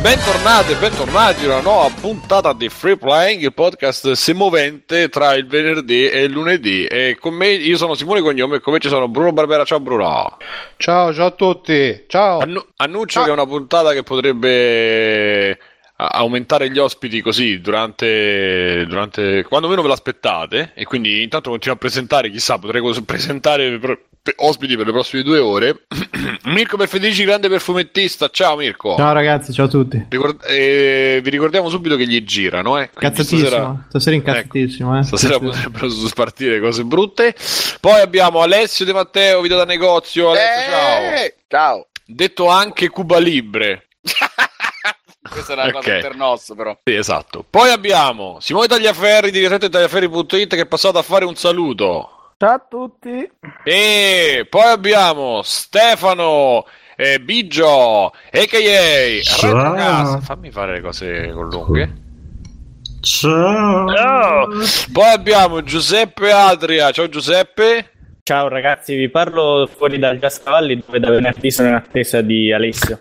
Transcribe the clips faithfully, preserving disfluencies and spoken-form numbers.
Bentornati e bentornati a una nuova puntata di Free Playing, il podcast semovente tra il venerdì e il lunedì. E con me, io sono Simone Cognome e con me ci sono Bruno Barbera. Ciao Bruno. Ciao, ciao a tutti. Ciao. Annu- annuncio ciao. che è una puntata che potrebbe aumentare gli ospiti così durante, durante quando meno ve l'aspettate, e quindi intanto continuo a presentare, chissà, potrei presentare per, per ospiti per le prossime due ore. Mirko Perfedici, grande perfumettista. Ciao Mirko. Ciao ragazzi, ciao a tutti. Ricord- eh, vi ricordiamo subito che gli girano, eh. Cazzatissimo, stasera, stasera incazzatissimo, ecco, eh. Stasera potrebbero spartire cose brutte. Poi abbiamo Alessio De Matteo, video da negozio. Alessio, eh, ciao. Ciao. Detto anche Cuba Libre. Questa è una okay. cosa internosso, però. Sì, esatto. Poi abbiamo Simone Tagliaferri, direttore di tagliaferri punto it, che è passato a fare un saluto. Ciao a tutti. E poi abbiamo Stefano eh, Biggio, a k a. Ciao. Fammi fare le cose con lunghe. Ciao. Ciao. Poi abbiamo Giuseppe Adria. Ciao Giuseppe. Ciao ragazzi, vi parlo fuori dal Giascavalli, dove da venerdì sono in attesa di Alessio.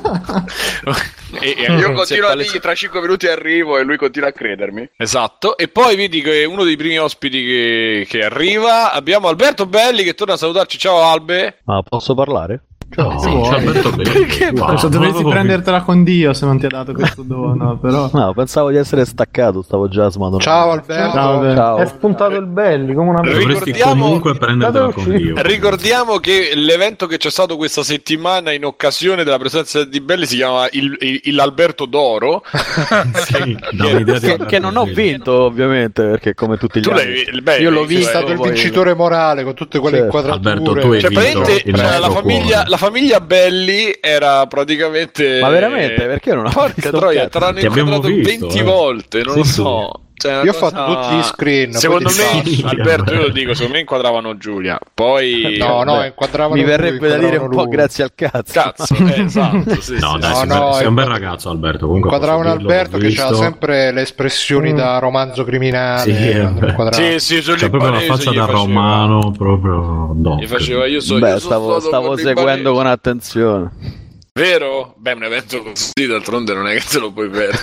e, e io continuo a dirgli tra cinque minuti arrivo e lui continua a credermi. Esatto. E poi vedi che uno dei primi ospiti che, che arriva, abbiamo Alberto Belli che torna a salutarci. Ciao Albe. Ma ah, posso parlare? Ciao, sì, ciao Alberto Belli. Perché? Wow, cioè, dovresti prendertela con Dio se non ti ha dato questo dono, però. No, pensavo di essere staccato, stavo già smadonando. Ciao Alberto. Ciao, ciao. È spuntato il Belli come una dovresti ricordiamo, comunque prendertela con Dio. Ricordiamo che l'evento che c'è stato questa settimana in occasione della presenza di Belli si chiama il, il, il Alberto d'Oro. Sì, che, che, che non ho vinto ovviamente, perché come tutti gli tu anni l'hai, beh, io l'ho visto. È stato il vincitore morale con tutte quelle certo. inquadrature. Alberto, tu hai cioè, vinto il cioè, la, famiglia, la famiglia Belli era praticamente. Ma veramente? Perché non ho Porca visto troia, te l'hanno inquadrato visto, venti eh. volte, non sì, lo sì. so. Cioè, io ho cosa... fatto tutti gli screen. Secondo me, sì, Alberto, io lo dico, secondo me inquadravano Giulia. Poi no, no, beh, inquadravano mi verrebbe lui, da dire un po' lui. grazie al cazzo. Cazzo, eh, esatto. Sì, No, sì, dai, no, sei, no, sei un bel inquadra- ragazzo Alberto. Comunque Inquadravano dirlo, Alberto che visto. c'ha sempre le espressioni Mm. da romanzo criminale. Sì, eh, sì, sì, C'è proprio la faccia da romano, proprio doc. Mi faceva, io so, Beh, io stavo, so stavo seguendo con attenzione. Vero? Beh, un evento così d'altronde non è che te lo puoi perdere.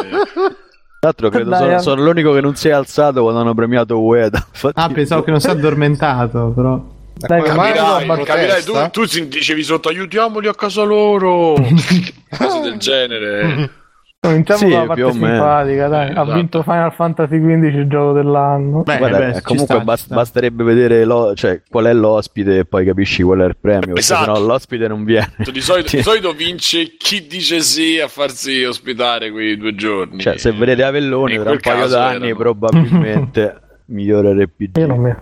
Tra l'altro credo Dai, sono, Al- sono l'unico che non si è alzato quando hanno premiato Ueda. Ah, pensavo che non si è addormentato, però. Dai, Come mai Capirai, non capirai, protesta? tu, tu si dicevi sotto aiutiamoli a casa loro, cose del genere. Cominciamo Sì, con la più parte o meno. simpatica, dai. Esatto. Ha vinto Final Fantasy quindici, il gioco dell'anno. Beh, Guarda, beh, ci comunque sta, bas- ci sta. basterebbe vedere lo- cioè, qual è l'ospite e poi capisci qual è il premio, perché Esatto. sennò l'ospite non viene. Di solito, Sì. di solito vince chi dice sì a farsi ospitare quei due giorni. Cioè, se vedete Avellone In tra un quel paio caso d'anni erano. probabilmente migliore R P G. Io non mi...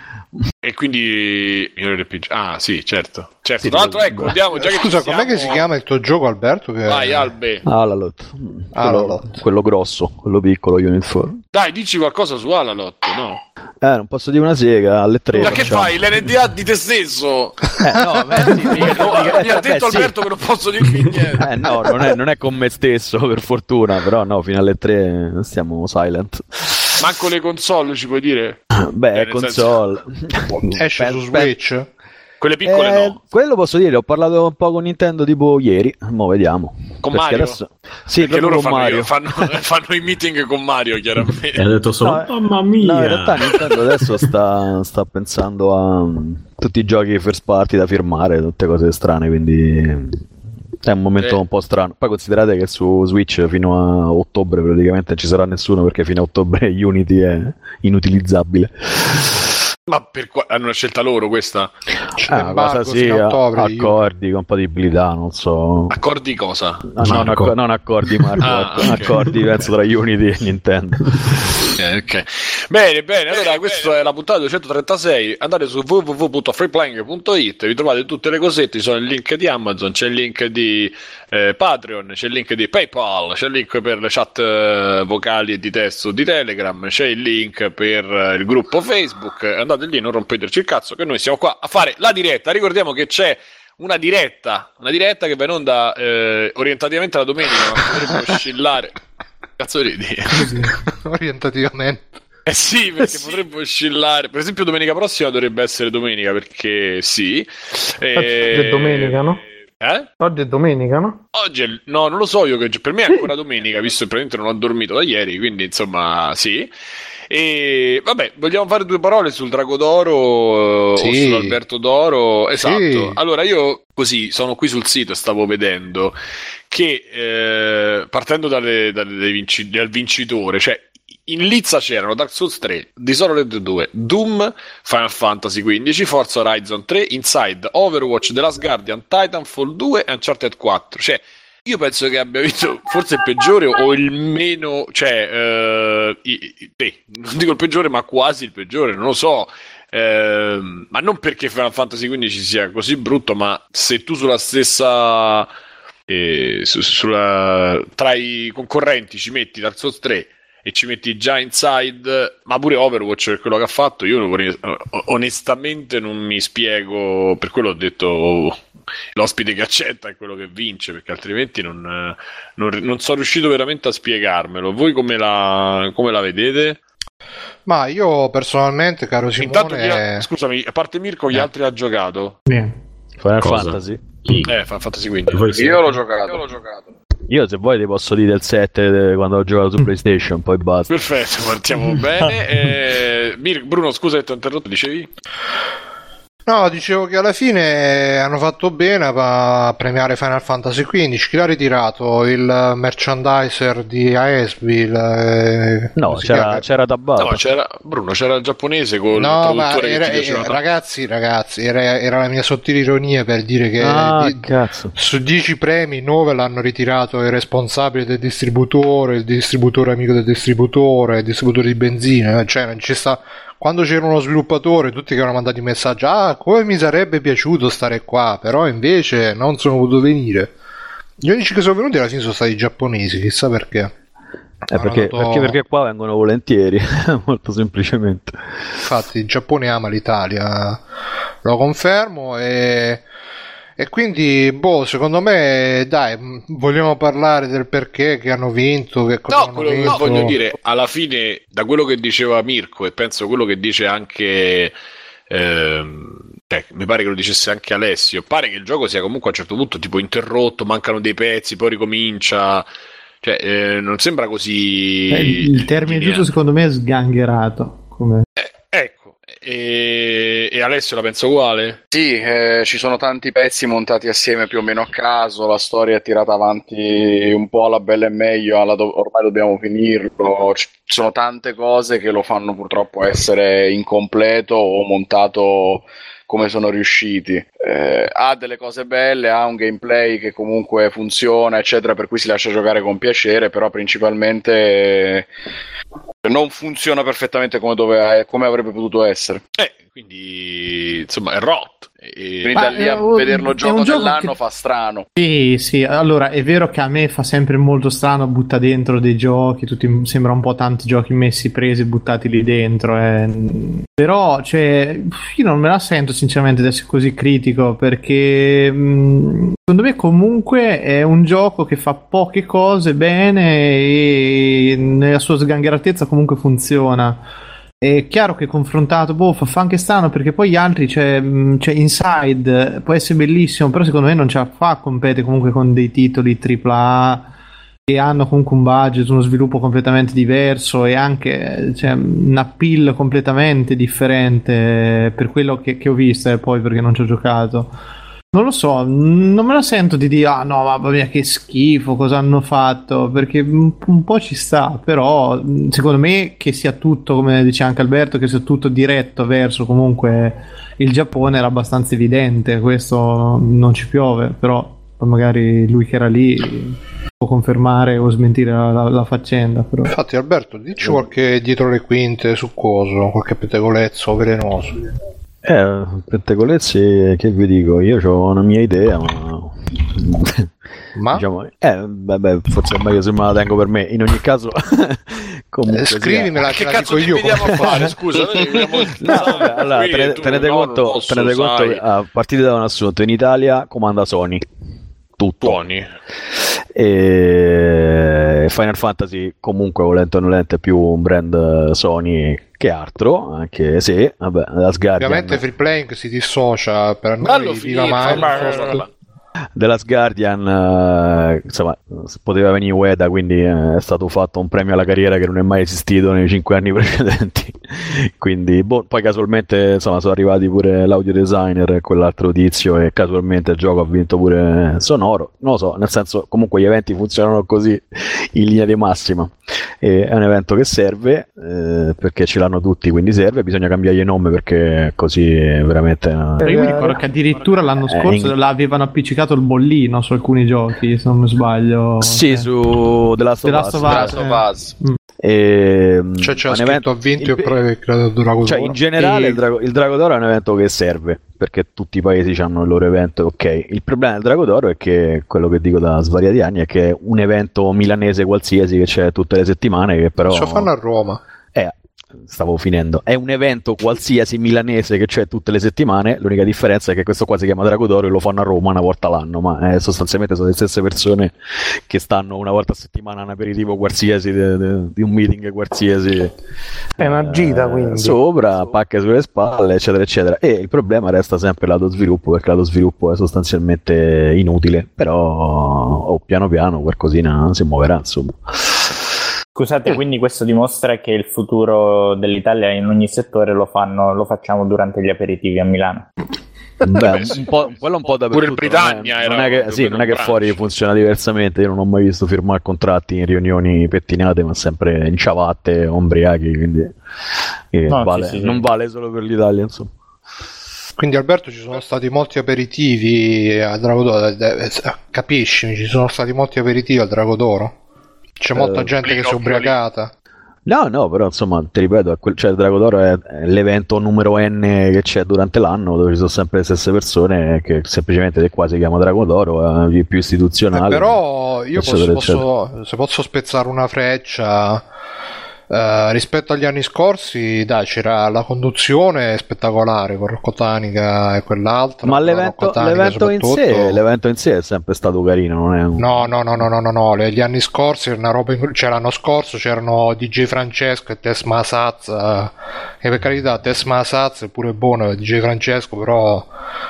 E quindi migliore R P G. Ah, sì, certo. Certo. Sì, Tra l'altro, sì. ecco, andiamo già che Scusa, ci com'è siamo- che si chiama il tuo gioco, Alberto? Che... Vai, Albe. Ah, la lot. Ah, quello, la lot. quello grosso, quello piccolo Unit quattro. Dai, dici qualcosa su Alalot, no? Eh, non posso dire una sega, alle tre. Ma che facciamo. fai? L'N D A di te stesso? Eh, no, beh, sì, mica- No, mica- mi ha beh, detto sì. Alberto che non posso dirvi niente. Eh no, non è, non è con me stesso, per fortuna, però no, fino alle tre stiamo silent. Manco le console ci puoi dire? Beh, nel console. Esce Pe- su pe- Switch? Quelle piccole Eh, no. Quello posso dire, ho parlato un po' con Nintendo tipo ieri, mo vediamo. Con Perché Mario? adesso- Sì, Perché proprio loro con fanno, Mario. fanno, fanno i meeting con Mario, chiaramente. E ha detto solo, No, eh, mamma mia. No, in realtà Nintendo adesso sta, sta pensando a um, tutti i giochi first party da firmare, tutte cose strane, quindi è un momento Eh. un po' strano. Poi considerate che su Switch fino a ottobre praticamente non ci sarà nessuno, perché fino a ottobre Unity è inutilizzabile. Ma per qua- hanno una scelta loro questa? C'è Ah, l'embargo cosa sì, fino a ottobre, io- accordi, compatibilità, non so. Accordi cosa? Ah, non, Marco. acc- non accordi Marco, Ah, ok. accordi penso tra Unity e Nintendo. Eh, ok. Bene, bene, allora questa è la puntata duecentotrentasei. Andate su w w w punto freeplaying punto it, vi trovate tutte le cosette, ci sono il link di Amazon, c'è il link di eh, Patreon, c'è il link di PayPal, c'è il link per le chat eh, vocali e di testo di Telegram, c'è il link per eh, il gruppo Facebook. Andate lì, non rompeteci il cazzo, che noi siamo qua a fare la diretta. Ricordiamo che c'è una diretta, una diretta che va in onda eh, orientativamente la domenica, ma potrebbe oscillare. Cazzo ridi? Orientativamente. Eh sì, perché potrebbe oscillare. Per esempio, domenica prossima dovrebbe essere domenica, perché sì. È domenica, no? Eh? Oggi è domenica, no? Oggi è, no, non lo so io, che per me è ancora domenica, visto che praticamente non ho dormito da ieri, quindi insomma sì. E vabbè, vogliamo fare due parole sul Drago d'Oro sì. o sull'Alberto d'Oro? Esatto. Sì. Allora io così sono qui sul sito e stavo vedendo che eh, partendo dalle, dalle vinci, dal vincitore, cioè in lizza c'erano Dark Souls tre, Dishonored due, Doom, Final Fantasy quindici, Forza Horizon tre, Inside, Overwatch, The Last Guardian, Titanfall due e Uncharted quattro. Cioè io penso che abbia vinto forse il peggiore o il meno, cioè eh, eh, non dico il peggiore ma quasi il peggiore, non lo so. Eh, ma non perché Final Fantasy quindici sia così brutto, ma se tu sulla stessa eh, su, sulla, tra i concorrenti ci metti Dark Souls tre e ci metti già Inside, ma pure Overwatch per quello che ha fatto, io onestamente non mi spiego, per quello ho detto l'ospite che accetta è quello che vince, perché altrimenti non, non, non sono riuscito veramente a spiegarmelo. Voi come la, come la vedete? Ma io personalmente, caro Simone... Intanto, ha, scusami, a parte Mirko, gli eh. altri ha giocato? Bene. Final Fantasy? Eh, Final Fantasy quindici. Io l'ho giocato. Io l'ho giocato. Io se vuoi ti posso dire del sette quando ho giocato su PlayStation, poi basta. Perfetto, partiamo bene. Eh, Bruno, scusa che ti ho interrotto, dicevi? No, dicevo che alla fine hanno fatto bene a premiare Final Fantasy quindici. Chi l'ha ritirato? Il merchandiser di Aesville? No, c'era, c'era Tabata. No, c'era Bruno, c'era il giapponese con no, il ma traduttore era, che ti era, ragazzi, ragazzi, era, era la mia sottile ironia per dire che ah, di, cazzo. su dieci premi nove l'hanno ritirato il responsabile del distributore, il distributore amico del distributore, il distributore di benzina, cioè non ci sta. Quando c'era uno sviluppatore, tutti che hanno mandato i messaggi, ah, come mi sarebbe piaciuto stare qua, però invece non sono potuto venire. Gli unici che sono venuti alla fine sono stati i giapponesi, chissà perché. Eh, perché, dato... perché, perché qua vengono volentieri, molto semplicemente. Infatti il Giappone ama l'Italia, lo confermo, e... E quindi, boh, secondo me, dai, vogliamo parlare del perché che hanno vinto, che cosa no, hanno quello vinto. No, voglio dire, alla fine, da quello che diceva Mirko, e penso quello che dice anche, ehm, eh, mi pare che lo dicesse anche Alessio, pare che il gioco sia comunque a un certo punto tipo interrotto, mancano dei pezzi, poi ricomincia, cioè, eh, non sembra così... Eh, il termine giusto secondo me è sgangherato. Come... Eh, ecco. E, e Alessio la pensa uguale? Sì, eh, ci sono tanti pezzi montati assieme più o meno a caso, la storia è tirata avanti un po' alla bella e meglio, alla do- ormai dobbiamo finirlo, ci sono tante cose che lo fanno purtroppo essere incompleto o montato come sono riusciti. Eh, ha delle cose belle, ha un gameplay che comunque funziona, eccetera, per cui si lascia giocare con piacere, però principalmente eh, non funziona perfettamente come, dove, come avrebbe potuto essere. Eh, quindi insomma è rotto. E... Quindi da lì a un, vederlo gioco dell'anno che... fa strano. Sì, sì, allora è vero che a me fa sempre molto strano, butta dentro dei giochi, tutti, sembra un po' tanti giochi messi, presi, buttati lì dentro, eh. Però cioè, io non me la sento sinceramente di essere così critico, perché mh, secondo me comunque è un gioco che fa poche cose bene e nella sua sgangheratezza comunque funziona. È chiaro che confrontato, boh, fa, fa anche strano, perché poi gli altri, c'è, c'è Inside, può essere bellissimo, però secondo me non ce la fa a competere comunque con dei titoli tripla A che hanno comunque un budget, uno sviluppo completamente diverso e anche cioè, un appeal completamente differente per quello che, che ho visto, e eh, poi perché non ci ho giocato. Non lo so, non me la sento di dire ah no, mamma mia che schifo, cosa hanno fatto, perché un po' ci sta, però secondo me che sia tutto, come dice anche Alberto, che sia tutto diretto verso comunque il Giappone era abbastanza evidente, questo non ci piove, però magari lui che era lì può confermare o smentire la, la, la faccenda. Però. Infatti Alberto, dici qualche dietro le quinte su coso, qualche pettegolezzo velenoso. Eh, pettegolezzi, che vi dico, io ho una mia idea, ma... ma? diciamo, eh, beh, beh, forse è meglio se me la tengo per me, in ogni caso... comunque eh, scrivimela, che cazzo ti vediamo a fare, scusa. No, vabbè, allora, tenete, tenete conto, posso, tenete conto che a partire da un assunto, in Italia comanda Sony. Tutto. Sony. E Final Fantasy comunque volente o nolente è più un brand Sony che altro, anche se vabbè, la Asgardian ovviamente Free Playing si dissocia per noi viva Microsoft. The Last Guardian, eh, insomma, poteva venire Ueda, quindi eh, è stato fatto un premio alla carriera che non è mai esistito nei cinque anni precedenti. Quindi, boh, poi casualmente, insomma, sono arrivati pure l'audio designer e quell'altro tizio, e casualmente il gioco ha vinto pure sonoro. Non lo so, nel senso, comunque gli eventi funzionano così in linea di massima. E è un evento che serve, eh, perché ce l'hanno tutti, quindi serve. Bisogna cambiargli il nome perché così è veramente una... Io mi ricordo che addirittura l'anno scorso in... l'avevano appiccicato il bollino su alcuni giochi, se non mi sbaglio. Sì, eh. su The Last of Us. Eh. E, cioè c'è scritto evento... ha vinto il... e poi il Drago cioè, d'Oro. in generale e... il, Drago... il Drago d'Oro è un evento che serve perché tutti i paesi hanno il loro evento, ok. Il problema del Drago d'Oro è che, quello che dico da svariati anni, è che è un evento milanese qualsiasi che c'è tutte le settimane, che però lo fanno a Roma. Eh, stavo finendo. È un evento qualsiasi milanese che c'è tutte le settimane, l'unica differenza è che questo qua si chiama Drago d'Oro e lo fanno a Roma una volta l'anno, ma eh, sostanzialmente sono le stesse persone che stanno una volta a settimana a un aperitivo qualsiasi de, de, di un meeting qualsiasi, è una gita, quindi eh, sopra, pacche sulle spalle, eccetera eccetera. E il problema resta sempre lato sviluppo, perché lato sviluppo è sostanzialmente inutile, però oh, piano piano qualcosina si muoverà, insomma. Scusate, quindi questo dimostra che il futuro dell'Italia in ogni settore lo fanno, lo facciamo durante gli aperitivi a Milano. Beh, un po', quello un po' dappertutto. Pure il Britannia non è, era non è che, sì, non è che fuori funziona diversamente. Io non ho mai visto firmare contratti in riunioni pettinate, ma sempre in ciabatte, ombriachi, quindi eh, no, vale, sì, sì, non sì. vale solo per l'Italia, insomma. Quindi Alberto, ci sono stati molti aperitivi a Drago d'Oro, capisci? Ci sono stati molti aperitivi al Drago d'Oro? C'è molta uh, gente che si è ubriacata. No, no, però insomma, ti ripeto, quel, cioè, il Drago d'Oro è, è l'evento numero N che c'è durante l'anno, dove ci sono sempre le stesse persone, che semplicemente qua si chiama Drago d'Oro, è più istituzionale. Eh, però io eccetera, posso, posso, se posso spezzare una freccia, Uh, rispetto agli anni scorsi, dai, c'era la conduzione spettacolare con Rocco Tanica e quell'altro. Ma l'evento, l'evento, in sé, l'evento in sé è sempre stato carino, non è un... No, no, no, no, no, no, no. Gli anni scorsi era una roba in... cioè l'anno scorso c'erano D J Francesco e Tess Masaz, uh, e per carità Tess Masaz è pure buono, D J Francesco, però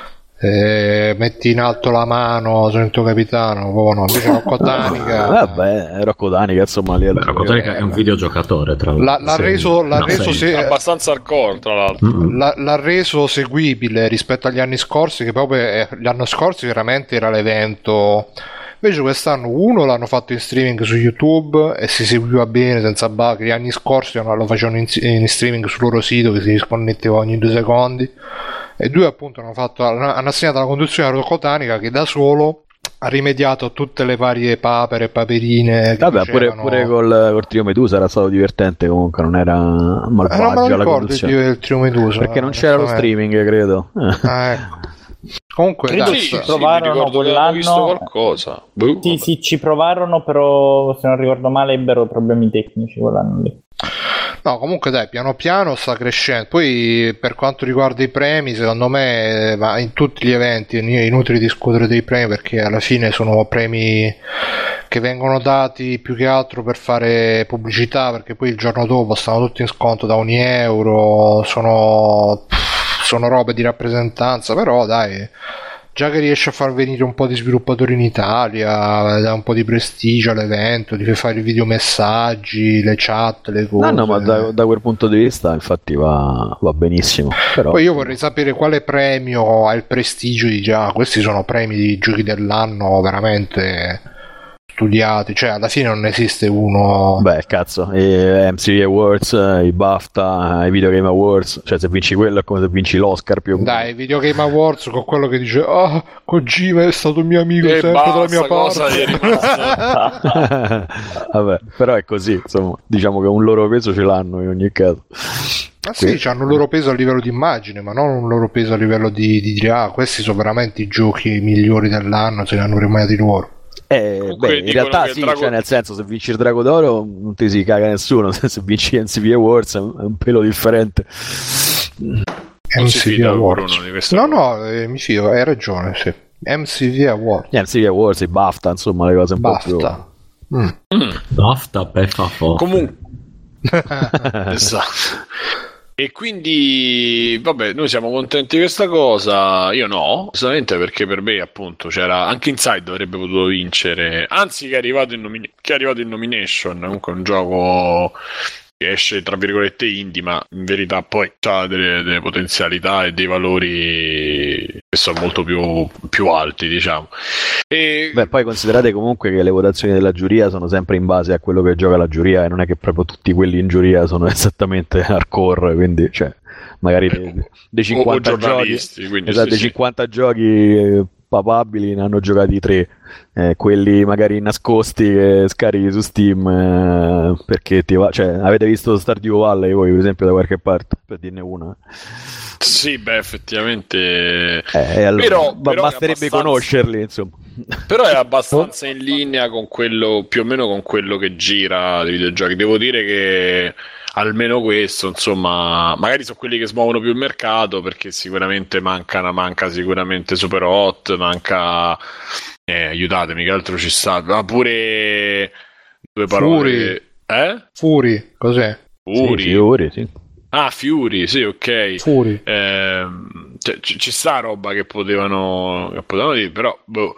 Eh, metti in alto la mano, sono il tuo capitano, buono. Invece Rocco Tanica, vabbè, Rocco Tanica, insomma, lì è, Beh, Rocco Tanica è un videogiocatore, tra l'altro. L'ha, l'ha reso, l'ha no, reso se... abbastanza hardcore, tra l'altro. Mm-hmm. L'ha, l'ha reso seguibile rispetto agli anni scorsi, che proprio eh, gli anni scorsi veramente era l'evento. Invece quest'anno uno l'hanno fatto in streaming su YouTube e si seguiva bene senza bug. Gli anni scorsi lo facevano in, in streaming sul loro sito, che si disconnetteva ogni due secondi. E due appunto hanno fatto hanno assegnato la conduzione a Rocco Tanica, che da solo ha rimediato a tutte le varie papere e paperine. Vabbè, pure, pure col, col Trio Medusa era stato divertente, comunque non era malvagio. Eh, non me lo ricordo il Trio Medusa, perché perché non c'era lo streaming, credo. Ah, ecco. Comunque credo dai, ci sì, provarono sì, quell'anno, visto qualcosa. Buh, sì, sì, ci provarono, però se non ricordo male ebbero problemi tecnici quell'anno lì. No, comunque dai, piano piano sta crescendo. Poi per quanto riguarda i premi, secondo me, ma in tutti gli eventi è inutile discutere dei premi, perché alla fine sono premi che vengono dati più che altro per fare pubblicità, perché poi il giorno dopo stanno tutti in sconto da ogni euro, sono, sono robe di rappresentanza, però dai, già che riesce a far venire un po' di sviluppatori in Italia, dà un po' di prestigio all'evento, ti fai fare i videomessaggi, le chat, le cose. No, no, ma da, da quel punto di vista infatti va, va benissimo. Però... Poi io vorrei sapere quale premio ha il prestigio di già, questi sono premi di giochi dell'anno veramente studiati, cioè alla fine non esiste uno. Beh, cazzo, i M T V Awards, i BAFTA, i Video Game Awards, cioè se vinci quello è come se vinci l'Oscar più o meno. Dai, i Video Game Awards con quello che dice ah, oh, Kojima è stato mio amico e sempre dalla mia parte. Vabbè, però è così, insomma, diciamo che un loro peso ce l'hanno in ogni caso. Ma sì, hanno un loro peso a livello di immagine, ma non un loro peso a livello di, di dire ah, questi sono veramente i giochi migliori dell'anno, se li hanno rimediati loro. Eh, beh, in realtà sì, Drago... cioè nel senso, se vinci il Drago d'Oro non ti si caga nessuno, se vinci M C V Awards è un, è un pelo differente. M C V Awards, no no, eh, mi fido, hai ragione, sì. M C V Awards, yeah, M C V Awards, i BAFTA, insomma le cose un BAFTA. po' più mm. BAFTA, Peffa, Forte. Comunque esatto. E quindi, vabbè, noi siamo contenti di questa cosa. Io no, solamente perché per me, appunto, c'era anche Inside avrebbe potuto vincere. Anzi, che è arrivato in, nomine- che è arrivato in nomination. Comunque è un gioco che esce tra virgolette indie, ma in verità poi ha delle, delle potenzialità e dei valori che sono molto più, più alti, diciamo. E... Beh, poi considerate comunque che le votazioni della giuria sono sempre in base a quello che gioca la giuria, e non è che proprio tutti quelli in giuria sono esattamente hardcore, quindi cioè magari dei, dei cinquanta o, o giochi, esatto, sì, dei cinquanta sì. giochi papabili ne hanno giocati tre, eh, quelli magari nascosti che scarichi su Steam, eh, perché ti va, cioè avete visto Stardew Valley voi per esempio da qualche parte, per dirne una? Sì, beh, effettivamente eh, allora, però, però basterebbe abbastanza... conoscerli, insomma. Però è abbastanza in linea con quello, più o meno con quello che gira dei videogiochi. Devo dire che almeno questo, insomma, magari sono quelli che smuovono più il mercato, perché sicuramente manca, manca sicuramente Super Hot, manca eh, aiutatemi, che altro ci sta, ma pure due parole. Fury. Eh? Fury, cos'è? Fury. Sì, Fury, sì. Ah, Fury, sì, ok. Fury. Eh, cioè, ci, ci sta roba che potevano, che potevano dire, però boh.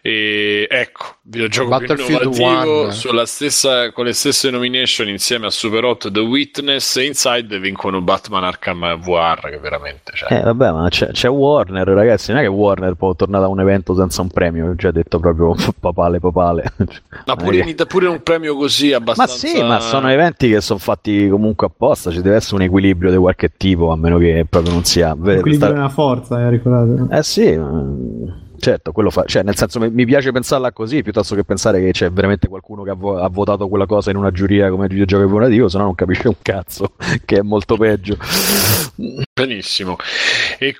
E ecco, videogioco più innovativo sulla stessa, con le stesse nomination insieme a Super Hot, The Witness e Inside vincono Batman Arkham V R, che veramente cioè... eh vabbè, ma c'è, c'è Warner, ragazzi, non è che Warner può tornare da un evento senza un premio, ho già detto proprio papale papale. Ma pure, in, pure un premio così abbastanza... Ma sì, ma sono eventi che sono fatti comunque apposta, ci deve essere un equilibrio di qualche tipo, a meno che proprio non sia... L'equilibrio sta... è una forza, eh, ricordate? Eh sì, ma... certo, quello fa, cioè nel senso mi piace pensarla così piuttosto che pensare che c'è veramente qualcuno che ha, vo- ha votato quella cosa in una giuria come videogioco evolutivo, se no non capisce un cazzo, che è molto peggio. Benissimo. E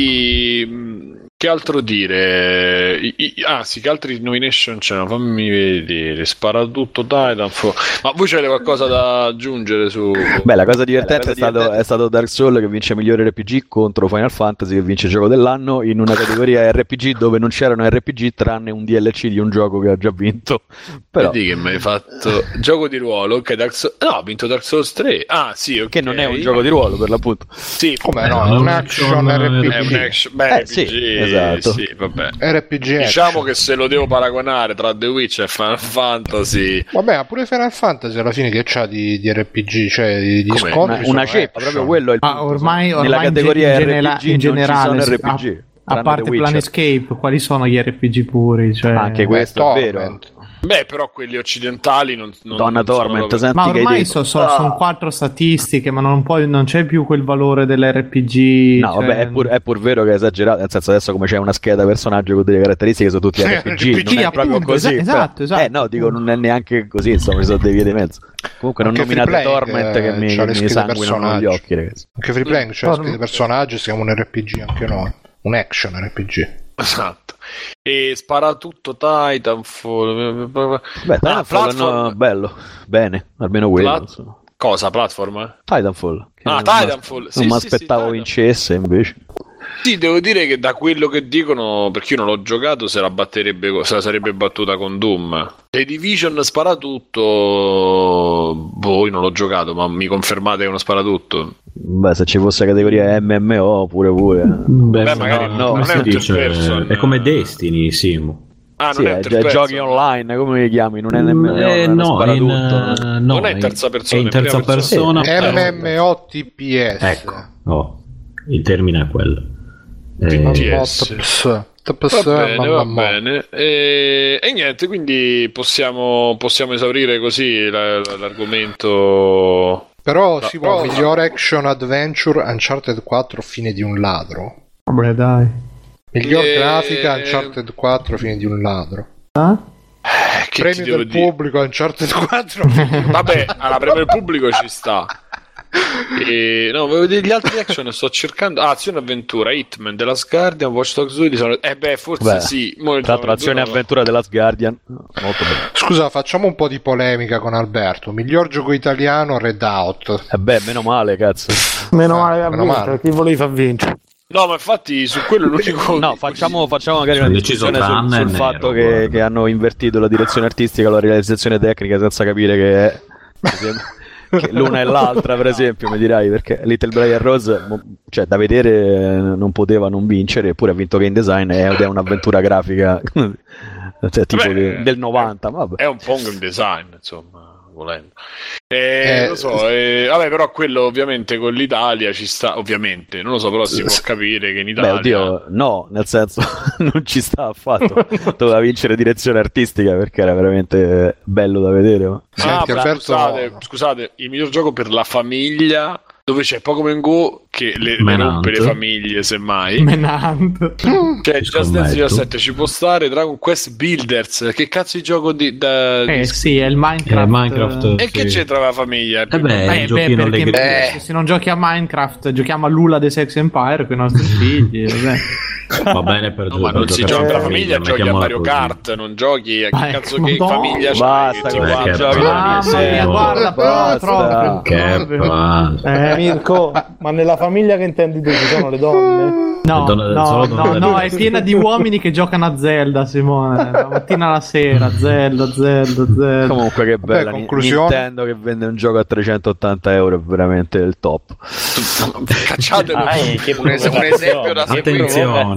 quindi che altro dire? I, i, ah sì, che altri nomination c'erano? Fammi vedere. Sparatutto, Titanfall. Ma voi c'avete qualcosa da aggiungere su... Beh, la cosa divertente, la cosa è, stato, divertente. è stato Dark Souls che vince migliore R P G contro Final Fantasy che vince gioco dell'anno in una categoria R P G dove non c'erano R P G tranne un D L C di un gioco che ha già vinto. Però... Vedi che mi hai fatto gioco di ruolo, ok, Dark Souls... no, ha vinto Dark Souls tre. Ah sì, ok. Che non è un gioco di ruolo per l'appunto. Sì, come no, è un action R P G. È un action, beh, eh, R P G, sì, esatto. Sì, vabbè. R P G diciamo action. che se lo devo paragonare tra The Witcher e Final Fantasy, vabbè, ma pure Final Fantasy alla fine che c'ha di, di R P G, cioè di, di scontri, una, una ceppa, proprio quello è il ah, ormai, ormai nella categoria in, R P G in generale non ci sono R P G, a, a parte Planescape, quali sono gli R P G puri? Cioè... anche questo è vero. Beh, però quelli occidentali non, non Donna Torment, sono... ma ormai sono so, so, son quattro statistiche, ma non, puoi, non c'è più quel valore dell'R P G. No, cioè... vabbè, è pur, è pur vero che è esagerato. Nel senso, adesso come c'è una scheda personaggio con delle caratteristiche, sono tutti R P G. R P G, non è appunto, proprio così. Esatto, esatto. Eh, no, dico, non è neanche così. Insomma, ci sono dei vie di mezzo. Comunque, non anche nominate Torment che, che mi, che mi sanguinano gli occhi, ragazzi. Anche Free Playing c'è Torm- scritto personaggi, si chiama un R P G, anche no, un action R P G. Esatto. E spara tutto Titanfall. Beh, Titanfall ah, platform... no, bello, bene, almeno quello. Plat... Cosa? Platform? Titanfall. Ah, Titanfall. Non sì, mi sì, aspettavo sì, vincesse invece. Sì, devo dire che da quello che dicono, perché io non l'ho giocato, se la batterebbe, se la sarebbe battuta con Doom. The Division spara tutto. Boh, io non l'ho giocato, ma mi confermate che è uno sparatutto? Beh, se ci fosse categoria M M O pure pure. Beh, Beh magari no, no, non è un dice, person. È come Destiny, Simo. Ah, sì, non è, è giochi online, come li chiami? Non è nemmeno eh, non no, è in, tutto, no, non è in terza persona, è in terza persona. persona. M M O T P S. Ecco, oh, il termine è quello. T P S. Va bene, va bene. E, e niente, quindi possiamo, possiamo esaurire così la, la, l'argomento. Però no, si può, miglior action adventure Uncharted quattro, fine di un ladro. Vabbè, dai. Miglior e... grafica Uncharted quattro, fine di un ladro. Ah? Che premio del dire? Pubblico Uncharted quattro. Vabbè, alla premio del pubblico ci sta. E, no, volevo dire gli altri action, sto cercando. Ah, azione avventura, Hitman, The Last Guardian, Watch Dogs due sono... Eh beh, forse beh, sì. Tra l'altro azione e avventura The Last Guardian. Molto bene. Scusa, facciamo un po' di polemica con Alberto. Miglior gioco italiano Redout. Eh beh, meno male, cazzo. Meno male, ah, meno male. Chi volevi far vincere? No, ma infatti su quello è l'unico. No, facciamo, facciamo magari una discussione sul, sul fatto che, che hanno invertito la direzione artistica, la realizzazione tecnica senza capire che è. che l'una e l'altra, per esempio, mi dirai, perché Little Briar Rose, cioè da vedere non poteva non vincere, eppure ha vinto Game Design ed è un'avventura grafica cioè, tipo Vabbè, de, del novanta, vabbè. È un po' un game design, insomma, volendo. Eh, eh, lo so, eh, vabbè, però quello ovviamente con l'Italia ci sta, ovviamente, non lo so, però si può capire che in Italia... Beh, oddio, no, nel senso, non ci sta affatto. Doveva vincere direzione artistica perché era veramente bello da vedere. Ma... Senti, ah, Alberto... scusate, scusate, il miglior gioco per la famiglia... dove c'è Pokémon Go che le, le rompe le famiglie, semmai. Menant. Cioè, Just Dance diciassette ci può stare. Dragon Quest Builders, che cazzo di gioco di... Da, eh di... sì, è il Minecraft. È Minecraft e sì. Che c'entra la famiglia? Eh beh, eh beh perché eh. se non giochi a Minecraft, giochiamo a Lula The Sex Empire con i nostri figli. Vabbè. Va bene per no, ma non si gioca per la famiglia, giochi a Mario Kart, non giochi a che cazzo che famiglia basta, c'hai? Mamma mia, guarda, proprio che eh, Mirko, ma nella famiglia che intendi tu ci sono le donne? No, donne, no, no, donne no, è piena di uomini che giocano a Zelda, Simone, la mattina alla sera, Zelda, Zelda, Zelda. Comunque che bella, Beh, conclusione... Nintendo che vende un gioco a trecentottanta euro è veramente il top. Cacciatelo ah, eh, che un, es- un esempio da attenzione.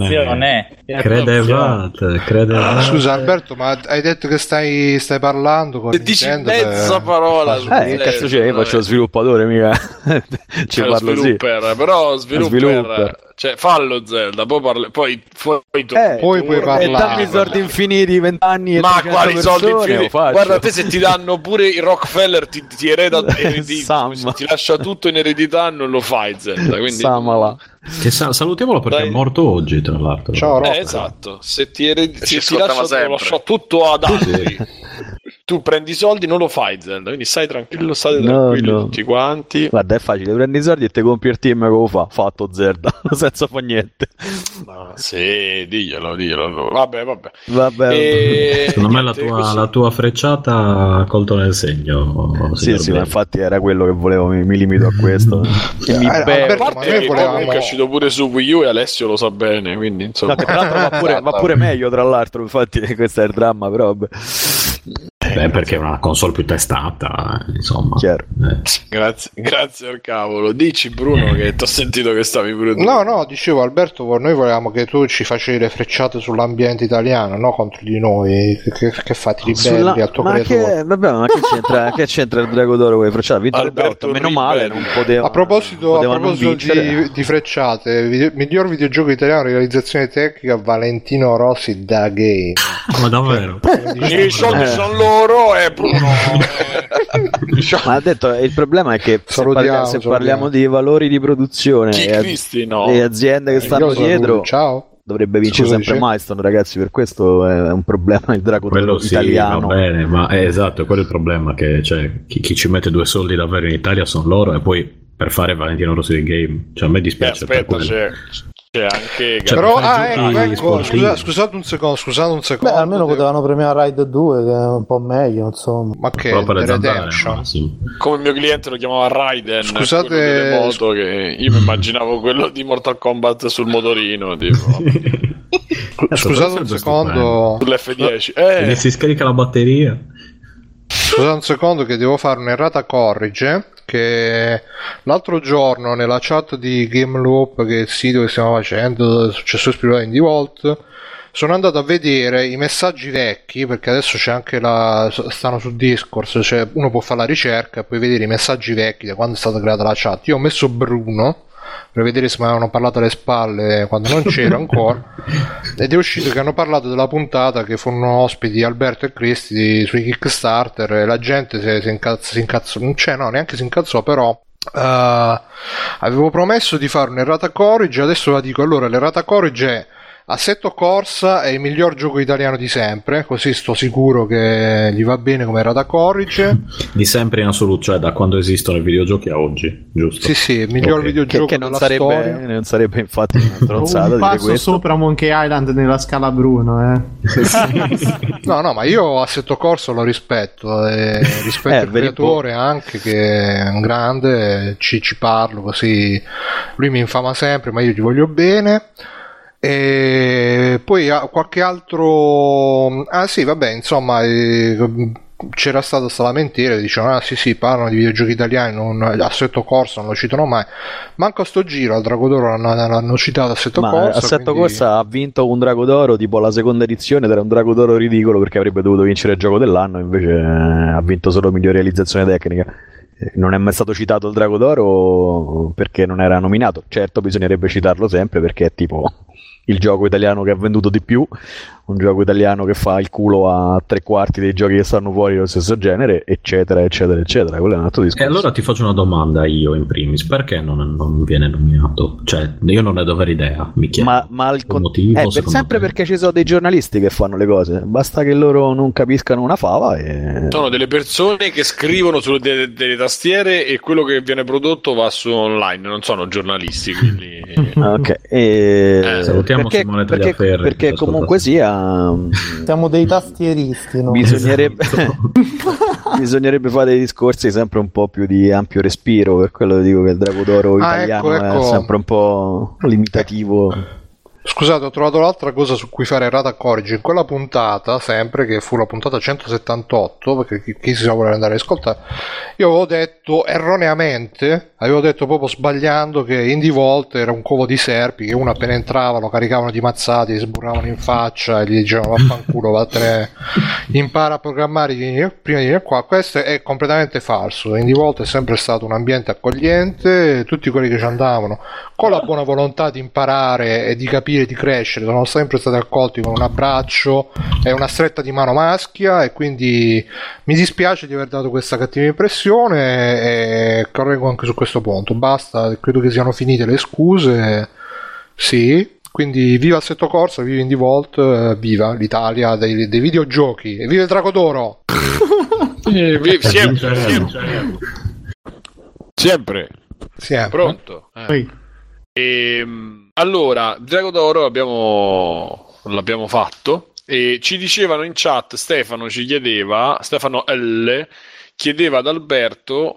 Credevate, credevate. Scusa Alberto, ma hai detto che stai, stai parlando con se dici Nintendo mezza per... parola eh, che cazzo c'è? Io faccio lo sviluppatore, mica ci cioè, parlo svilupper, sì. Però svilupper, svilupper. Cioè fallo Zelda, poi parli, poi, poi, tu, eh, poi puoi parlare. E dammi soldi infiniti, vent'anni e ma quali persone, soldi infiniti? Guarda te, se ti danno pure il Rockefeller ti, ti ereda erediti, ti lascia tutto in eredità, non lo fai Zelda, quindi Samala. Che sa- salutiamolo perché Dai. È morto oggi, tra l'altro. Ciao, eh, esatto, se ti, eredi- se ci ti lascia, sempre. lascia tutto ad altri. Tu prendi i soldi, non lo fai Zelda, quindi stai tranquillo, state No, tranquilli no. tutti quanti. Guarda, è facile, prendi i soldi e te compri il team come fa, fatto Zelda, senza fa niente. No, sì, diglielo, diglielo. Vabbè, vabbè. Vabbè. E... Secondo me la niente, tua, così. la tua frecciata ha colto nel segno. Sì, sì, ma infatti era quello che volevo, mi, mi limito a questo. E mi Eh, bevo. Alberto, A ma parte noi che volevamo- comunque è uscito pure su Wii U e Alessio lo sa bene, quindi insomma. No, che tra l'altro va pure, va pure meglio, tra l'altro, infatti questo è il dramma, però vabbè. Beh, perché è una console più testata, insomma. Chiaro. Eh. Grazie, grazie al cavolo. Dici Bruno che ti ho sentito che stavi pure tu. No, no, dicevo Alberto, noi volevamo che tu ci facevi le frecciate sull'ambiente italiano, no contro di noi, che, che, che fatti ribelli Sulla... al tuo ma creatore. che, vabbè, ma che c'entra, che c'entra il Drago d'Oro con le frecciate? Ha vinto Alberto il Meno male, non poteva. A proposito, a proposito di, di frecciate, video, miglior videogioco italiano realizzazione tecnica Valentino Rossi da Game. Ma davvero? I soldi Eh. sono loro e Bruno. Ma ha detto, il problema è che se, Salutiamo, parliamo, se salutiamo. parliamo di valori di produzione Chi e, Cristi, no. e aziende che stanno Io saluto, dietro, ciao. dovrebbe vincere Scusa, sempre dice? Milestone, ragazzi, per questo è un problema il Drago Quello d'Oro sì, italiano. va bene, ma è esatto, quello è il problema, che cioè, chi, chi ci mette due soldi davvero in Italia sono loro, e poi per fare Valentino Rossi di Game, cioè a me Eh, dispiace per aspetta, quello. c'è, c'è anche Cioè, Però, per ah, fare ecco, giochi ecco, sportivi. scusa, scusate un secondo, scusate un Beh, secondo. almeno devo- potevano premiare Ride due, che è un po' meglio, insomma. Ma che Però per le The zanzare, Redemption? Massimo. come il mio cliente lo chiamava Raiden, Scusate- quello delle moto, che io mi immaginavo quello di Mortal Kombat sul motorino, tipo, Scusate un secondo, sull'F dieci. E Eh, si scarica la batteria. scusate un secondo che devo fare un'errata corrige. Che l'altro giorno nella chat di Game Loop, che è il sito che stiamo facendo, è successo esplorato in D-Vault, sono andato a vedere i messaggi vecchi, perché adesso c'è anche la stanno su Discord, cioè uno può fare la ricerca e poi vedere i messaggi vecchi da quando è stata creata la chat. Io ho messo Bruno per vedere se mi avevano parlato alle spalle quando non c'ero ancora, ed è uscito che hanno parlato della puntata che furono ospiti Alberto e Cristi sui Kickstarter, e la gente si, si incazza, si incazzò, non c'è, no, neanche si incazzò, però uh, avevo promesso di fare un'errata corrige, adesso la dico. Allora, l'errata corrige è: Assetto Corsa è il miglior gioco italiano di sempre, così sto sicuro che gli va bene come errata corrige. Di sempre in assoluto, cioè da quando esistono i videogiochi a oggi, giusto? Sì, sì, il miglior Ok. videogioco Che, che non, della sarebbe, storia. non sarebbe infatti una stronzata Un dire passo questo. sopra Monkey Island nella scala Bruno, eh. No, no, ma io Assetto Corsa lo rispetto, e rispetto Eh, il vedi un creatore anche, che è un grande, ci, ci parlo così, lui mi infama sempre, ma io gli voglio bene. E poi ah, qualche altro, ah sì, vabbè, insomma, eh, c'era stata questa lamentela, dicevano ah sì sì parlano di videogiochi italiani, non, Assetto Corsa non lo citano mai, manco a sto giro al Drago d'Oro l'hanno, l'hanno citato Assetto Ma Corsa. Assetto quindi... Corsa ha vinto un Drago d'Oro tipo la seconda edizione ed era un Drago d'Oro ridicolo perché avrebbe dovuto vincere il gioco dell'anno, invece eh, ha vinto solo miglior realizzazione tecnica. Non è mai stato citato il Drago d'Oro perché non era nominato. Certo, bisognerebbe citarlo sempre perché è tipo il gioco italiano che ha venduto di più, un gioco italiano che fa il culo a tre quarti dei giochi che stanno fuori dello stesso genere, eccetera, eccetera, eccetera. Quello è un altro discorso. E allora ti faccio una domanda io in primis, perché non, non viene nominato? Cioè, io non ne do idea, mi chiedo. Ma, ma il con- motivo, eh, per sempre te? perché ci sono dei giornalisti che fanno le cose, basta che loro non capiscano una fava e... Sono delle persone che scrivono sulle delle, delle tastiere e quello che viene prodotto va su online, non sono giornalisti, quindi... Ok, e... Eh, salutiamo perché, Simone perché, Tagliaferri, perché che comunque sia Siamo dei tastieristi, no? bisognerebbe bisognerebbe fare dei discorsi sempre un po' più di ampio respiro, per quello dico che il Drago d'Oro Ah, italiano ecco, ecco. è sempre un po' limitativo. Scusate, ho trovato l'altra cosa su cui fare errata corrige. In quella puntata, sempre che fu la puntata centosettantotto, perché chi, chi si vuole andare ad ascoltare, io avevo detto erroneamente, avevo detto proprio sbagliando che Indie Vault era un covo di serpi che uno appena entrava lo caricavano di mazzate, gli sburravano in faccia e gli dicevano vaffanculo, vattene, impara a programmare prima di venire qua. Questo è completamente falso. Indie Vault è sempre stato un ambiente accogliente, tutti quelli che ci andavano con la buona volontà di imparare e di capire, di crescere, sono sempre stati accolti con un abbraccio e una stretta di mano maschia, e quindi mi dispiace di aver dato questa cattiva impressione e correggo anche su questo punto. Basta, credo che siano finite le scuse. Sì, quindi viva Assetto Corsa, viva Indie Vault, eh, viva l'Italia dei, dei videogiochi e viva il Drago d'Oro. Eh, vi- sempre, sempre, sempre. Sempre. Pronto? Eh. E, allora, Drago d'Oro abbiamo, l'abbiamo fatto e ci dicevano in chat, Stefano ci chiedeva, Stefano L chiedeva ad Alberto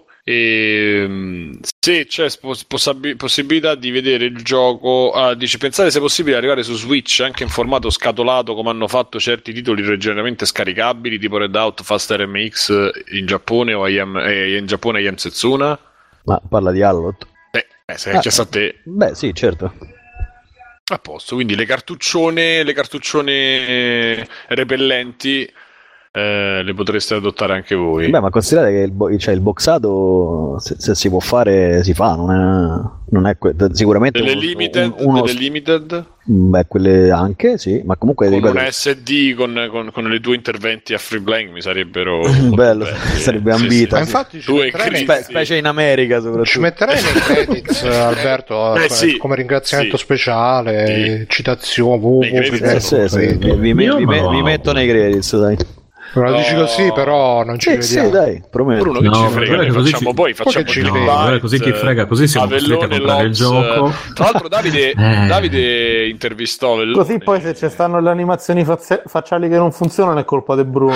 e, se c'è possabi- possibilità di vedere il gioco, ah, dice pensate sia possibile arrivare su Switch anche in formato scatolato come hanno fatto certi titoli regionalmente scaricabili tipo Redout, Faster M X in Giappone o I Am, eh, in Giappone I Am Setsuna. Ma parla di Hallot? Eh, se c'è a te. Beh, sì, certo. A posto, quindi le cartuccione, le cartuccione repellenti eh, le potreste adottare anche voi. Beh, ma considerate che il, bo- cioè, il boxato, se, se si può fare, si fa, non è, non è que- sicuramente delle un- limited, un- uno, delle limited beh, quelle anche, sì, ma comunque con ripeto, un S D con, con, con le due interventi a free playing mi sarebbero bello, belli, sarebbe eh. ambita. Ma Sì, infatti ci Due metterei, nei, crisi. Spe- specie in America soprattutto. ci metterei nei credits, Alberto, Eh, come, sì. come ringraziamento Sì. speciale, Sì. citazione, Nei credits. Sì, sì, sì, vi, vi, Io vi- no. vi metto nei credits, dai. Lo dici No. così, però non ci Sì, vediamo. sì, dai, prometto. Bruno che No, ci ma frega, guarda ne che così facciamo ci- poi facciamo Poi che ci Green frega. Lights, Guarda, così ti frega, così siamo costretti a Avellone, comprare il Lobs, gioco. tra l'altro Davide, Eh. Davide intervistò Avellone. Così poi se ci stanno le animazioni fazze- facciali che non funzionano è colpa di Bruno.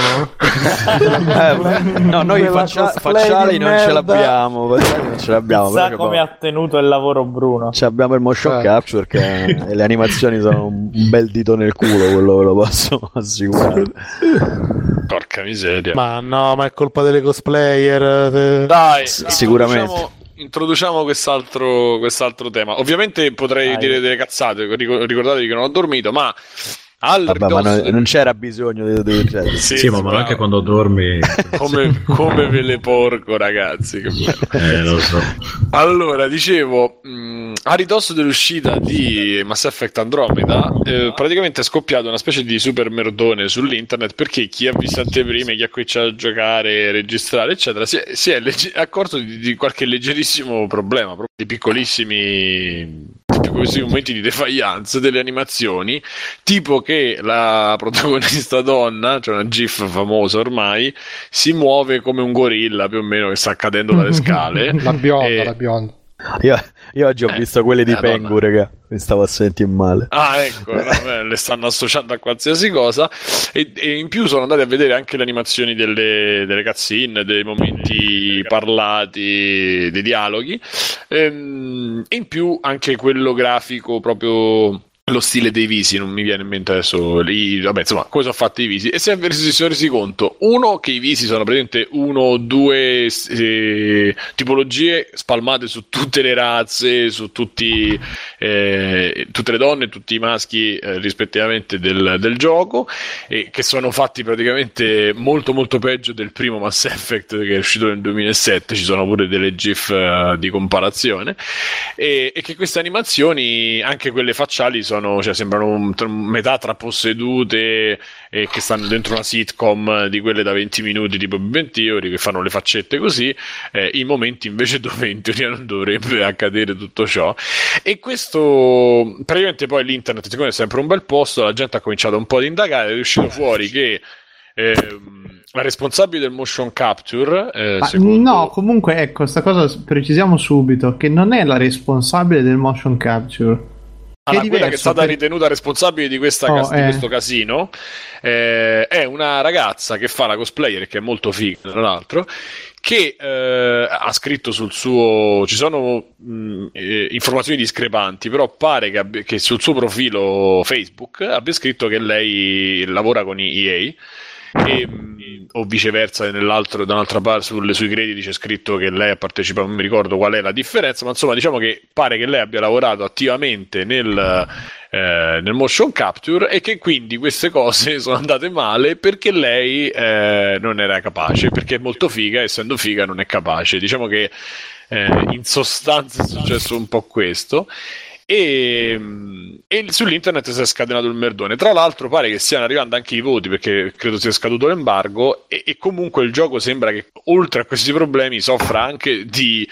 Eh, beh, no, noi Quella faccia- cosplay facciali di non ce merda. l'abbiamo, facciali non ce l'abbiamo. Chissà però come che ha tenuto il lavoro Bruno. Ci abbiamo il motion Eh. capture che le animazioni sono un bel dito nel culo, quello ve lo posso assicurare. Porca miseria. Ma no, ma è colpa delle cosplayer. eh. Dai, S- sicuramente. introduciamo, introduciamo quest'altro, quest'altro tema. Ovviamente potrei Dai. dire delle cazzate, ricor- ricordatevi che non ho dormito, ma al Vabbè, ma ridosso non, del- non c'era bisogno di, di cioè, Sì, Sì, ma bravo. anche quando dormi. come, come ve le porco, ragazzi, che bello. Eh, lo so. Allora, dicevo, mh, a ridosso dell'uscita di Mass Effect Andromeda, eh, praticamente è scoppiato una specie di super merdone sull'internet perché chi ha visto anteprime, chi ha cominciato a giocare, registrare, eccetera, si è, si è legge- accorto di, di qualche leggerissimo problema, proprio di piccolissimi, di piccolissimi momenti di defiance delle animazioni, tipo che la protagonista donna, cioè una GIF famosa ormai, si muove come un gorilla più o meno che sta cadendo dalle scale. La bionda, E- la bionda. io, io oggi ho Eh, visto quelle di eh, donna. Pengu, raga. Mi stavo a sentire male. Ah, ecco, vabbè, le stanno associando a qualsiasi cosa. E, e in più sono andati a vedere anche le animazioni delle, delle cutscene, dei momenti parlati, dei dialoghi. Ehm, E in più anche quello grafico proprio lo stile dei visi, non mi viene in mente adesso lì, vabbè, insomma, come sono fatti i visi, e si sono resi conto, uno, che i visi sono praticamente uno o due eh, tipologie spalmate su tutte le razze, su tutti eh, tutte le donne, tutti i maschi eh, rispettivamente del, del gioco, e che sono fatti praticamente molto molto peggio del primo Mass Effect che è uscito nel duemilasette, ci sono pure delle gif uh, di comparazione, e, e che queste animazioni, anche quelle facciali, sono, cioè, sembrano un, metà tra possedute e che stanno dentro una sitcom di quelle da venti minuti tipo Big Bang Theory, che fanno le faccette così, eh, in momenti invece dove in teoria non dovrebbe accadere tutto ciò. E questo, praticamente, poi l'internet, siccome è sempre un bel posto, la gente ha cominciato un po' ad indagare, è uscito fuori che ehm, la responsabile del motion capture eh, Ma secondo... no, comunque, ecco, sta cosa precisiamo subito, che non è la responsabile del motion capture. Allora, che quella che è stata per... ritenuta responsabile di, questa oh, cas- eh. di questo casino eh, è una ragazza che fa la cosplayer, che è molto figa tra l'altro, che eh, ha scritto sul suo, ci sono mh, eh, informazioni discrepanti, però pare che, abbia, che sul suo profilo Facebook abbia scritto che lei lavora con E A, e, mh, o viceversa, nell'altro, da un'altra parte sulle, sui crediti c'è scritto che lei ha partecipato, non mi ricordo qual è la differenza, ma insomma diciamo che pare che lei abbia lavorato attivamente nel, eh, nel motion capture, e che quindi queste cose sono andate male perché lei eh, non era capace, perché è molto figa, essendo figa non è capace. Diciamo che eh, in sostanza è successo un po' questo. E, e sull'internet si è scatenato il merdone. Tra l'altro pare che stiano arrivando anche i voti, perché credo sia scaduto l'embargo, e, e comunque il gioco sembra che oltre a questi problemi soffra anche di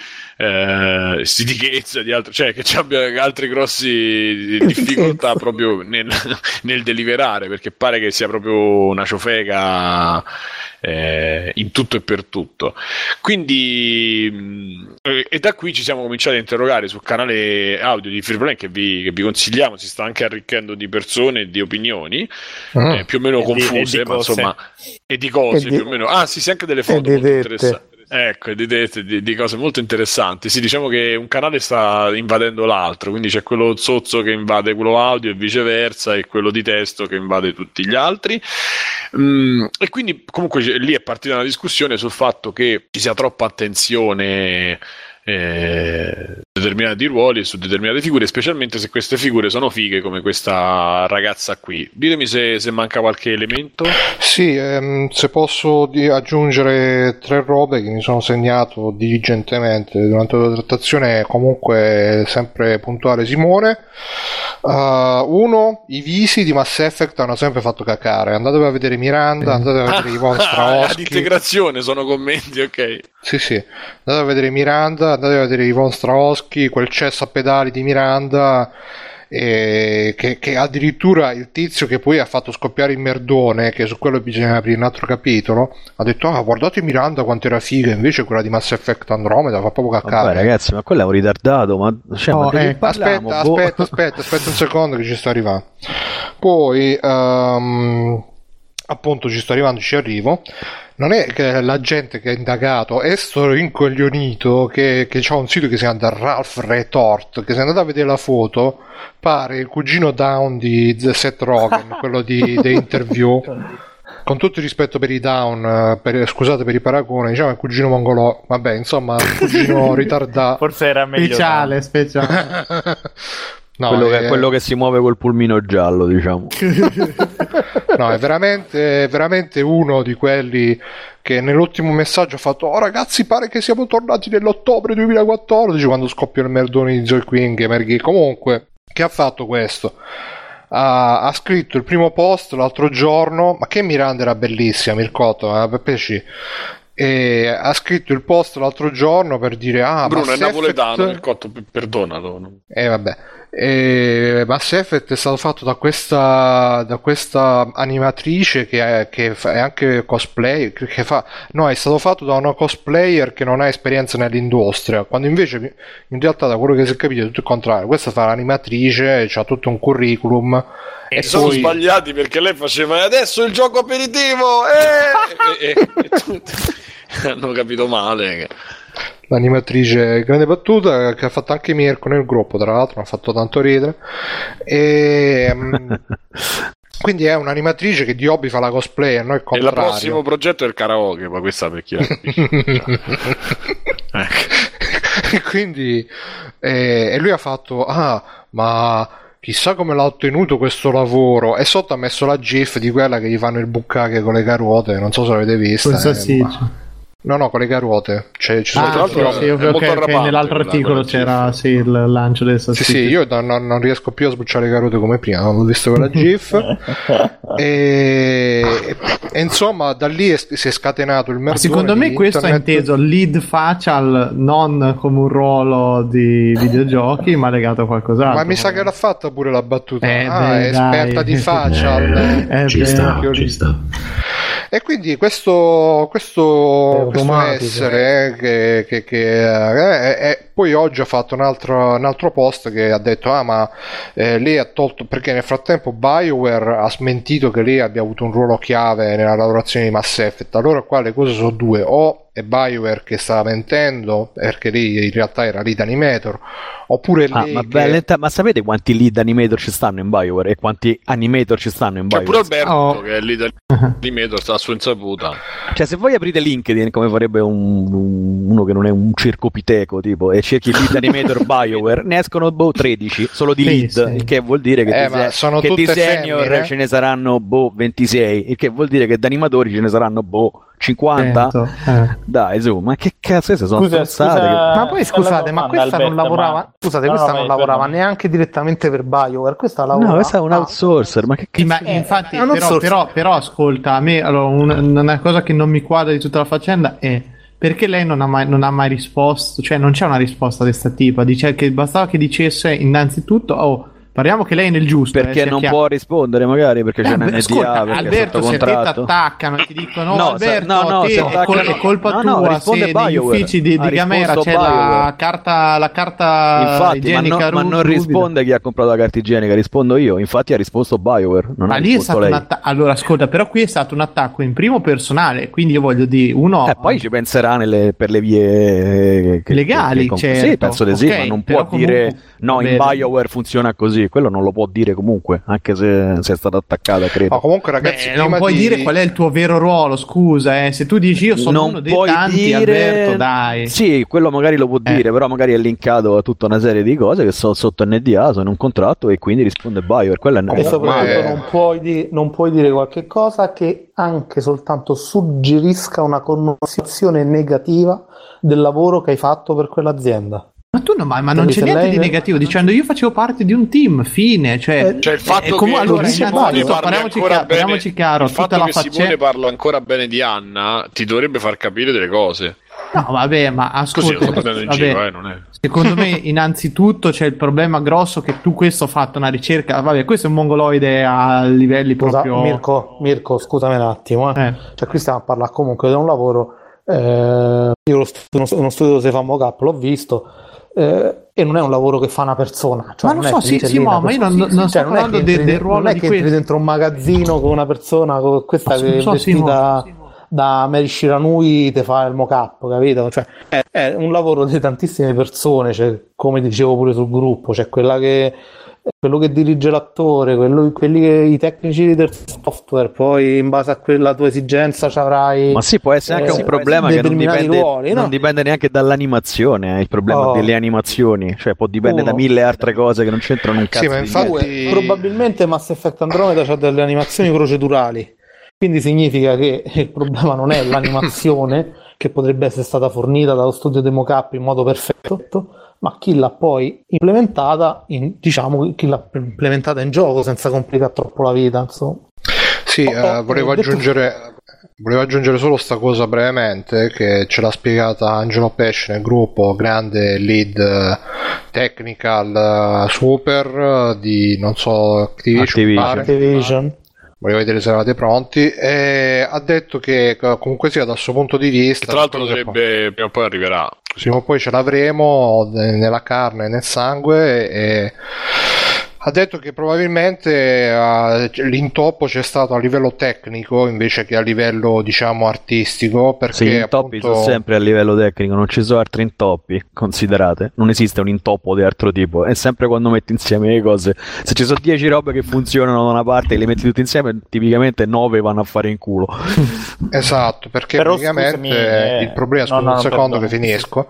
eh, stitichezza, di altro, cioè che ci abbia altre grossi difficoltà proprio nel, nel deliberare, perché pare che sia proprio una ciofeca eh, in tutto e per tutto. Quindi eh, e da qui ci siamo cominciati a interrogare sul canale audio di Freeplay, che vi, che vi consigliamo, si sta anche arricchendo di persone e di opinioni uh-huh. eh, più o meno confuse, ma insomma, e di cose e di... più o meno. Ah, sì, sì, anche delle foto molto interessanti. Ecco, di, di, di cose molto interessanti. Sì, diciamo che un canale sta invadendo l'altro, quindi c'è quello zozzo che invade quello audio e viceversa, e quello di testo che invade tutti gli altri. Mm, e quindi comunque lì è partita una discussione sul fatto che ci sia troppa attenzione Eh, determinati ruoli e su determinate figure, specialmente se queste figure sono fighe come questa ragazza qui. Ditemi se, se manca qualche elemento. Sì, ehm, se posso di aggiungere tre robe che mi sono segnato diligentemente durante la trattazione, comunque sempre puntuale Simone. Uh, uno, i visi di Mass Effect hanno sempre fatto cacare. Andatevi a vedere Miranda, andatevi a vedere ah, Yvonne Strahovski. Ad integrazione sono commenti, ok. Sì, sì, andate a vedere Miranda, andate a vedere Yvonne Strahovski, quel cesso a pedali di Miranda, eh, che, che addirittura il tizio che poi ha fatto scoppiare il merdone, che su quello bisogna aprire un altro capitolo, ha detto ah guardate Miranda quanto era figa, invece quella di Mass Effect Andromeda fa proprio cacare. Vabbè ragazzi, ma quello è un ritardato, ma, cioè, no, ma eh, parliamo, aspetta, boh. aspetta, aspetta, aspetta un secondo che ci sto arrivando. Poi um, appunto ci sto arrivando, ci arrivo. Non è che la gente che ha indagato è sto rincoglionito che, che c'ha un sito che si chiama Ralph Retort, che se andate a vedere la foto pare il cugino Down di Seth Rogen, quello di The Interview. Con tutto il rispetto per i Down, per, scusate per i paragoni, diciamo il cugino mongolo, vabbè, insomma, il cugino ritardato. Forse era meglio. Speciale, speciale. No, quello, è... che, quello che si muove col pulmino giallo, diciamo. No, è veramente, è veramente uno di quelli che nell'ultimo messaggio ha fatto oh ragazzi pare che siamo tornati nell'ottobre duemilaquattordici, quando scoppia il merdone di Zoe Quinn, Gamergate. Comunque, che ha fatto questo? Ha, ha scritto il primo post l'altro giorno, ma che Miranda era bellissima, Mircotto, eh, per piacere. E ha scritto il post l'altro giorno per dire ah Bruno Mass è napoletano, Effect... Mircotto, perdonalo. No? E eh, vabbè. E Mass Effect è stato fatto da questa da questa animatrice che è, che è anche cosplay, che fa no è stato fatto da una cosplayer che non ha esperienza nell'industria, quando invece in realtà da quello che si è capito è tutto il contrario. Questa fa l'animatrice, ha tutto un curriculum e, e sono poi... sbagliati perché lei faceva adesso il gioco aperitivo eh! e, e, e tutti hanno capito male. l'animatrice grande battuta, che ha fatto anche Mirko nel gruppo, tra l'altro, mi ha fatto tanto ridere. E quindi è un'animatrice che di hobby fa la cosplayer, no? Il il prossimo progetto è il karaoke, ma questa per chi la capisce. Ecco. Quindi eh, e lui ha fatto ah ma chissà come l'ha ottenuto questo lavoro, e sotto ha messo la gif di quella che gli fanno il bucacche con le caruote, non so se l'avete vista. Questo eh, sì. ma... no no con le caruote, cioè, ci sono Ah, tra l'altro sì, sì, ok, ok, ok, nell'altro articolo c'era sì, il lancio del sì sì, io non, non riesco più a sbucciare le carote come prima, non ho visto quella gif. e, e insomma da lì è, si è scatenato il mercato. Secondo me questo è inteso lead facial non come un ruolo di videogiochi ma legato a qualcos'altro. Ma mi sa che l'ha fatta pure la battuta. Eh, ah beh, è esperta dai. di facial. Eh, Eh, ci beh, sta, io ci lì. sta. E quindi questo, questo, È questo automatico. essere che, che, che eh, è, poi oggi ha fatto un altro, un altro post che ha detto ah ma eh, lei ha tolto, perché nel frattempo BioWare ha smentito che lei abbia avuto un ruolo chiave nella lavorazione di Mass Effect. Allora qua le cose sono due: o è BioWare che stava mentendo perché lei in realtà era lead animator, oppure Ah, lei ma, che... bella, ma sapete quanti lead animator ci stanno in BioWare e quanti animator ci stanno in C'è BioWare? pure Alberto Oh. che è lì del animator, sta a sua insaputa. Cioè, se voi aprite LinkedIn come farebbe un, un- uno che non è un circopiteco tipo e cerchi lead animator BioWare, ne escono boh tredici solo di Sì, lead, sì. il che vuol dire che, Eh, di, ma sono che di tutte senior femmine. ce ne saranno boh ventisei, il che vuol dire che da animatori ce ne saranno boh cinquanta. Cento, eh. Dai, su, ma che cazzo, queste sono Scusa, stronzate scusa, che- Ma poi bella scusate, ma domanda, questa non Alberto, lavorava. ma- Scusate, No, questa no, non vai, lavorava perdona. neanche direttamente per BioWare. Questa lavora. No, questo è un ah, outsourcer, ma che Sì, cazzo? ma infatti, è un però, outsourcing. però, però, ascolta, a me allora, una, una cosa che non mi quadra di tutta la faccenda è perché lei non ha mai, non ha mai risposto, cioè non c'è una risposta di sta tipa, dice che bastava che dicesse innanzitutto, oh, parliamo che lei è nel giusto. Perché eh, sia non chiaro. può rispondere magari perché c'è Eh, un beh, N D A, ascolta, perché Alberto, è sotto se te ti contratto. attaccano e ti dicono No, Alberto, se- no, no, te, se è, col- attaccano- è colpa no, no, tua risponde se negli BioWare. uffici di, Ha di Gamera risposto c'è la BioWare. carta, la carta Infatti, ma, igienica no- ma ru- non ruvida. risponde chi ha comprato la carta igienica, rispondo io. Infatti ha risposto BioWare, non Ma ha lì è risposto stato lei. un attacco. Allora, ascolta, però qui è stato un attacco in primo personale, quindi io voglio dire, uno Eh, poi ci penserà nelle- per le vie che- Legali, che- che- certo. Sì, penso di sì, Ok, ma non però può dire comunque- no, in vabbè. BioWare funziona così, quello non lo può dire comunque, anche se, se è stata attaccata, credo. Ma comunque ragazzi, Beh, non prima puoi di... dire qual è il tuo vero ruolo, scusa, eh. Se tu dici io sono non uno dei puoi tanti, dire Alberto, dai. sì, quello magari lo può Eh. dire, però magari è linkato a tutta una serie di cose che sono sotto N D A, sono in un contratto e quindi risponde BioWare. Quella è E una soprattutto eh. non, puoi di- non puoi dire qualche cosa che anche soltanto suggerisca una connotazione negativa del lavoro che hai fatto per quell'azienda. Ma tu no, ma, ma non Quindi c'è se niente lei- di negativo dicendo io facevo parte di un team, fine, cioè Eh, Cioè il fatto e comunque, che allora, Simone innanzitutto, parli parliamoci ancora chiaro- bene, parliamoci chiaro, il tutta fatto la che facce- Simone parla ancora bene di Anna ti dovrebbe far capire delle cose. no, vabbè, ma Così lo ascolta, sto prendendo in vabbè, giro, eh, non è. secondo me innanzitutto c'è il problema grosso che tu questo ha fatto una ricerca, vabbè, questo è un mongoloide a livelli Scusa, proprio Mirko, Mirko, scusami un attimo. eh. Eh. Cioè, qui stiamo a parlare comunque di un lavoro. eh, io lo studio, uno studio dove si fa mocap, l'ho visto. eh, e non è un lavoro che fa una persona. Cioè, Ma lo non è so, che sì, dice sì, lì una ma- ma io persona- non- non sto cioè, è che parlando entri del- de- del ruolo non è di che entri questo. dentro un magazzino con una persona con questa So- che è so, vestita Simone. da Mary Shiranui ti fa il mock-up, capito? Cioè, è, è un lavoro di tantissime persone, cioè, come dicevo pure sul gruppo, c'è quella che quello che dirige l'attore, quello, quelli che i tecnici del software, poi in base a quella tua esigenza ci avrai Ma sì, può essere anche eh, un problema che non determinati dipende, ruoli, no? non dipende neanche dall'animazione, è il problema Oh. delle animazioni, cioè può dipendere da Uno. mille altre cose che non c'entrano un Sì, cazzo ma di infatti- niente. Probabilmente Mass Effect Andromeda ha delle animazioni procedurali, quindi significa che il problema non è l'animazione che potrebbe essere stata fornita dallo studio di mocap in modo perfetto, ma chi l'ha poi implementata in, diciamo chi l'ha implementata in gioco senza complicare troppo la vita, insomma. Sì, Oh, eh, oh, volevo detto- aggiungere volevo aggiungere solo sta cosa brevemente che ce l'ha spiegata Angelo Pesce nel gruppo, grande lead eh, technical eh, super eh, di non so Activision, Activision. pare. Activision. Volevo vedere se eravate pronti, e ha detto che eh, comunque sia dal suo punto di vista, Tra l'altro tutto che dovrebbe, prima o poi arriverà. prima o poi ce l'avremo eh, nella carne e nel sangue, e ha Ha detto che probabilmente uh, l'intoppo c'è stato a livello tecnico invece che a livello, diciamo, artistico, perché sì, gli intoppi appunto... sono sempre a livello tecnico, non ci sono altri intoppi, considerate, non esiste un intoppo di altro tipo, è sempre quando metti insieme le cose, se ci sono dieci robe che funzionano da una parte e le metti tutte insieme, tipicamente nove vanno a fare in culo. Esatto, perché Però, praticamente scusami, eh, il problema, no, scusa no, un no, secondo perdono. che finisco,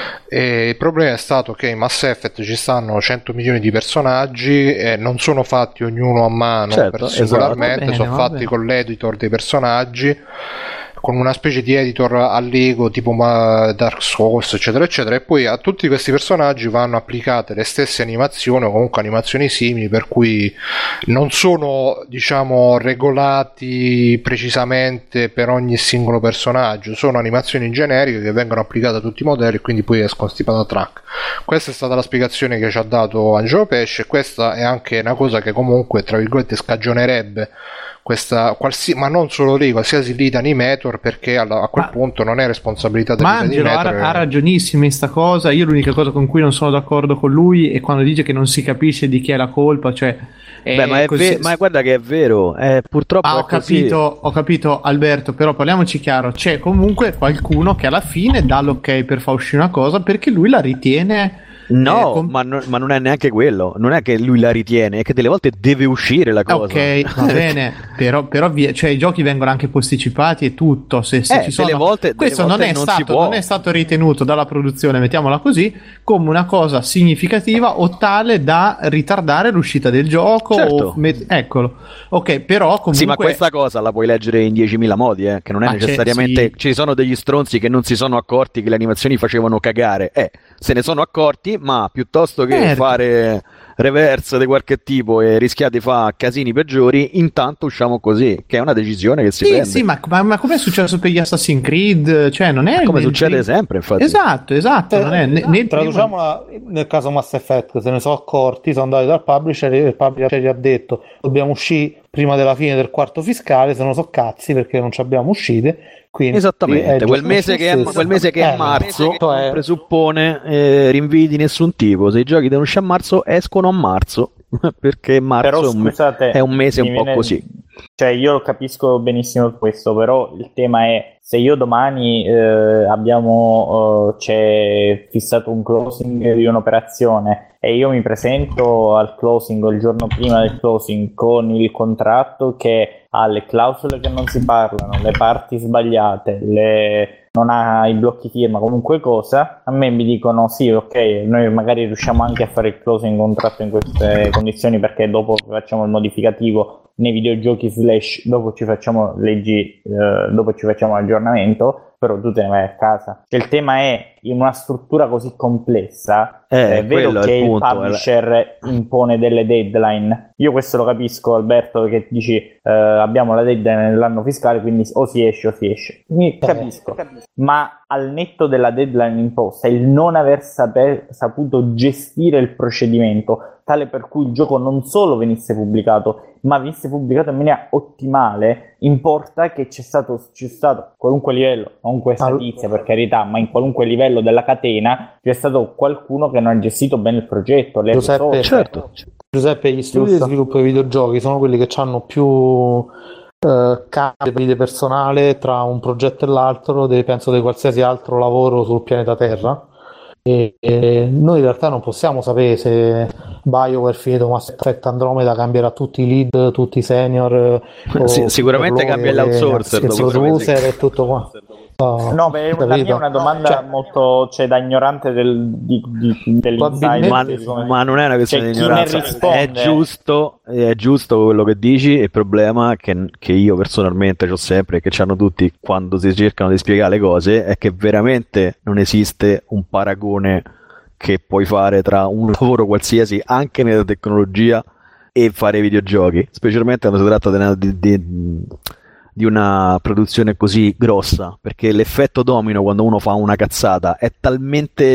e il problema è stato che in Mass Effect ci stanno cento milioni di personaggi e non sono fatti ognuno a mano, certo, per singolarmente, esatto. sono Va bene, va fatti bene. con l'editor dei personaggi, con una specie di editor a Lego tipo ma, Dark Souls eccetera eccetera, e poi a tutti questi personaggi vanno applicate le stesse animazioni o comunque animazioni simili, per cui non sono, diciamo, regolati precisamente per ogni singolo personaggio, sono animazioni generiche che vengono applicate a tutti i modelli e quindi poi escono sti patatrack. Questa è stata la spiegazione che ci ha dato Angelo Pesce, e questa è anche una cosa che comunque tra virgolette scagionerebbe questa qualsi- ma non solo lì, qualsiasi lead animator, perché alla- a quel Ma- punto non è responsabilità del Ma lead Angelo ha, animator. ha ragionissimo in sta cosa. Io l'unica cosa con cui non sono d'accordo con lui è quando dice che non si capisce di chi è la colpa, cioè è Beh, ma, è così- ve- ma guarda che è vero, eh, purtroppo Ah, è ho così. capito, ho capito Alberto, però parliamoci chiaro, c'è comunque qualcuno che alla fine dà l'ok per far uscire una cosa perché lui la ritiene. No, eh, com- ma, non, ma non è neanche quello, non è che lui la ritiene, è che delle volte deve uscire la cosa. Ok, va bene, però, però via- cioè, i giochi vengono anche posticipati e tutto. Se, se Eh, ci sono... delle volte- delle Questo volte non, è non si stato, può. non è stato ritenuto dalla produzione, mettiamola così, come una cosa significativa o tale da ritardare l'uscita del gioco. Certo. O met- eccolo, ok, però comunque. Sì, ma questa cosa la puoi leggere in diecimila modi, eh, che non è Ah, c'è- necessariamente... sì. Ci sono degli stronzi che non si sono accorti che le animazioni facevano cagare, eh, se ne sono accorti, ma piuttosto che Certo. fare reverse di qualche tipo e rischiare di fare casini peggiori, intanto usciamo così, che è una decisione che si Sì, prende. sì, ma, ma, ma come è successo per gli Assassin's Creed? Cioè, non è come nel succede primo- sempre, infatti. Esatto, esatto. Non è né- nel primo- Traduciamola nel caso Mass Effect, se ne sono accorti, sono andati dal publisher e il publisher gli ha detto dobbiamo uscire prima della fine del quarto fiscale, se non so cazzi perché non ci abbiamo uscite. Quindi Esattamente, è quel giusto mese, che è, stesso. quel mese che è Eh, marzo cioè- non presuppone eh, rinvii di nessun tipo. Se i giochi devono uscire a marzo, escono a marzo, perché marzo Però è un, me- scusate, è un mese mi un po' viene- così. Cioè, io capisco benissimo questo, però il tema è se io domani eh, abbiamo eh, c'è fissato un closing di un'operazione e io mi presento al closing o il giorno prima del closing con il contratto che ha le clausole che non si parlano, le parti sbagliate, le... non ha i blocchi firma, qualunque cosa, a me mi dicono sì, ok, noi magari riusciamo anche a fare il closing contratto in queste condizioni perché dopo facciamo il modificativo nei videogiochi slash dopo ci facciamo leggi, eh, dopo ci facciamo l'aggiornamento, però tu te ne vai a casa. Cioè, il tema è in una struttura così complessa, Eh, è vero quello è che il il punto, publisher impone delle deadline. Io questo lo capisco, Alberto, che dici eh, abbiamo la deadline nell'anno fiscale, quindi o si esce o si esce. Mi capisco. Ma al netto della deadline imposta, il non aver saper, saputo gestire il procedimento tale per cui il gioco non solo venisse pubblicato, ma venisse pubblicato in maniera ottimale, importa che c'è stato, c'è stato a qualunque livello, non questa Al- tizia per carità, ma in qualunque livello della catena c'è stato qualcuno che non ha gestito bene il progetto, le Giuseppe, risorse. Certo. Giuseppe, gli studi Giusto. di sviluppo dei videogiochi sono quelli che hanno più eh, cariche di personale tra un progetto e l'altro, de- penso di qualsiasi altro lavoro sul pianeta Terra. E, e noi in realtà non possiamo sapere se BioWare finito Mass Effect Andromeda cambierà tutti i lead, tutti i senior. o Sì, sicuramente loro, cambia le- l'outsourcer il dopo producer tre e tutto qua. Oh, No, beh, la capito? mia è una domanda Cioè, molto, cioè, da ignorante del, di, di, dell'insider, Ma, Probabilmente- come- ma non è una questione Cioè, di chi ne ignoranza, risponde? è giusto, è giusto quello che dici. Il problema è che, che io personalmente ho sempre, che hanno tutti quando si cercano di spiegare le cose, è che veramente non esiste un paragone che puoi fare tra un lavoro qualsiasi, anche nella tecnologia, e fare videogiochi, specialmente quando si tratta di una, di, di- di una produzione così grossa, perché l'effetto domino quando uno fa una cazzata è talmente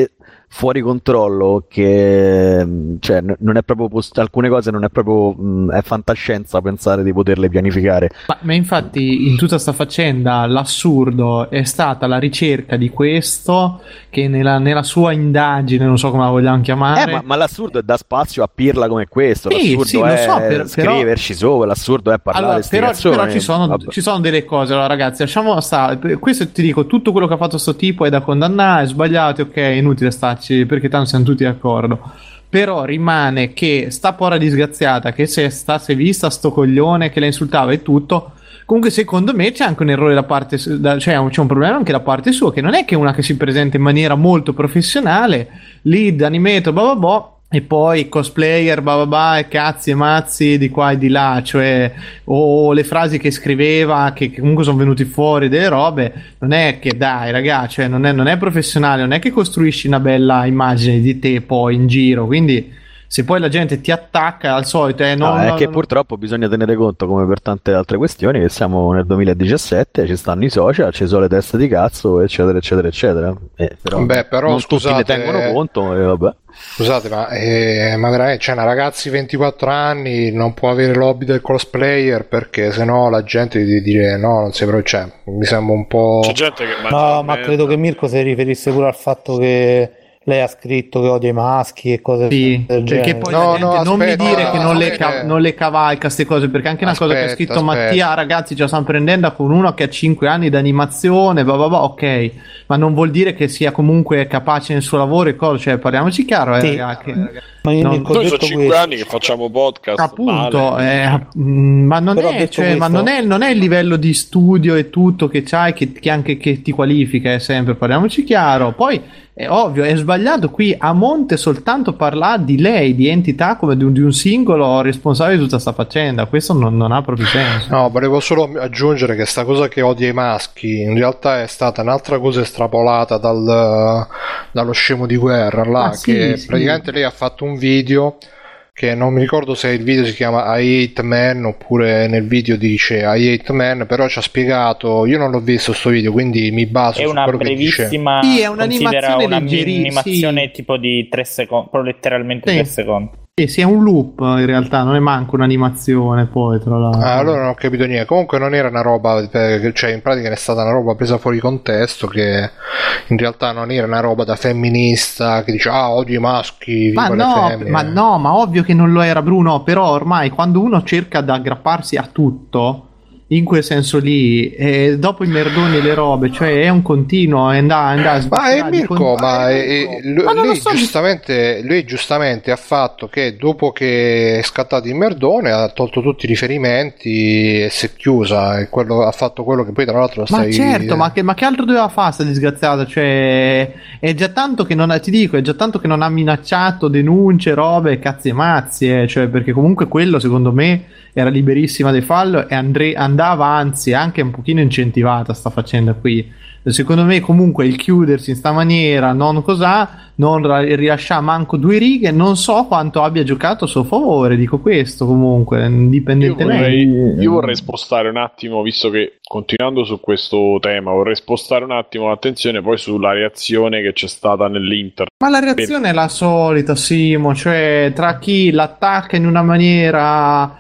fuori controllo che cioè, non è proprio post- alcune cose non è proprio mh, è fantascienza pensare di poterle pianificare. Ma, ma infatti in tutta sta faccenda l'assurdo è stata la ricerca di questo che nella, nella sua indagine, non so come la vogliamo chiamare, eh, ma, ma l'assurdo è da spazio a pirla come questo, sì, l'assurdo sì, lo è so, per, scriverci però... sopra, l'assurdo è parlare allora, però, però ci, sono, Vabbè. ci sono delle cose, allora ragazzi lasciamo stare, questo ti dico, tutto quello che ha fatto sto tipo è da condannare, è sbagliato, ok, è inutile starci perché tanto siamo tutti d'accordo. Però rimane che sta porra disgraziata che se sta si è vista sto coglione che la insultava e tutto, comunque secondo me c'è anche un errore da parte, da, cioè c'è un problema anche da parte sua, che non è che una che si presenta in maniera molto professionale, lead, animator, blah blah blah, e poi cosplayer, blah blah blah, e cazzi e mazzi di qua e di là, cioè o le frasi che scriveva che, che comunque sono venuti fuori delle robe, non è che dai ragazzi, cioè non è, non è professionale, non è che costruisci una bella immagine di te poi in giro, quindi se poi la gente ti attacca al solito eh, no, no, è no, che no, purtroppo bisogna tenere conto, come per tante altre questioni, che siamo nel duemiladiciassette, ci stanno i social, ci sono le teste di cazzo, eccetera eccetera eccetera, eh, però, Beh, però non scusate, tutti ne tengono conto e vabbè. Scusate, ma, eh, ma veramente, cioè, una ragazza di ventiquattro anni non può avere l'hobby del cosplayer perché sennò la gente ti dire no, non sei proprio, cioè, mi sembra un po'... C'è gente che No, ma credo che Mirko si riferisse pure al fatto che lei ha scritto che odia i maschi e cose sì, del genere. perché poi No, la gente, no, non aspetta, mi dire che non le, aspetta. ca- non le cavalca queste cose, perché anche una cosa che ha Aspetta, scritto aspetta. Mattia, ragazzi ce la stanno prendendo con uno che ha cinque anni di animazione, blah blah blah, ok, ma non vuol dire che sia comunque capace nel suo lavoro e cose, cioè parliamoci chiaro, eh, Sì. ragazzi, che... Ma io Non- Mirko, ho noi sono detto cinque questo. anni che facciamo podcast. appunto male. eh, mh, ma, non Però è, detto cioè, ma questo- non è non è il livello di studio e tutto che c'hai che, che anche che ti qualifica, è sempre, parliamoci chiaro. Poi è ovvio, è sbagliato qui a monte soltanto parlare di lei, di entità come di un, di un singolo responsabile di tutta sta faccenda, questo non, non ha proprio senso. No, volevo solo aggiungere che sta cosa che odia i maschi in realtà è stata un'altra cosa estrapolata dal, dallo scemo di guerra là, Ah, sì, che sì. praticamente lei ha fatto un video che non mi ricordo se il video si chiama I Hate Men oppure nel video dice I Hate Men, però ci ha spiegato, io non l'ho visto sto video quindi mi baso È su una quello che dice. brevissima, Sì, è un'animazione considera una leggeri- animazione sì. tipo di tre secondi, proprio letteralmente Sì. tre secondi. Sì, sì, è un loop in realtà, non è manco un'animazione poi tra l'altro. Ah, allora non ho capito niente. Comunque non era una roba, eh, cioè in pratica è stata una roba presa fuori contesto, che in realtà non era una roba da femminista che dice ah odio i maschi, Ma viva le no, femmine. ma no, ma ovvio che non lo era, Bruno, però ormai quando uno cerca di aggrapparsi a tutto, in quel senso lì, e dopo i merdoni e le robe, cioè è un continuo, è andare, andare a Ma è sbirciare di Mirko, con- ma, è- è- lui, Ma non lo lui so, giustamente, lui giustamente ha fatto che dopo che è scattato il merdone ha tolto tutti i riferimenti e si è chiusa, e quello, ha fatto quello che poi tra l'altro Ma stai... certo, ma che, ma che altro doveva fare sta disgraziata? Cioè, è già tanto che non ha, ti dico, è già tanto che non ha minacciato denunce, robe, cazzi e mazzi, eh, cioè, perché comunque quello secondo me era liberissima di farlo e andre- andava anzi anche un pochino incentivata sta faccenda qui. Secondo me comunque il chiudersi in sta maniera, non cos'ha, non ra- rilasciare manco due righe, non so quanto abbia giocato a suo favore, dico questo comunque, Io indipendentemente. vorrei, io vorrei spostare un attimo, visto che continuando su questo tema, vorrei spostare un attimo l'attenzione poi sulla reazione che c'è stata nell'Inter. Ma la reazione è la solita, Simo, cioè tra chi l'attacca in una maniera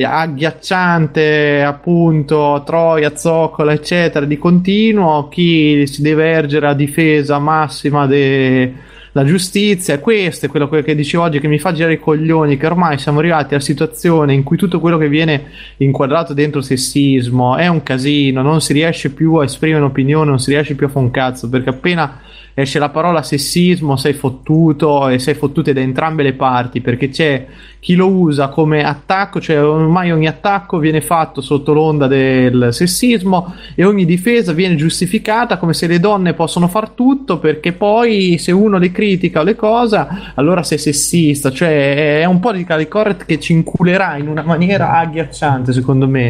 agghiacciante, appunto, troia, zoccola, eccetera, di continuo, chi si deve ergere a difesa massima della giustizia. Questo è quello che dicevo oggi, che mi fa girare i coglioni, che ormai siamo arrivati a situazione in cui tutto quello che viene inquadrato dentro sessismo è un casino, non si riesce più a esprimere un'opinione, non si riesce più a fare un cazzo, perché appena esce la parola sessismo sei fottuto, e sei fottute da entrambe le parti, perché c'è chi lo usa come attacco, cioè ormai ogni attacco viene fatto sotto l'onda del sessismo e ogni difesa viene giustificata come se le donne possono far tutto, perché poi se uno le critica o le cose allora sei sessista, cioè è un po' di correct che ci inculerà in una maniera agghiacciante secondo me.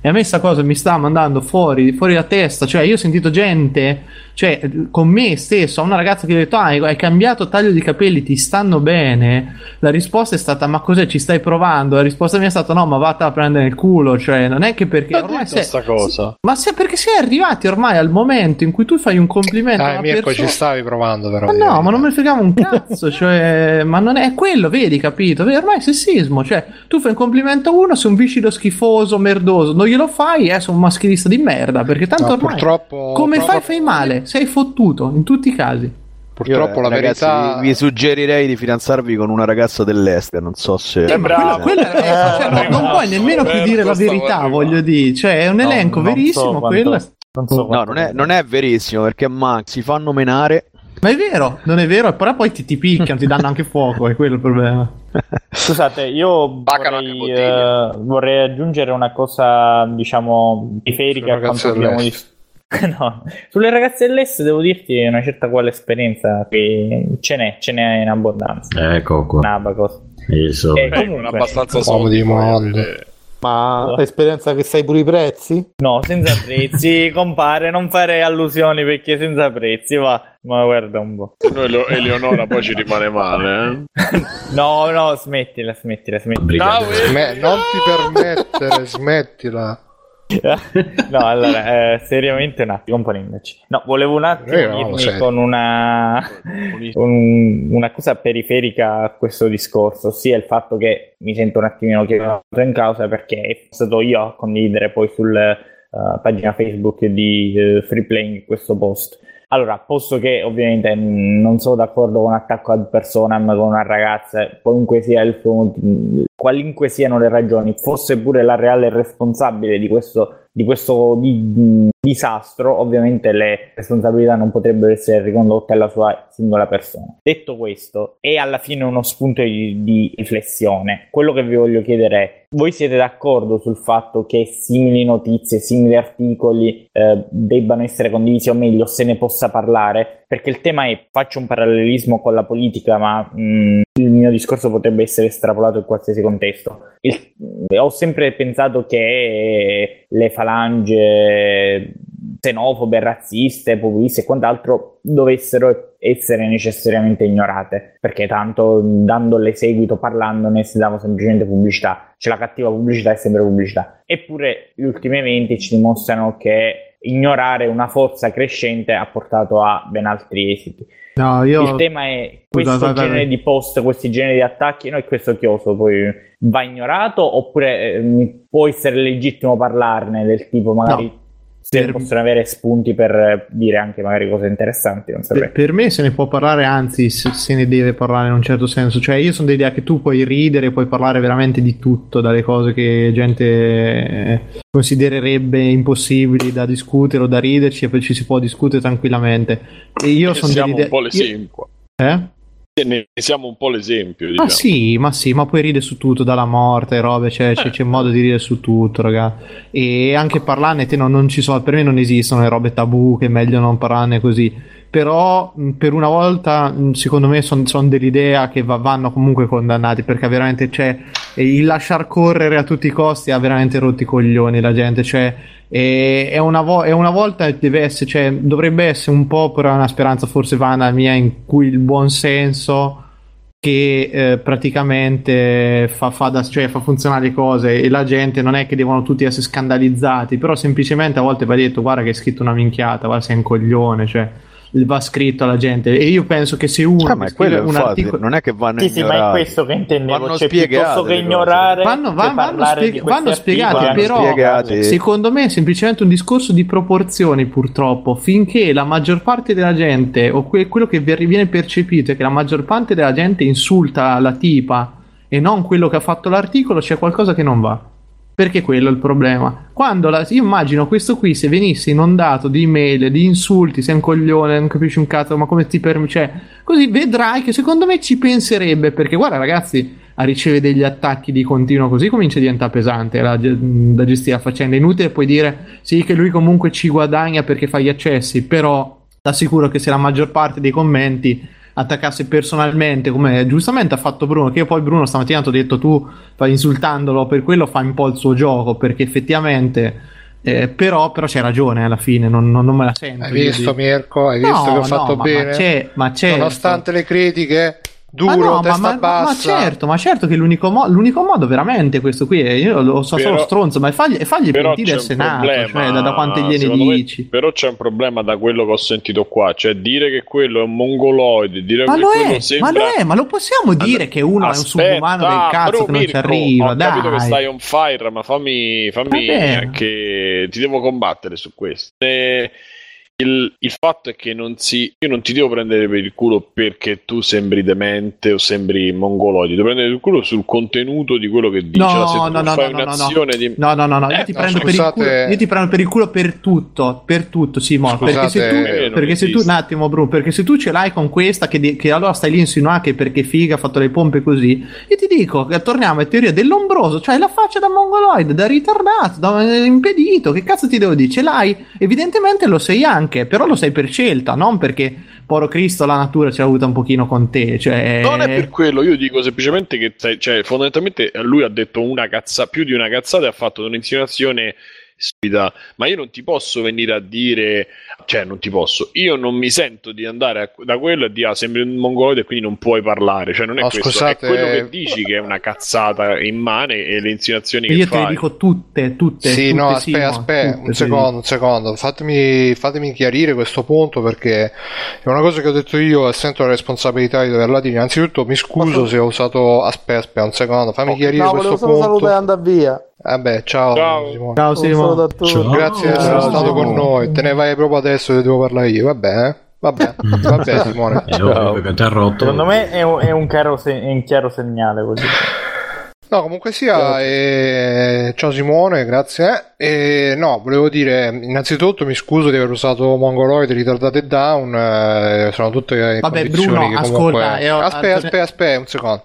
E a me sta cosa mi sta mandando fuori, fuori la testa. Cioè, io ho sentito gente, cioè, con me stesso, a una ragazza che ha detto: ah, hai cambiato taglio di capelli, ti stanno bene? La risposta è stata: ma cos'è, ci stai provando? La risposta mia è stata: no, ma vatti a prendere il culo. Cioè, non è che perché ormai sei, sta cosa. ma se perché sei arrivati ormai al momento in cui tu fai un complimento Ah, a una Mirko, persona... ci stavi provando però. Ma no, ma non me ne fregava un cazzo, cioè, ma non è quello, vedi, capito? Vedi, ormai è sessismo, cioè, tu fai un complimento a uno, sei un viscido schifoso, merdoso, non glielo fai, eh, sei un maschilista di merda, perché tanto No, ormai, purtroppo, come proprio... fai, fai male, sei fottuto, in tutti i casi. Purtroppo Io, la ragazzi, verità... vi, vi suggerirei di fidanzarvi con una ragazza dell'est, non so se... Eh, ma quello, quello è, eh, cioè, non, non puoi nemmeno più dire la verità, voglio dire, cioè, è un elenco No, non verissimo, so quanto- quello è... non so No, quanto- non è, non è verissimo, perché Max si fanno menare... Ma è vero, non è vero, però poi ti, ti picchiano, ti danno anche fuoco, è quello il problema. Scusate, io Baccano anche vorrei, bottiglie. eh, vorrei aggiungere una cosa, diciamo, periferica a quanto abbiamo visto. No, sulle ragazze dell'est devo dirti una certa quale esperienza che ce n'è, ce n'è in abbondanza. Ecco qua. Nabacos. Io so. Eh, Beh, non comunque, abbastanza Uomo soldi. di poi, molle. eh. Ma esperienza che sai pure i prezzi? no, senza prezzi, compare, non fare allusioni perché senza prezzi, va. Ma guarda un po'. Se noi lo- Eleonora poi ci rimane male, eh? No, no, smettila, smettila, smettila. Brigata. Sme- non ti permettere, smettila. No, allora, eh, seriamente un attimo, componendoci. No, volevo un attimo Eh, eravamo dirmi seri. con una, un- una cosa periferica a questo discorso, ossia il fatto che mi sento un attimino chiamato in causa perché sono stato io a condividere poi sulla pagina Facebook di eh, Free Playing questo post. Allora, posto che ovviamente mh, non sono d'accordo con attacco ad personam con una ragazza, qualunque sia il suo, mh, qualunque siano le ragioni, fosse pure la reale responsabile di questo, di questo di, mh, disastro, ovviamente le responsabilità non potrebbero essere ricondotte alla sua singola persona. Detto questo, è alla fine uno spunto di, di riflessione. Quello che vi voglio chiedere è: voi siete d'accordo sul fatto che simili notizie, simili articoli eh, debbano essere condivisi, o meglio, se ne possa parlare? Perché il tema è, faccio un parallelismo con la politica, ma mh, il mio discorso potrebbe essere estrapolato in qualsiasi contesto. Il, ho sempre pensato che le falange xenofobe, razziste, populiste e quant'altro dovessero essere necessariamente ignorate, perché tanto dandole seguito, parlandone, si dava semplicemente pubblicità. Cioè, la cattiva pubblicità è sempre pubblicità. Eppure gli ultimi eventi ci dimostrano che ignorare una forza crescente ha portato a ben altri esiti. No, io... Il tema è questo Scusa, vai, vai, genere vai. di post, questi generi di attacchi, no, e questo chioso poi va ignorato, oppure eh, può essere legittimo parlarne, del tipo magari No. se Per- possono avere spunti per dire anche magari cose interessanti, non saprei. Per, per me se ne può parlare, anzi se, se ne deve parlare in un certo senso. Cioè, io sono dell'idea che tu puoi ridere, puoi parlare veramente di tutto, dalle cose che gente eh, considererebbe impossibili da discutere o da riderci, e poi ci si può discutere tranquillamente. E io sono siamo dell'idea... un po' io- l'esempio. Eh? Ne siamo un po' l'esempio, Ma diciamo. sì, ma sì, ma puoi ridere su tutto, dalla morte, robe, cioè, c'è, c'è modo di ridere su tutto, raga. E anche parlarne, te no, non ci sono, per me non esistono le robe tabù, che è meglio non parlarne così. Però mh, per una volta, mh, secondo me, sono son dell'idea che va- vanno comunque condannati, perché veramente c'è il lasciar correre a tutti i costi ha veramente rotto i coglioni la gente, cioè e, è, una vo- è una volta deve essere, cioè, dovrebbe essere un po', però è una speranza forse vana mia, in cui il buon senso che eh, praticamente fa, fa, da, cioè, fa funzionare le cose, e la gente non è che devono tutti essere scandalizzati, però semplicemente a volte va detto: guarda che hai scritto una minchiata, guarda sei un coglione, cioè va scritto alla gente. E io penso che se uno Ah, ma è scrive quello, un infatti, articolo, non è che vanno Sì, sì, ma è ignorati. questo che intendevo, Vanno cioè spiegate piuttosto che le cose. ignorare, Vanno- va- cioè, vanno parlare spiega- di questi vanno spiegate, articoli, però- vanno spiegati. secondo me è semplicemente un discorso di proporzioni, purtroppo. Finché la maggior parte della gente, o que- quello che vi- viene percepito è che la maggior parte della gente insulta la tipa e non quello che ha fatto l'articolo, c'è qualcosa che non va, perché quello è il problema. Quando la, io immagino questo qui, se venisse inondato di email, di insulti, sei un coglione, non capisci un cazzo, ma come ti permetti, cioè, così vedrai che secondo me ci penserebbe, perché guarda ragazzi, a ricevere degli attacchi di continuo così comincia a diventare pesante la- da gestire la faccenda. È inutile poi dire sì che lui comunque ci guadagna perché fa gli accessi, però t'assicuro che se la maggior parte dei commenti attaccasse personalmente, come giustamente ha fatto Bruno, che io poi Bruno stamattina ti ho detto tu insultandolo per quello fa un po' il suo gioco, perché effettivamente eh, però, però c'è ragione alla fine, non, non, non me la sento. Hai visto di... Mirko? Hai visto no, che ho fatto no, ma, bene? Ma c'è, ma certo. Nonostante le critiche, duro, ma no, testa ma, ma, bassa. ma certo, ma certo che l'unico, mo- l'unico modo veramente questo qui è, io lo so Però- solo stronzo, ma fagli, fagli pentire al c'è un Senato, problema, cioè da, da quante gliene secondo me, dici. però c'è un problema da quello che ho sentito qua, cioè dire che quello è un mongoloide, dire Ma che lo quello è, sembra... ma lo è, ma lo possiamo dire che uno Aspetta, è un subumano del cazzo bro, che non Mirko, ci arriva, ho dai. capito che stai on fire, ma fammi, fammi Vabbè. che ti devo combattere su questo. E il, il fatto è che non si, io non ti devo prendere per il culo perché tu sembri demente o sembri mongoloide, ti devo prendere per il culo sul contenuto di quello che dici. No, Cioè, se tu no, no, fai no, no, un'azione no. di... No, no, no, no, io Eh, ti no, prendo per il scusate- culo, io ti prendo per il culo per tutto, per tutto, Simone, Scusate, perché se tu, eh, non perché se tu, esiste. un attimo, Bruno, perché se tu ce l'hai con questa che, di- che allora stai lì a insinuare che perché figa ha fatto le pompe così, io ti dico che torniamo alla teoria dell'ombroso, cioè la faccia da mongoloide, da ritardato, da eh, impedito, che cazzo ti devo dire? Ce l'hai? Evidentemente lo sei anche, però lo sei per scelta, non perché, poro Cristo, la natura ce l'ha avuta un pochino con te, cioè... Non è per quello, io dico semplicemente che sai, cioè, fondamentalmente lui ha detto una cazza, più di una cazzata e ha fatto un'insinuazione stupida, ma io non ti posso venire a dire, cioè non ti posso, io non mi sento di andare a, da quello e dire ah, sembri un mongoloide e quindi non puoi parlare, cioè non è No, questo, scusate. è quello che dici che è una cazzata immane e le insinuazioni che io te le fai. dico tutte, tutte, Sì, tutte, no, aspetta, Simone, aspetta, tutte, un te secondo, un secondo, fatemi, fatemi chiarire questo punto perché è una cosa che ho detto io e sento la responsabilità di doverla dire. Innanzitutto mi scuso Posso- se ho usato, aspetta, aspetta, un secondo, fammi Ok. chiarire No, questo volevo solo punto. salutare e andare via. Vabbè, ciao, Ciao. Simone. Ciao Un Simone. saluto a tutti. Ciao. Grazie di essere Ciao, stato Simone. con noi. Te ne vai proprio adesso che devo parlare io. Vabbè, eh? Vabbè, vabbè, Simone. È ovvio che ti ha rotto. Secondo me è un, è un, chiaro se- è un chiaro segnale così. No, comunque sia, eh, ciao Simone, grazie. E no, volevo dire, innanzitutto mi scuso di aver usato mongoloide, ritardate e down, eh, sono tutte Vabbè, condizioni Bruno, che comunque... ascolta, io- aspetta, aspetta, aspetta, un secondo.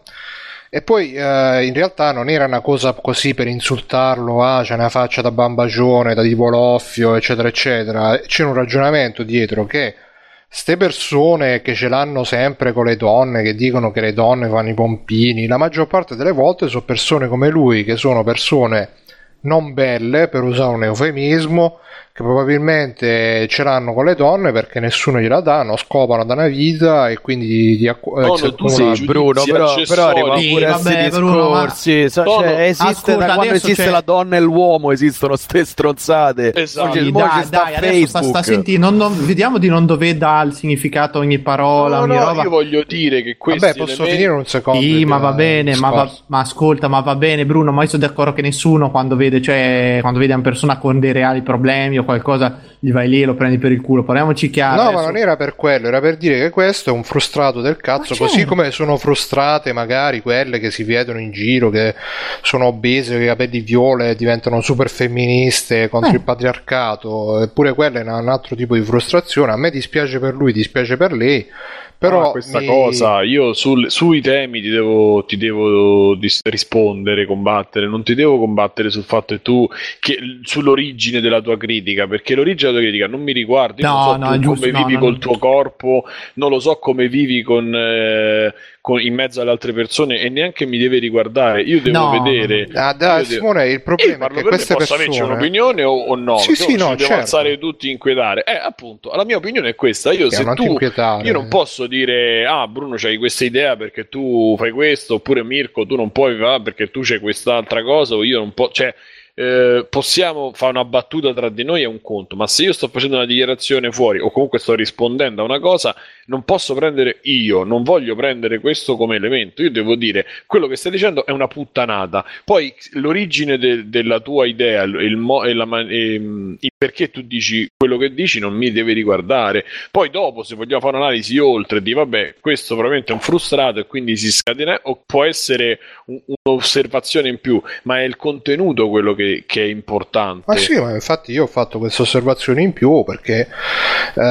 E poi eh, in realtà non era una cosa così per insultarlo, ah, c'è una faccia da bambagione, da tipo loffio, eccetera, eccetera. C'è un ragionamento dietro che ste persone che ce l'hanno sempre con le donne, che dicono che le donne fanno i pompini, la maggior parte delle volte sono persone come lui, che sono persone non belle, per usare un eufemismo, che probabilmente ce l'hanno con le donne perché nessuno gliela dà, non scopano da una vita e quindi di acqu- No, si no, tu accumulano- sei Bruno, giudizi però, accessori. però arriva Sì, pure a vabbè, questi Bruno, ma- discorsi. So- No, cioè, no, esiste ascolta, da quando adesso esiste c'è- la donna e l'uomo, esistono ste stronzate. Esatto. Oggi- Sì, mo dai, ci sta dai, adesso sta, Facebook. sta senti- non- non- vediamo di non dover dare il significato a ogni parola, No, ogni no, roba. io voglio dire che questi Vabbè, posso elementi- finire un secondo? Sì, il- ma va il bene, ma, va- discorso? ma ascolta, ma va bene Bruno, ma io sono d'accordo che nessuno quando vede, cioè, quando vede una persona con dei reali problemi o qualcosa, gli vai lì e lo prendi per il culo, parliamoci chiaro. No, ma adesso- non era per quello, era per dire che questo è un frustrato del cazzo, Ma così certo. come sono frustrate magari quelle che si vedono in giro, che sono obese, con i capelli viola e diventano super femministe contro Eh. il patriarcato, eppure quella è un altro tipo di frustrazione. A me dispiace per lui, dispiace per lei, però Ah, questa mi- cosa io sul- sui temi ti devo, ti devo dis- rispondere, combattere, non ti devo combattere sul fatto che tu che, sull'origine della tua critica, perché l'origine della tua critica non mi riguarda, io No, non so no, tu è giusto, come no, vivi no, col no. tuo corpo, non lo so come vivi con, eh, con- in mezzo alle altre persone e neanche mi deve riguardare, io devo No, vedere Ah, dai, io devo- Simone, il Io problema è parlo che per me, queste posso averci persone... un'opinione o, o no? Sì, Ci sì, no, dobbiamo certo. alzare tutti e inquietare. Eh, appunto, la mia opinione è questa. Io, Che se non ti tu, inquietare. io non posso dire, ah, Bruno, c'hai questa idea perché tu fai questo, oppure Mirko, tu non puoi ah, perché tu c'hai quest'altra cosa, o io non posso. Cioè, eh, possiamo fare una battuta tra di noi, è un conto, ma se io sto facendo una dichiarazione fuori o comunque sto rispondendo a una cosa, non posso prendere io, non voglio prendere questo come elemento. Io devo dire quello che stai dicendo è una puttanata. Poi l'origine de- della tua idea, il, il, mo- e la ma- ehm, il perché tu dici quello che dici non mi deve riguardare. Poi dopo, se vogliamo fare un'analisi oltre, di vabbè, questo probabilmente è un frustrato e quindi si scatena, o può essere un- un'osservazione in più, ma è il contenuto quello che, che è importante. Ma sì, ma infatti io ho fatto questa osservazione in più perché eh,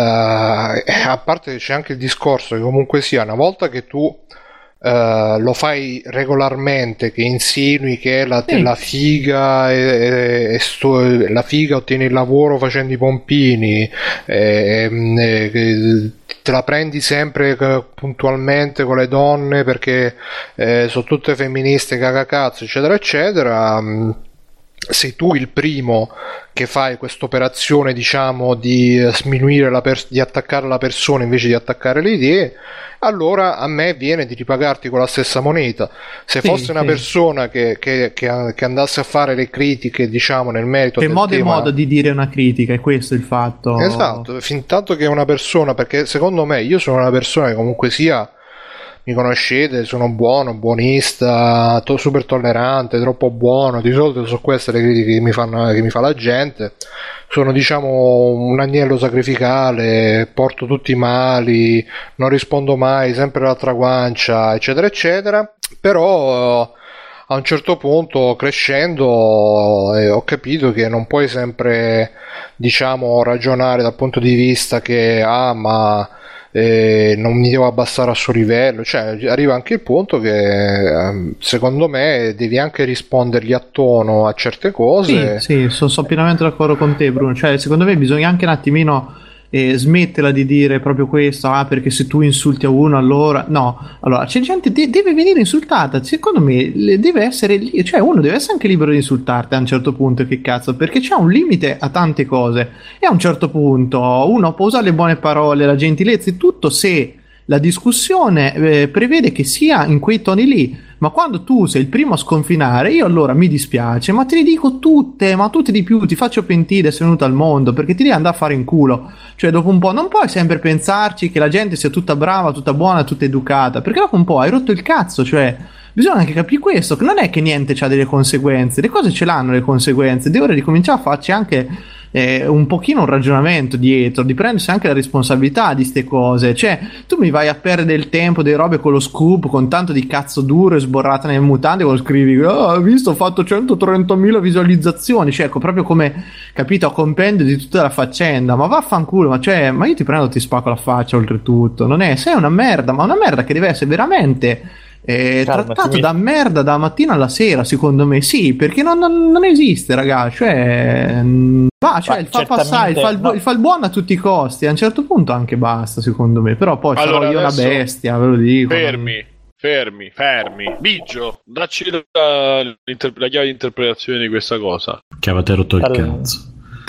a parte che c'è anche il discorso che comunque sia una volta che tu eh, lo fai regolarmente, che insinui che la, Sì. la figa è, è sto- la figa ottiene il lavoro facendo i pompini, e, e, che te la prendi sempre eh, puntualmente con le donne perché eh, sono tutte femministe, cagacazzo, eccetera eccetera, mh, sei tu il primo che fai questa operazione, diciamo, di sminuire la pers- di attaccare la persona invece di attaccare le idee, allora a me viene di ripagarti con la stessa moneta. Se sì, fosse una sì. persona che, che, che, che andasse a fare le critiche, diciamo, nel merito C'è del modo e tema, modo di dire una critica, è questo il fatto. esatto, fin tanto che è una persona, perché secondo me io sono una persona che comunque sia, mi conoscete, sono buono, buonista, to- super tollerante, troppo buono, di solito sono queste le critiche che mi, fanno, che mi fa la gente, sono diciamo un agnello sacrificale, porto tutti i mali, non rispondo mai, sempre l'altra guancia, eccetera eccetera, però a un certo punto crescendo eh, ho capito che non puoi sempre, diciamo, ragionare dal punto di vista che ah ma eh, non mi devo abbassare al suo livello, cioè arriva anche il punto che eh, secondo me devi anche rispondergli a tono a certe cose. Sì, sì, sono, sono pienamente d'accordo con te, Bruno. Cioè, secondo me bisogna anche un attimino eh, smetterla di dire proprio questo, ah, perché se tu insulti a uno allora no, allora c'è gente de- deve venire insultata, secondo me le- deve essere li- cioè uno deve essere anche libero di insultarti a un certo punto, che cazzo, perché c'è un limite a tante cose e a un certo punto uno può usare le buone parole, la gentilezza e tutto se la discussione eh, prevede che sia in quei toni lì, ma quando tu sei il primo a sconfinare, io allora mi dispiace, ma te le dico tutte, ma tutte di più, ti faccio pentire, sei venuto al mondo, perché ti devi andare a fare in culo. Cioè dopo un po' non puoi sempre pensarci che la gente sia tutta brava, tutta buona, tutta educata, perché dopo un po' hai rotto il cazzo, cioè bisogna anche capire questo, che non è che niente c'ha delle conseguenze, le cose ce l'hanno le conseguenze, ed è ora di cominciare a farci anche eh, un pochino un ragionamento dietro, di prendersi anche la responsabilità di ste cose. Cioè tu mi vai a perdere il tempo delle robe con lo scoop, con tanto di cazzo duro e sborrata nel mutande, quando scrivi oh, hai visto, ho fatto centotrentamila visualizzazioni, cioè ecco, proprio come, capito, a compendio di tutta la faccenda, ma vaffanculo, ma cioè ma io ti prendo, ti spacco la faccia, oltretutto non è, sei una merda, ma una merda che deve essere veramente eh, Calma, trattato mi... da merda da mattina alla sera, secondo me. Sì, perché non, non, non esiste, ragazzi, cioè va, cioè, il fa passare, il fa il, no. il fa il buono a tutti i costi, a un certo punto anche basta, secondo me. Però poi Allora, sarò io una bestia, ve lo dico. Fermi, fermi, fermi. Biggio, dacci la, la chiave di interpretazione di questa cosa. Che avete rotto il Allora. cazzo.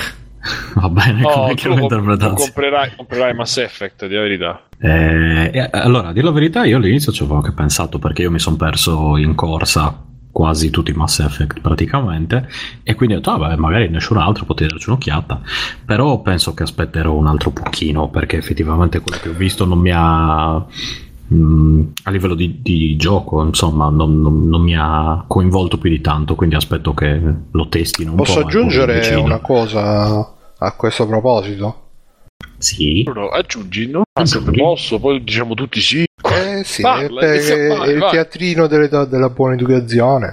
Va bene, No, come tu, chiave di comp- tu interpretazione. comprerai, comprerai Mass Effect, di la verità. Eh, eh, allora, a dire la verità, io all'inizio ci avevo anche pensato, perché io mi sono perso in corsa quasi tutti i Mass Effect praticamente, e quindi ho detto, ah, beh, magari nessun altro, potrei darci un'occhiata, però penso che aspetterò un altro pochino, perché effettivamente quello che ho visto non mi ha... Mm, a livello di, di gioco, insomma, non, non, non mi ha coinvolto più di tanto, quindi aspetto che lo testino un Posso po'. Posso aggiungere una cosa a questo proposito? Sì. Bruno, aggiungi, no? Ah, se posso, poi diciamo tutti sì. Eh sì, Parla, è, inizia a è- fare, è il vai. teatrino delle- della buona educazione.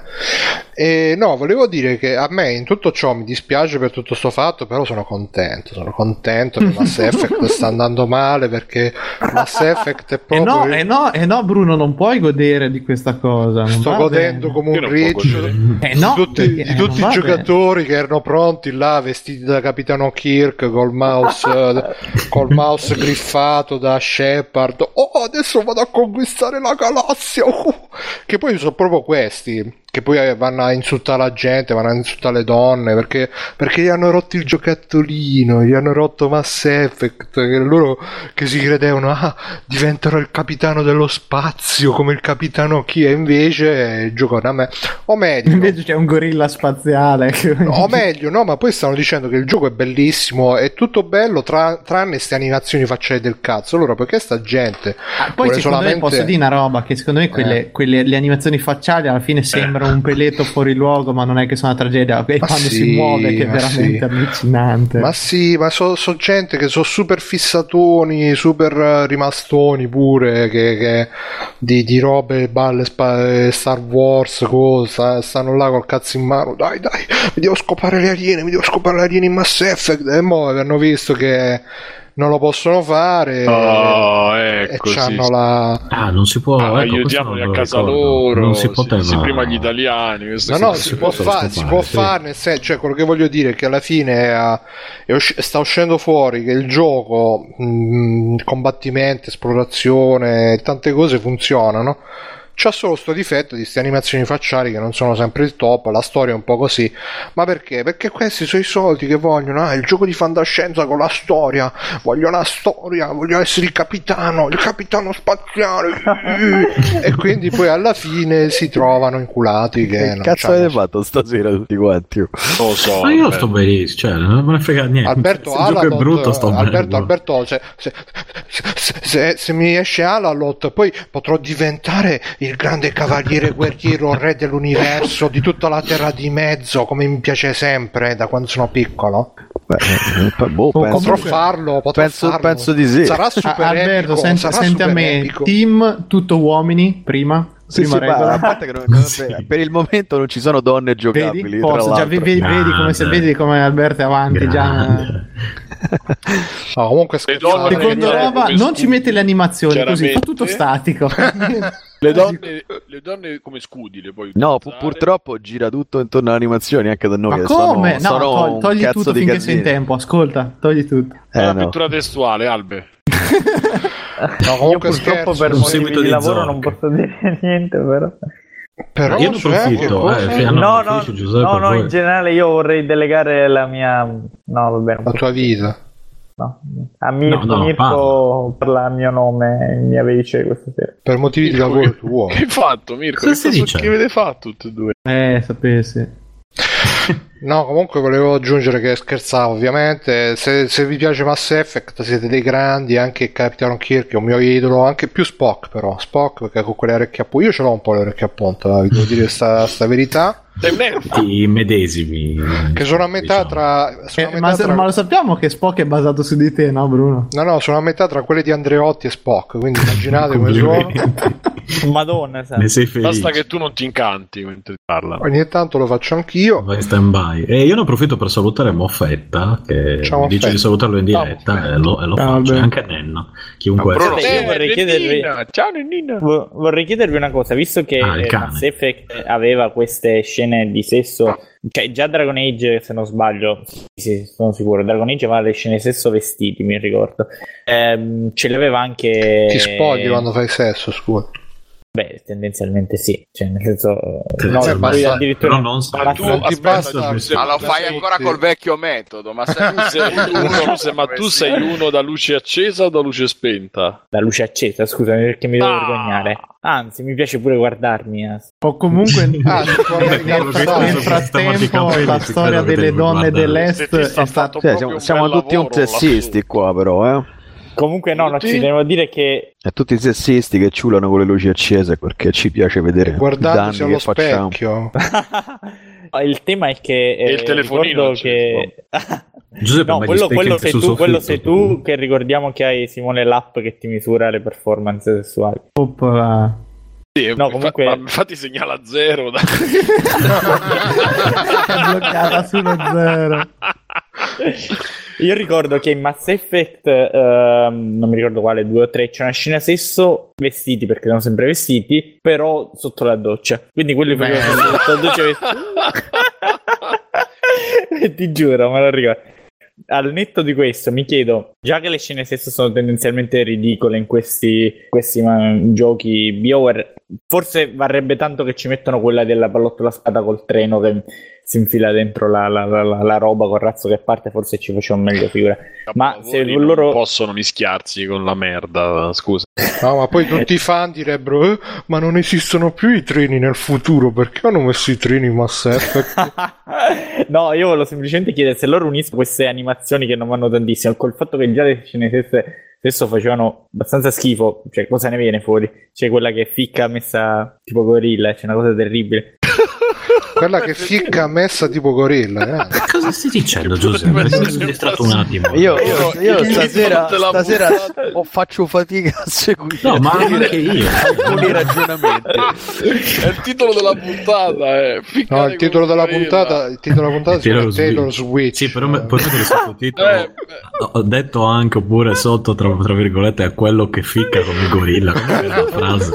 E no, volevo dire che a me in tutto ciò mi dispiace per tutto sto fatto, però sono contento, sono contento che Mass Effect sta andando male, perché Mass Effect è E proprio... no, e no, e no, Bruno, non puoi godere di questa cosa. non Sto va godendo bene. come Io un non può riccio godere. Eh no, di tutti, perché, di eh, tutti non i va giocatori che erano pronti là vestiti da Capitano Kirk col mouse eh, col mouse griffato da Shepard. Oh, adesso vado a conquistare la galassia. Uh. Che poi sono proprio questi che poi vanno a insultare la gente, vanno a insultare le donne perché, perché gli hanno rotto il giocattolino, gli hanno rotto Mass Effect, che loro che si credevano ah, diventerò il capitano dello spazio come il capitano chi, e invece giocano a me, o meglio Invece c'è un gorilla spaziale. che- o meglio no, ma poi stanno dicendo che il gioco è bellissimo, è tutto bello tra, tranne queste animazioni facciate del cazzo. Allora perché sta gente Ah, poi vuole secondo me posso dire una roba, che secondo me quelle, Eh. quelle- le animazioni facciali alla fine sembrano un peletto fuori luogo, ma non è che sono una tragedia, e Ma quando sì, si muove che è ma veramente sì. allucinante. Ma sì, ma sono so gente che sono super fissatoni, super eh, rimastoni pure, che, che di, di robe, balle, spa- Star Wars, cosa, stanno là col cazzo in mano, dai dai, mi devo scopare le aliene, mi devo scopare le aliene in Mass Effect, e mo hanno visto che non lo possono fare. Oh, e ecco, c'hanno sì, la... Ah, non si può. Ah, ecco, aiutiamoli a casa ricordo. loro. Non si si, poteva. si prima gli italiani. No, no, si può, fa- si può fare, nel senso, cioè, quello che voglio dire è che alla fine è, è usci- sta uscendo fuori che il gioco, mh, combattimento, esplorazione, tante cose funzionano. C'ha solo sto difetto di queste animazioni facciali che non sono sempre il top, la storia è un po' così. Ma perché? Perché questi sono i soldi che vogliono, ah, il gioco di fantascienza con la storia, voglio la storia, voglio essere il capitano, il capitano spaziale. E quindi poi alla fine si trovano inculati che, che non cazzo c'hanno... avete fatto stasera tutti quanti? Non lo so. Ma io Alberto. sto benissimo, cioè non me ne frega niente. Alberto se il gioco è Alalot, brutto sto Alberto, bene. Alberto se, se, se, se, se mi esce Alalot poi potrò diventare il grande cavaliere guerriero re dell'universo di tutta la terra di mezzo, come mi piace sempre da quando sono piccolo. Beh, eh, boh, Potrò penso, farlo, potrò penso, farlo. penso di sì. Sarà super Ah, Alberto, epico, senti, sarà senti a super me, epico. team tutto uomini prima. Sì, prima sì, ma regola. a parte che non- non- Sì. per, per il momento non ci sono donne giocabili. Vedi? tra Posso, già l'altro. vedi, vedi come se Grande. vedi come Alberto è avanti già. Grande. No, comunque Le donne- scherzando, Secondo Guarda, roba come non scudi, ci mette le animazioni così, fa chiaramente. tutto statico. Le donne, le donne come scudi le puoi No, pu- utilizzare. purtroppo gira tutto intorno alle animazioni anche da noi. Ma che come? Sono, No, sono togli, un togli cazzo tutto di finché sei in casini. tempo, ascolta, togli tutto. È Eh, una no. pittura testuale, Albe. no, Io comunque purtroppo scherzo, per un motivi seguito di di lavoro Zork. non posso dire niente, però. però Io ne cioè, che approfitto, cosa? eh, fino- No, no, no, finisci, Giuseppe, no, no, poi- in generale io vorrei delegare la mia... No, va bene. la tua vita. No. A Mirko, No, no, Mirko parla a mio nome, mi avevi dice questa sera. Per motivi di lavoro tuo. Che hai fatto, Mirko? Cosa Che, si cosa- dice? che avete fatto tutti e due? Eh, sapessi. No, comunque volevo aggiungere che scherzavo, ovviamente. Se, se vi piace Mass Effect siete dei grandi, anche Capitano Kirk è un mio idolo, anche più Spock però. Spock perché con quelle orecchie a punta, io ce l'ho un po' le orecchie a punta, vi devo dire sta, sta verità. Sei un nervo. I medesimi. Che sono a metà diciamo. tra... Sono a Eh, metà ma, se- tra... ma lo sappiamo che Spock è basato su di te, no Bruno? No, no, sono a metà tra quelle di Andreotti e Spock, quindi immaginate come sono. Complimenti. Madonna, sai. Ne sei felice. Basta che tu non ti incanti mentre parlano. Ogni tanto lo faccio anch'io. Vai in stand by. E io ne approfitto per salutare Moffetta che Ciao, dice Moffetta. di salutarlo in Ciao, diretta Moffetta. e lo, e lo Ciao, faccio. Alberto. Anche Nenna. Chiunque Ma Bruno, sia. Io vorrei chiedervi- Nennina, ciao Nennina. Vo- Vorrei chiedervi una cosa, visto che Ah, il eh, cane. Mass Effect aveva queste scene di sesso, cioè già Dragon Age, se non sbaglio, sì, sì, sono sicuro, Dragon Age aveva le scene di sesso vestiti, mi ricordo. Ehm, ce l'aveva anche... Ti spogli quando fai sesso, scusa. Beh, tendenzialmente sì, cioè nel senso... No, Cioè, lui basta- addirittura... però non ma la- Tu, Non ti aspetta, basta- tu sei- Ma lo fai ancora Sì. col vecchio metodo, ma se tu sei uno, scusa, ma tu sei uno da luce accesa o da luce spenta? La luce accesa, scusami, perché mi devo Ah. vergognare. Anzi, mi piace pure guardarmi. eh. O comunque Ah, si può nel, vedere nel il frattempo la storia delle donne dell'est è stata... Cioè, siamo, siamo tutti un sessisti qua però, eh. Comunque no, non Tutti? ci devo dire che E tutti i sessisti che ciulano con le luci accese perché ci piace vedere i guardandosi danni allo che facciamo. specchio. il tema è che E il eh, telefonino ricordo non c'è, che Giuseppe, no, ma gli quello, specchi quello anche sei sul tu, quello soffitto, sei tu che ricordiamo che hai Simone l'app che ti misura le performance sessuali. Oppa. Sì, No, infa- comunque- ma infatti segnala zero. dai. È bloccata sullo zero. Io ricordo che in Mass Effect, ehm, non mi ricordo quale, due o tre, c'è una scena sesso vestiti, perché sono sempre vestiti, però sotto la doccia. Quindi quelli facevano sotto la doccia vestiti. E ti giuro, me lo ricordo. Al netto di questo mi chiedo, già che le scene sesso sono tendenzialmente ridicole in questi, questi ma, giochi BioWare, forse varrebbe tanto che ci mettono quella della pallottola spada col treno che si infila dentro la, la, la, la roba col razzo che parte, forse ci facciamo meglio figura. Ma se non loro... possono mischiarsi con la merda, scusa. No, ma poi tutti i fan direbbero eh, ma non esistono più i treni nel futuro, perché hanno messo i treni in Mass Effect? No, io volevo semplicemente chiedere se loro uniscono queste animazioni che non vanno tantissimo col fatto che già le scene stesse spesso facevano abbastanza schifo, cioè cosa ne viene fuori? C'è quella che è ficca messa tipo gorilla, c'è una cosa terribile. Quella che ficca messa tipo gorilla. Eh. Cosa stai dicendo, Giuseppe? Mi sono distratto un attimo. Io, io, io stasera, stasera faccio fatica a seguire. No, ma anche io. Alcuni ragionamenti. È il titolo della puntata. Eh. No, il titolo della puntata, il titolo della puntata si chiama Taylor Switch. Sì, però me, potete il sottotitolo. Eh, ho detto anche, oppure sotto, tra, tra virgolette, a quello che ficca con il gorilla. Come è la frase?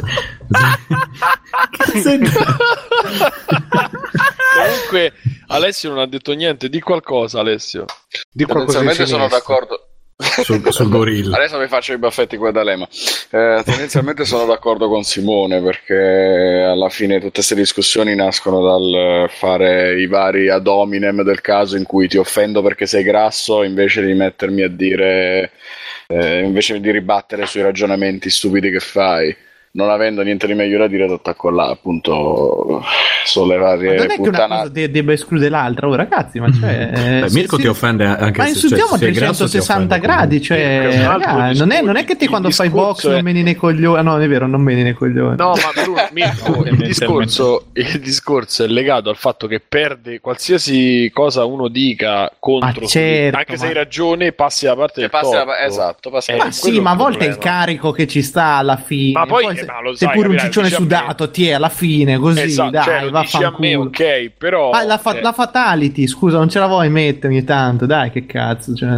Comunque Alessio non ha detto niente. Di qualcosa, Alessio. Di tendenzialmente sono d'accordo sul, sul gorilla. Adesso mi faccio i baffetti qua da Lema. Eh, tendenzialmente sono d'accordo con Simone, perché alla fine tutte queste discussioni nascono dal fare i vari ad hominem del caso, in cui ti offendo perché sei grasso invece di mettermi a dire eh, invece di ribattere sui ragionamenti stupidi che fai. Non avendo niente di meglio da dire, ti attacco là, appunto, sulle varie ma non è puttana... che una cosa de- debba escludere l'altra, oh ragazzi, ma cioè... Beh, se, Mirko se, ti offende anche ma se... insultiamo cioè, a trecentosessanta gradi, cioè... Raga, non, è, non è che ti quando fai box è... non meni nei coglioni... Ah, no, è vero, non meni nei coglioni. No, ma Bruno, Mirko, il, discorso, il discorso è legato al fatto che perde qualsiasi cosa uno dica contro... Certo, anche ma... se hai ragione, passi da parte del passi torto. la... Esatto, passi eh, ma sì, ma a volte è il carico che ci sta alla fine. Ma poi, poi se, ma lo sei sai, pure un capirai, ciccione sudato, ti è alla fine, così, esatto, dai, cioè, lo dici a me, ok, però... Ah, la, fa- eh. la fatality, scusa, non ce la vuoi mettere ogni tanto, dai, che cazzo, cioè...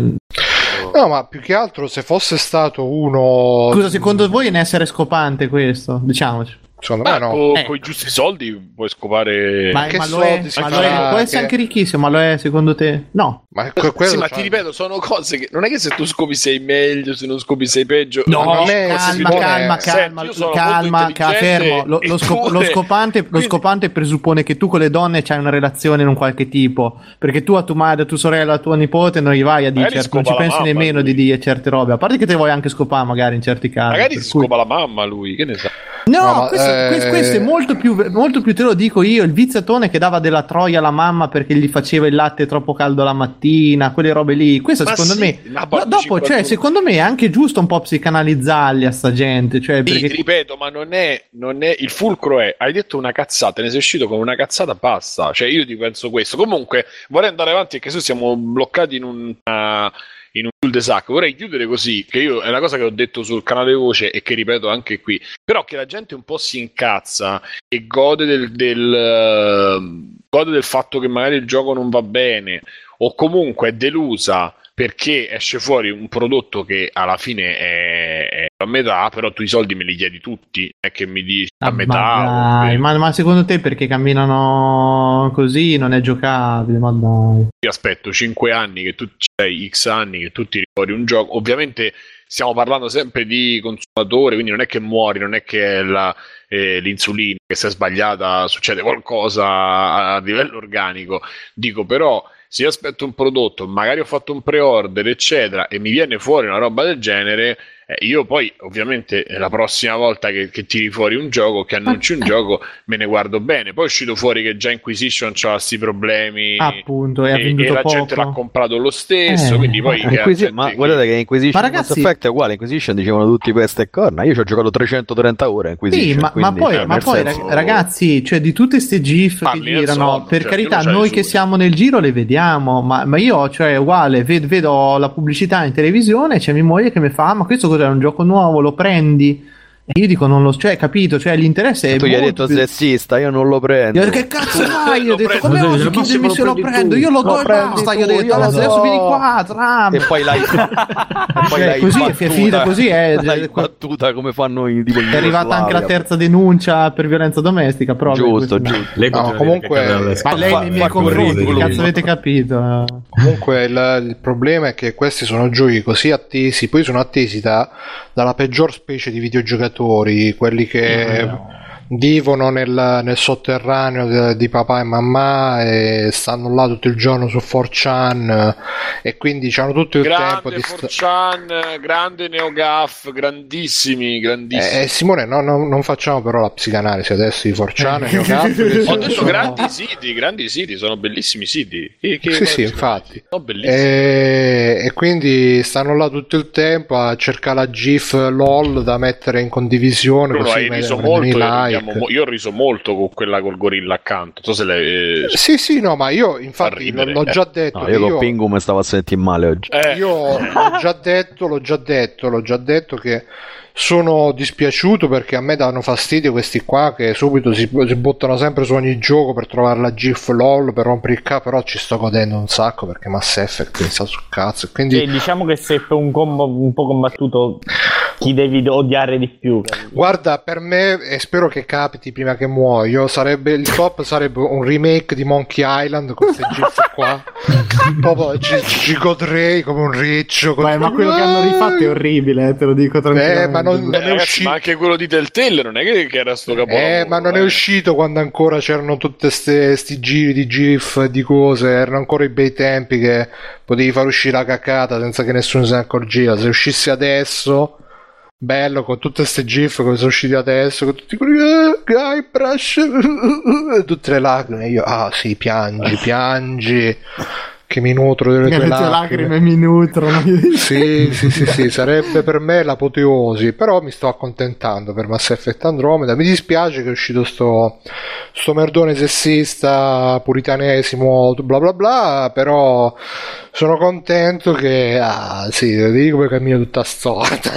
No, ma più che altro se fosse stato uno... Scusa, secondo voi è un essere scopante questo? Diciamoci. Secondo ma me no. con eh. i giusti soldi puoi scopare. Ma, che ma lo è, soldi ma si lo è. fa? Può essere Che- anche ricchissimo, ma lo è secondo te? No. Ma que- quello Sì, ma fa- ti ripeto, sono cose che non è che se tu scopi sei meglio, se non scopi sei peggio. No, Ma non è- calma, Simone, calma, senti, calma, io sono calma, molto ca- fermo. Lo, lo, scop- lo eppure- scopante, lo quindi- scopante presuppone che tu con le donne c'hai una relazione in un qualche tipo. Perché tu a tua madre, a tua sorella, a tua nipote non gli vai a dire, Magari certo, non ci scopa la pensi mamma, nemmeno lui. di dire certe robe. A parte che te vuoi anche scopare magari in certi casi. Magari per si cui- scopa la mamma lui, che ne sa. No, No, ma, questo, eh, questo- questo è molto più, molto più, te lo dico io, il viziatone che dava della troia alla mamma perché gli faceva il latte troppo caldo la mattina, quelle robe lì. Questo Ma secondo sì, me... ma no, poi dopo, cinquantuno cioè, secondo me è anche giusto un po' psicanalizzarli a sta gente. Cioè, Sì, perché... ti ripeto, ma non è, non è il fulcro è hai detto una cazzata, ne sei uscito con una cazzata, basta. Cioè, io ti penso questo. Comunque, vorrei andare avanti perché se siamo bloccati in un uh, in un cul-de-sac. Vorrei chiudere così, che io è una cosa che ho detto sul canale Voce e che ripeto anche qui. Però che la gente un po' si incazza e gode del, del uh, gode del fatto che magari il gioco non va bene o comunque è delusa perché esce fuori un prodotto che alla fine è, è a metà, però tu i soldi me li chiedi tutti, non è che mi dici a Ah, metà. ma, dai, o- ma, ma secondo te perché camminano così non è giocabile? Ma dai. Io aspetto cinque anni che tu c'hai X anni che tu tiri fuori un gioco. Ovviamente stiamo parlando sempre di consumatore, quindi non è che muori, non è che è la, eh, l'insulina che si è sbagliata, succede qualcosa a, a livello organico. Dico però, se io aspetto un prodotto, magari ho fatto un pre-order, eccetera, e mi viene fuori una roba del genere, eh, io poi ovviamente la prossima volta che, che tiri fuori un gioco, che annunci un gioco, me ne guardo bene. Poi è uscito fuori che già Inquisition c'ha questi problemi Appunto, e ha e, venduto e la poco. gente l'ha comprato lo stesso, Eh, quindi poi Ma, che Inquisi- la gente ma che- guardate che Inquisition Ma Mass ragazzi- Effect è uguale. Inquisition dicevano tutti peste e corna. Io ci ho giocato trecentotrenta ore a Inquisition. Sì, ma, ma quindi, poi, cioè, ma nel poi, senso- ragazzi, cioè di tutte ste gif Parli che del girano, sonno, per cioè, carità, ognuno c'ha noi i che suoi. siamo nel giro le vediamo, ma, ma io, cioè, uguale, ved- vedo la pubblicità in televisione, c'è mia moglie che mi fa, "Ah, ma questo cos'è, un gioco nuovo, lo prendi?" E io dico, non lo, cioè, capito, cioè l'interesse è tu gli hai molto detto più... sessista, io non lo prendo. Io, che cazzo fai? Io ho detto, prendi. come Lo osi prendi, chiedermi lo se lo prendi prendo? tu. Io lo do Lo e prendi basta, tu, io ho detto, io lo adesso, adesso do. vieni qua, Trump. E poi l'hai, e poi Cioè, l'hai così, è battuta, finita così, è- l'hai è- battuta come fanno i tipo in È arrivata anche la Jugoslavia. terza denuncia per violenza domestica, però... Giusto, questo- giusto. Lei No, continua a comunque- dire che cade dalle Ma spalle. lei Fa- nei miei fa confronti, che curriculum. cazzo avete capito? Comunque il, il problema è che questi sono giochi così attesi, poi sono attesi da, dalla peggior specie di videogiocatori, quelli che vivono nel, nel sotterraneo de- di papà e mamma e stanno là tutto il giorno su four chan e quindi hanno tutto il tempo grande di sta- four chan, grande NeoGAF, grandissimi, grandissimi. Eh, eh, Simone, no, no, non facciamo però la psicanalisi adesso di four chan e NeoGAF, che Ho sono- detto sono- grandi siti, grandi siti, sono bellissimi siti. Che, che- Sì, sì, infatti. Sono bellissimi. E, e quindi stanno là tutto il tempo a cercare la GIF LOL da mettere in condivisione. Però così hai riso mettono i molto, like. mo- io ho riso molto con quella col gorilla accanto. Non so se lei, eh, Sì, sì, no, ma io infatti ridere. l'ho già detto. No, io che con Pingu mi stavo a sentire male oggi. eh, Io l'ho già detto, l'ho già detto, l'ho già detto che sono dispiaciuto perché a me danno fastidio questi qua che subito si, si buttano sempre su ogni gioco per trovare la GIF LOL, per rompere il capo, però ci sto godendo un sacco perché Mass Effect mi sta sul cazzo. Quindi Cioè, diciamo che se per un combo un po' combattuto chi devi odiare di più. guarda, per me, e spero che capiti prima che muoio, sarebbe il top sarebbe un remake di Monkey Island con queste GIF qua. Proprio ci, ci godrei come un riccio. Beh, ma quello che hanno rifatto è orribile, eh, te lo dico tranquillamente. Eh, ma non, non eh, è ragazzi, uscito. ma anche quello di Telltale non è che, che era sto capolavoro. Eh, ma non è eh. uscito quando ancora c'erano tutti questi giri di GIF e di cose, erano ancora i bei tempi che potevi far uscire la cacata senza che nessuno se ne accorgeva. Se uscissi adesso, bello, con tutte queste GIF come sono usciti adesso, con tutti quelli eh, Guybrush, tutte le lacrime, io, ah sì, piangi, piangi, che mi nutro delle Che tue le tue lacrime. lacrime mi nutrono. Sì, sì, sì, sì, sarebbe per me l'apoteosi, però mi sto accontentando per Mass Effect Andromeda. Mi dispiace che è uscito sto, sto merdone sessista, puritanesimo, bla bla bla, però sono contento che, ah sì, vedi come cammina tutta storta.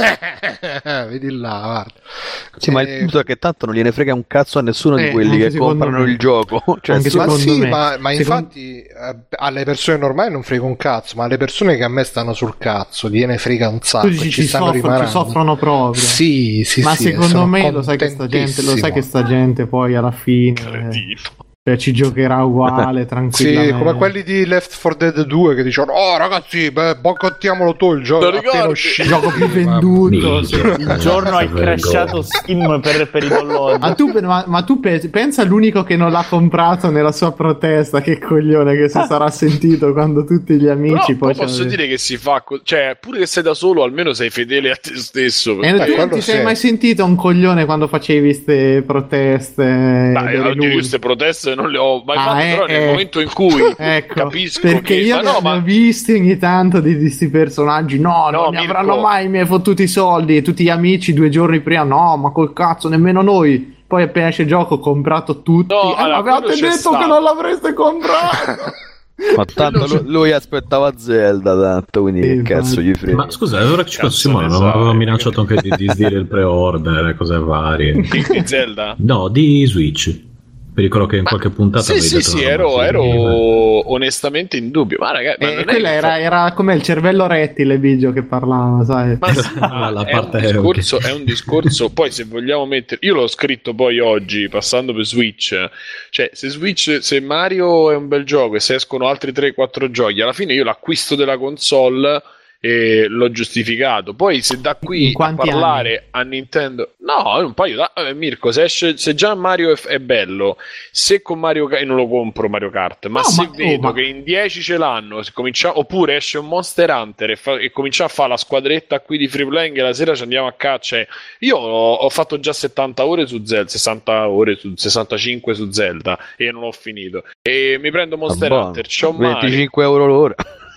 Vedi là, guarda. Sì, ma il Eh, punto è che tanto non gliene frega un cazzo a nessuno Eh, di quelli anche che secondo comprano me. il gioco. Cioè, Anche su- ma secondo sì, me. ma, ma Secondo- infatti eh, alle persone normali non frega un cazzo, ma alle persone che a me stanno sul cazzo gliene frega un sacco. Tu dici e ci ci, stanno soffrono, ci rimanendo. soffrono proprio. Sì, sì, ma sì, secondo sono me lo sai che sta gente, lo sai che sta gente poi alla fine Cretino. eh, ci giocherà uguale, tranquillamente. Sì, come quelli di Left four Dead due che dicono oh ragazzi, beh, boicottiamolo tu il gioco Lo appena ricordi? uscito. Il gioco più venduto. Il giorno hai crashato Steam per, per i download. Ma tu, ma, ma tu pe- pensa all'unico che non l'ha comprato nella sua protesta, che coglione che si sarà sentito quando tutti gli amici Però, poi però posso c'hanno- dire che si fa co- cioè pure che sei da solo almeno sei fedele a te stesso. E Eh, tu non quello ti sei sì. mai sentito un coglione quando facevi ste proteste? Dai, delle oddio, io luci? queste proteste non le ho mai Ah, fatte, eh, però nel eh. momento in cui Ecco, capisco perché che io ma ne no, ho ma visti ogni tanto di questi personaggi. No, No, non ne Mirko. avranno mai i miei fottuti soldi. E tutti gli amici due giorni prima, no, ma col cazzo, nemmeno noi. Poi appena esce il gioco, ho comprato tutti. No, Ah, allora, ma avevate quello c'è detto stato. che non l'avreste comprato. Ma tanto lui, lui aspettava Zelda, tanto, quindi Sì, che cazzo gli frega. Ma scusa, ora che ci penso, Cazzo Simone, ne non sai, aveva che- minacciato anche di disdire il pre-order e cose varie. di, di Zelda? No, di Switch. Mi ricordo che in qualche puntata Sì, avevi sì, detto sì, una ero, roba ero simile. onestamente in dubbio. Ma ragazzi, ma E non è quella che era, fa- era come il cervello rettile, Biggio, che parlava, sai? Ma sì, La- ma la è, parte un discorso, è un discorso. Poi, se vogliamo mettere, io l'ho scritto poi oggi passando per Switch. Cioè, se Switch, se Mario è un bel gioco e se escono altri tre quattro giochi, alla fine io l'acquisto della console e l'ho giustificato. Poi, se da qui In a quanti parlare a Nintendo, no, un paio da eh, Mirko. Se, esce, se già Mario è, è bello, se con Mario Kart, e non lo compro Mario Kart, ma No, se ma- oh, vedo ma- che in dieci ce l'hanno, se comincia, oppure esce un Monster Hunter e, fa, e comincia a fare la squadretta qui di free playing e la sera ci andiamo a caccia. e- Io ho, ho fatto già settanta ore su Zelda, sessanta ore su sessantacinque su Zelda e non ho finito. E mi prendo Monster Vabbè, Hunter, c'ho Mario. venticinque euro l'ora.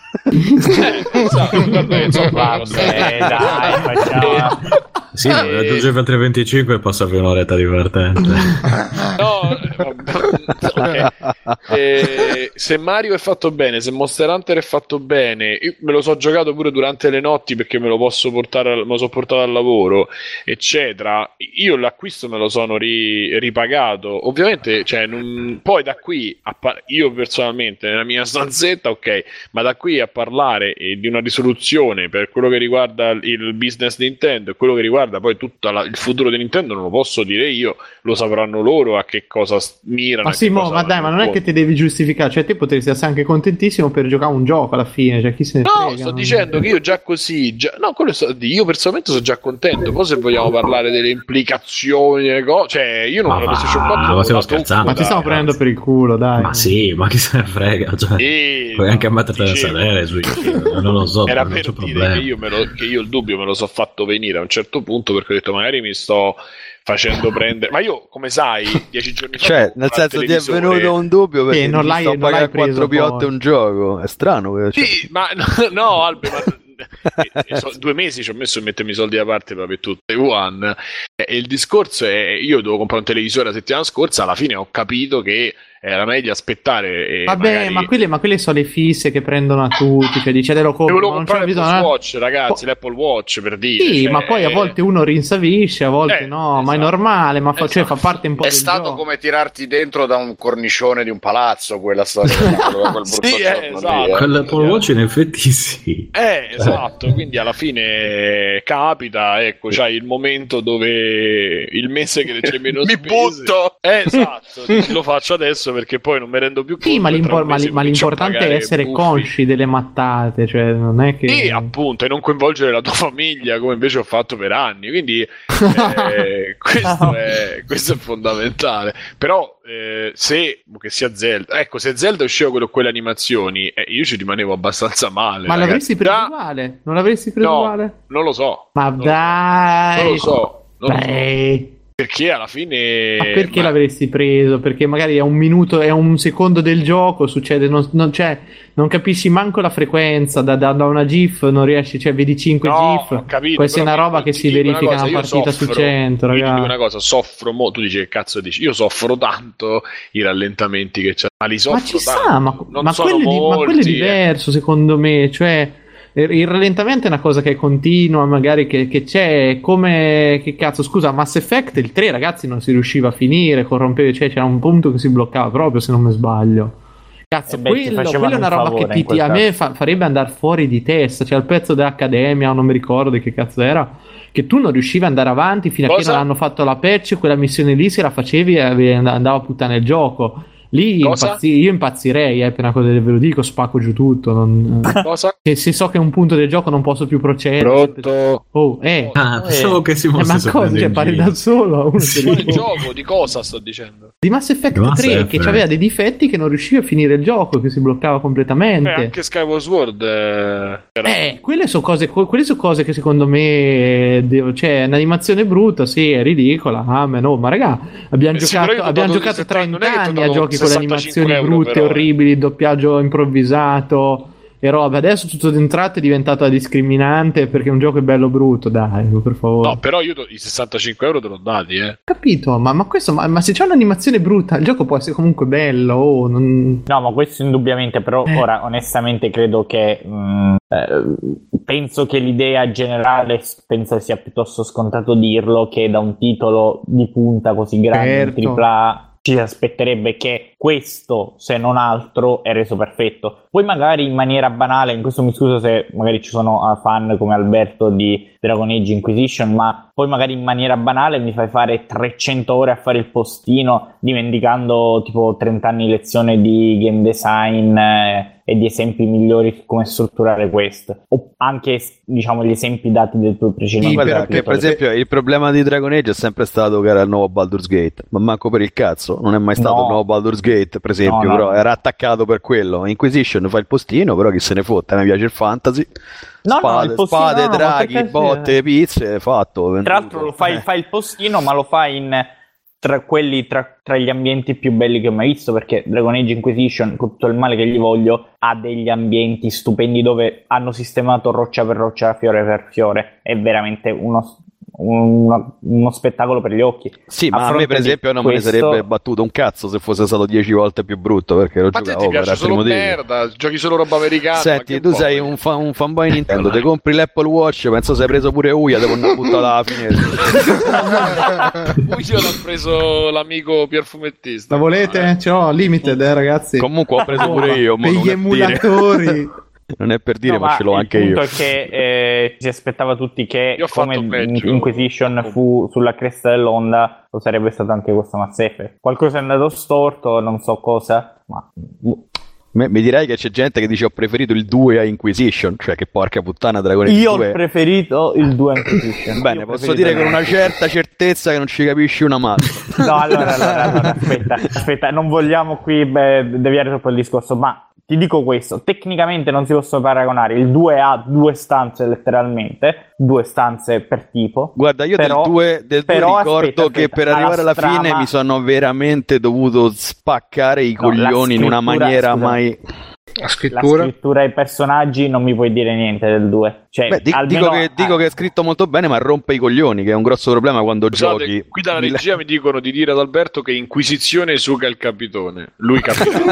Eh, esatto, vabbè, insomma, lo stesso. Vabbè, dai, facciamo. Sì, ma Eh. raggiungeva il tre virgola venticinque e passavi un'oretta divertente. No, vabbè, ok. Eh, se Mario è fatto bene, se Monster Hunter è fatto bene, io me lo so giocato pure durante le notti perché me lo posso portare, al, me lo so portato al lavoro, eccetera. Io l'acquisto me lo sono ri- ripagato. Ovviamente, cioè, non- poi da qui a par- io personalmente nella mia stanzetta, ok, ma da qui a parlare eh, di una risoluzione per quello che riguarda il- il business Nintendo e quello che riguarda poi tutto il futuro di Nintendo non lo posso dire io, lo sapranno loro a che cosa s- mirano. Ma a sì, che mo, cosa ma dai, vanno ma non è che incontro. ti devi giustificare, cioè te potresti essere anche contentissimo per giocare un gioco alla fine, cioè chi se ne No, frega, sto non- dicendo che io già così, già... no, quello sto... io personalmente sono già contento. Poi se vogliamo parlare delle implicazioni, delle cose, cioè io non Ma ho la va, PlayStation quattro, ma stiamo la tocco, scherzando. Ma ti dai. stiamo prendendo per il culo, dai. Ma sì, ma chi se ne frega? Cioè, E... puoi anche mettertela a dicevo, sedere. parere su YouTube, non lo so. Era non per c'è dire problema. che io, me lo, che io il dubbio me lo so fatto venire a un certo punto, perché ho detto magari mi sto facendo prendere, ma io come sai dieci giorni fa Cioè, nel senso ti è venuto un dubbio perché Eh, non ti l'hai- sto a non pagare l'hai preso quattro P otto poi. un gioco, è strano. Cioè. sì, ma no, no Albe, ma eh, eh, so- due mesi ci ho messo a mettermi i soldi da parte per avere tutte One, e il discorso è io dovevo comprare un televisore la settimana scorsa, alla fine ho capito che era meglio aspettare e Vabbè, magari... ma quelle, ma quelle sono le fisse che prendono a tutti. Cioè, dice te lo compro, Devo ma non c'è comprare l'Apple bisogno. Watch, ragazzi, Po- l'Apple Watch per dire. Sì, cioè, ma poi a volte uno rinsavisce, a volte Eh, no, ma è esatto. normale, ma fa, cioè, Esatto. fa parte un po' È del stato gioco. come tirarti dentro da un cornicione di un palazzo quella storia da quel brutto Sì, eh, giorno lì, esatto. eh. Con l'Apple Watch in effetti sì. Eh, esatto, quindi alla fine capita, ecco, c'hai il momento dove il mese che c'è meno Mi spese. butto! Eh, esatto, dici, lo faccio adesso perché poi non mi rendo più conto. Sì, ma, e tra l'impor- un ma mese li- ma comincio a l'importante è pagare essere buffi. consci delle mattate, cioè non è che... Sì, appunto, e non coinvolgere la tua famiglia come invece ho fatto per anni. Quindi eh, questo, è, questo è fondamentale. Però eh, se che sia Zelda, ecco, se Zelda usciva quello con quelle animazioni, eh, io ci rimanevo abbastanza male. Ma l'avresti ragazzi. preso Da- uguale? Non l'avresti preso No, uguale? non lo so. Ma Non lo so. dai! Non lo so. Non lo so. Beh, Perché alla fine. ma perché ma- l'avresti preso? Perché magari è un minuto, è un secondo del gioco, succede, non, non, cioè, non capisci manco la frequenza, da, da, da una GIF non riesci, cioè vedi cinque No, GIF, ho capito, questa è però una mi- roba che ti si dico una verifica cosa, una io partita soffro, su cento, io ti dico ragazzi. una cosa, soffro mo, tu dici che cazzo dici, io soffro tanto i rallentamenti che c'è, ma li soffro Ma ci tanto. sta, ma, non ma, sono quello è di- ma quello è molti, eh. diverso secondo me, cioè il il rallentamento è una cosa che è continua, magari che, che c'è, come, che cazzo, scusa, Mass Effect il tre ragazzi non si riusciva a finire, corrompeva, cioè c'era un punto che si bloccava proprio se non mi sbaglio. Cazzo, Eh beh, ti quello, facevano quello è una un roba favore che ti, in quel ti- a caso. me fa- farebbe andare fuori di testa, cioè il pezzo dell'Accademia, non mi ricordo di che cazzo era, che tu non riuscivi ad andare avanti fino a che Cosa? non hanno fatto la patch, quella missione lì se la facevi e avevi- andava a puttane il gioco. Lì Cosa? impazzi- io impazzirei, eh, per una cosa ve lo dico, spacco giù tutto. Non... Cosa? se, se so che è un punto del gioco non posso più procedere. Pronto? Oh, eh. Ah, pensavo che si Eh, fosse ma cosa? Cioè, parli da solo. Uno Di che quale dico- gioco? Di cosa sto dicendo? Di Mass Effect Di Mass tre Effect. che aveva dei difetti che non riusciva a finire il gioco, che si bloccava completamente. Eh, anche Skyward Sword eh, era- Eh, quelle sono cose, que- quelle sono cose che secondo me eh, devo- cioè un'animazione brutta, sì, è ridicola. Ah, ma no, ma raga, abbiamo Eh sì, però giocato, io ho abbiamo dato giocato settanta non è che ti ho trenta anni a dato giochi con le sessantacinque animazioni euro, brutte, però, eh. orribili, il doppiaggio improvvisato e roba. Adesso tutto d'un tratto è diventato discriminante perché un gioco è bello o brutto, dai, per favore. No, però io to- i sessantacinque euro te l'ho dati, eh. Capito, ma, ma questo, ma, ma se c'è un'animazione brutta, il gioco può essere comunque bello. Oh, non... No, ma questo indubbiamente, però Eh. ora onestamente credo che mh, eh, penso che l'idea generale, penso sia piuttosto scontato dirlo, che da un titolo di punta così grande, Certo. in tripla A, ci aspetterebbe che questo, se non altro, è reso perfetto. Poi magari in maniera banale, in questo mi scuso se magari ci sono uh, fan come Alberto di Dragon Age Inquisition, ma poi magari in maniera banale mi fai fare trecento ore a fare il postino, dimenticando tipo trenta anni di lezione di game design eh, e di esempi migliori su come strutturare questo. O anche, diciamo, gli esempi dati del tuo precedente. Sì, guarda, però- che per esempio il problema di Dragon Age è sempre stato che era il nuovo Baldur's Gate, ma manco per il cazzo, non è mai stato No. il nuovo Baldur's Gate, per esempio, No, no, però no. era attaccato per quello. Inquisition fa il postino, però chi se ne fotte, a me piace il fantasy. No, no, Spade, il postino, spade, no, ma draghi, perché- botte, pizze, fatto. Tra venduto. l'altro lo fai, fai il postino, ma lo fai in tra quelli tra, tra gli ambienti più belli che ho mai visto, perché Dragon Age Inquisition, con tutto il male che gli voglio, ha degli ambienti stupendi dove hanno sistemato roccia per roccia, fiore per fiore. È veramente uno, uno, uno spettacolo per gli occhi. Sì, ma a, me fronte per di esempio non questo- me ne sarebbe battuto un cazzo se fosse stato dieci volte più brutto, perché lo Ma te giocavo ti per piace altri solo motivi. merda, giochi solo roba americana. ma Senti, che tu sei vuoi? un, fa- un fanboy Nintendo, ti compri l'Apple Watch, penso sei preso pure Uia, devo andare a buttare alla finestra. Poi io l'ho preso l'amico Pier Fumettista. La volete? Ce l'ho limited, eh, ragazzi. Comunque ho preso pure io, mo Per non gli è per dire. emulatori. Non è per dire, No, ma, ce l'ho anche il io. punto è che eh, ci si aspettava tutti che Io ho come fatto peggio. Inquisition fu sulla cresta dell'onda, lo sarebbe stato anche questo Mass Effect. Qualcosa è andato storto, non so cosa, ma Me- mi direi che c'è gente che dice ho preferito il due a Inquisition, cioè che porca puttana Dragon Age io ho due. preferito il due Inquisition. Bene, Io ho posso preferito dire il con una due. certa certezza che non ci capisci una mazza. No, allora, allora, allora, aspetta, aspetta, non vogliamo qui beh, deviare troppo il discorso, ma ti dico questo, tecnicamente non si possono paragonare, il due ha due stanze letteralmente, due stanze per tipo. Guarda, io però, del due, del due però, ricordo aspetta, che aspetta, per arrivare alla strama... fine mi sono veramente dovuto spaccare i no, coglioni in una maniera scusa, mai... La scrittura? La scrittura ai personaggi non mi puoi dire niente del due. Cioè, Beh, di- almeno... dico, che, dico che è scritto molto bene, ma rompe i coglioni, che è un grosso problema quando Scusate, giochi. qui dalla regia mi dicono di dire ad Alberto che Inquisizione suga il capitone. Lui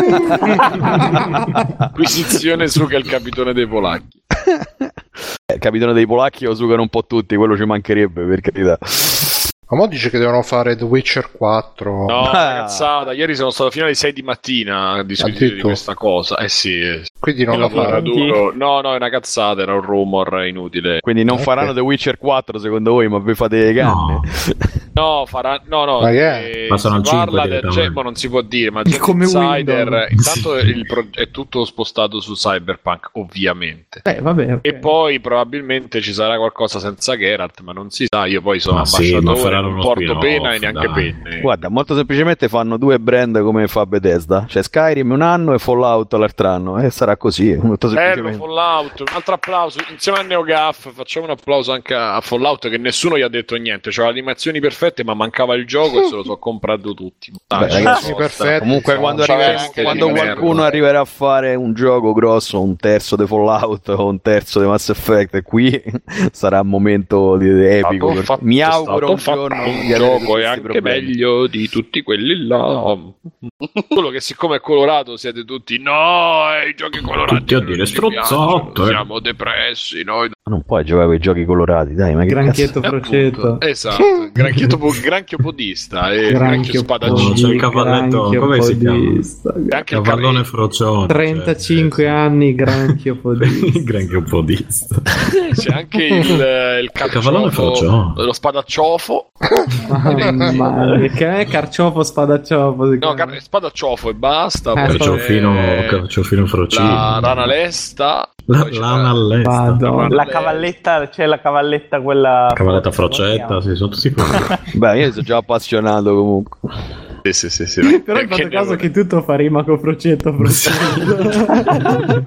capitone. Inquisizione suga il capitone dei polacchi. Il capitone dei polacchi lo sugano un po' tutti, quello ci mancherebbe, per carità. Ma mo dice che devono fare The Witcher quattro. No, Ah. cazzata. Ieri sono stato fino alle sei di mattina a discutere di questa cosa. Eh sì. eh. Quindi non Io la lavoro faranno. duro. No, no, è una cazzata, era un rumor inutile. Quindi non Ok. faranno The Witcher quattro secondo voi, ma vi fate le canne? No, farà... No, no. Ma che è? eh, Passano si al cinque parla del... direttamente. Cioè, ma non si può dire, ma È come Insider... Windows. Intanto il pro- è tutto spostato su Cyberpunk, ovviamente. Eh, vabbè, ok. E poi probabilmente ci sarà qualcosa senza Geralt, ma non si sa. Io poi sono Ma sì, ma ambasciatore, faranno non uno porto spin-off, pena e neanche dai. penne. Guarda, molto semplicemente fanno due brand come fa Bethesda. Cioè Skyrim un anno e Fallout l'altro anno. E sarà così, molto Bello semplicemente. Fallout, un altro applauso insieme a NeoGAF. Facciamo un applauso anche a Fallout, che nessuno gli ha detto niente. C'era le animazioni perfette, ma mancava il gioco e se lo so comprato tutti. Beh, Dai, ragazzi, ci perfetti. Comunque No, quando, c'aveva arriverà- anche quando di qualcuno merda. arriverà a fare un gioco grosso, un terzo di Fallout o un terzo di Mass Effect, e qui sarà un momento di, di epico. Stato fatto- Mi è auguro un stato giorno fatto un di avere tutti gioco è questi anche problemi. meglio di tutti quelli là. Solo che siccome è colorato siete tutti no, eh, i giochi colorati Tutti a non dire ci strozzotto, piacciono, eh. siamo depressi noi. Ma non puoi giocare con i giochi colorati, dai, ma che Granchietto cazzo? Frocetto. Appunto, esatto, granchietto po- granchio podista e granchio Granchio spadaccino. c'è il cavalletto, granchio come si chiama? podista. E anche il Cavallone cavallone frocione. trentacinque cioè, anni, granchio sì. podista. Granchio podista. c'è anche il, il cavallone carciofo, frocione. lo spadacciofo. Ma che è carciofo spadacciofo? si No, chiama? car- spadacciofo e basta. Eh, poi Carciofino, c'è carciofino frocino. la rana lesta. La, poi c'è lana all'esta. Madonna. La cavalletta, c'è la cavalletta quella... Cavalletta come si frocetta, chiama? sì, sono tutti quelli. Beh, io sono già appassionato comunque. Sì, sì, sì, sì. Però hai Che fatto ne caso vuole? che tutto fa rima con Frocetto, Frocetto.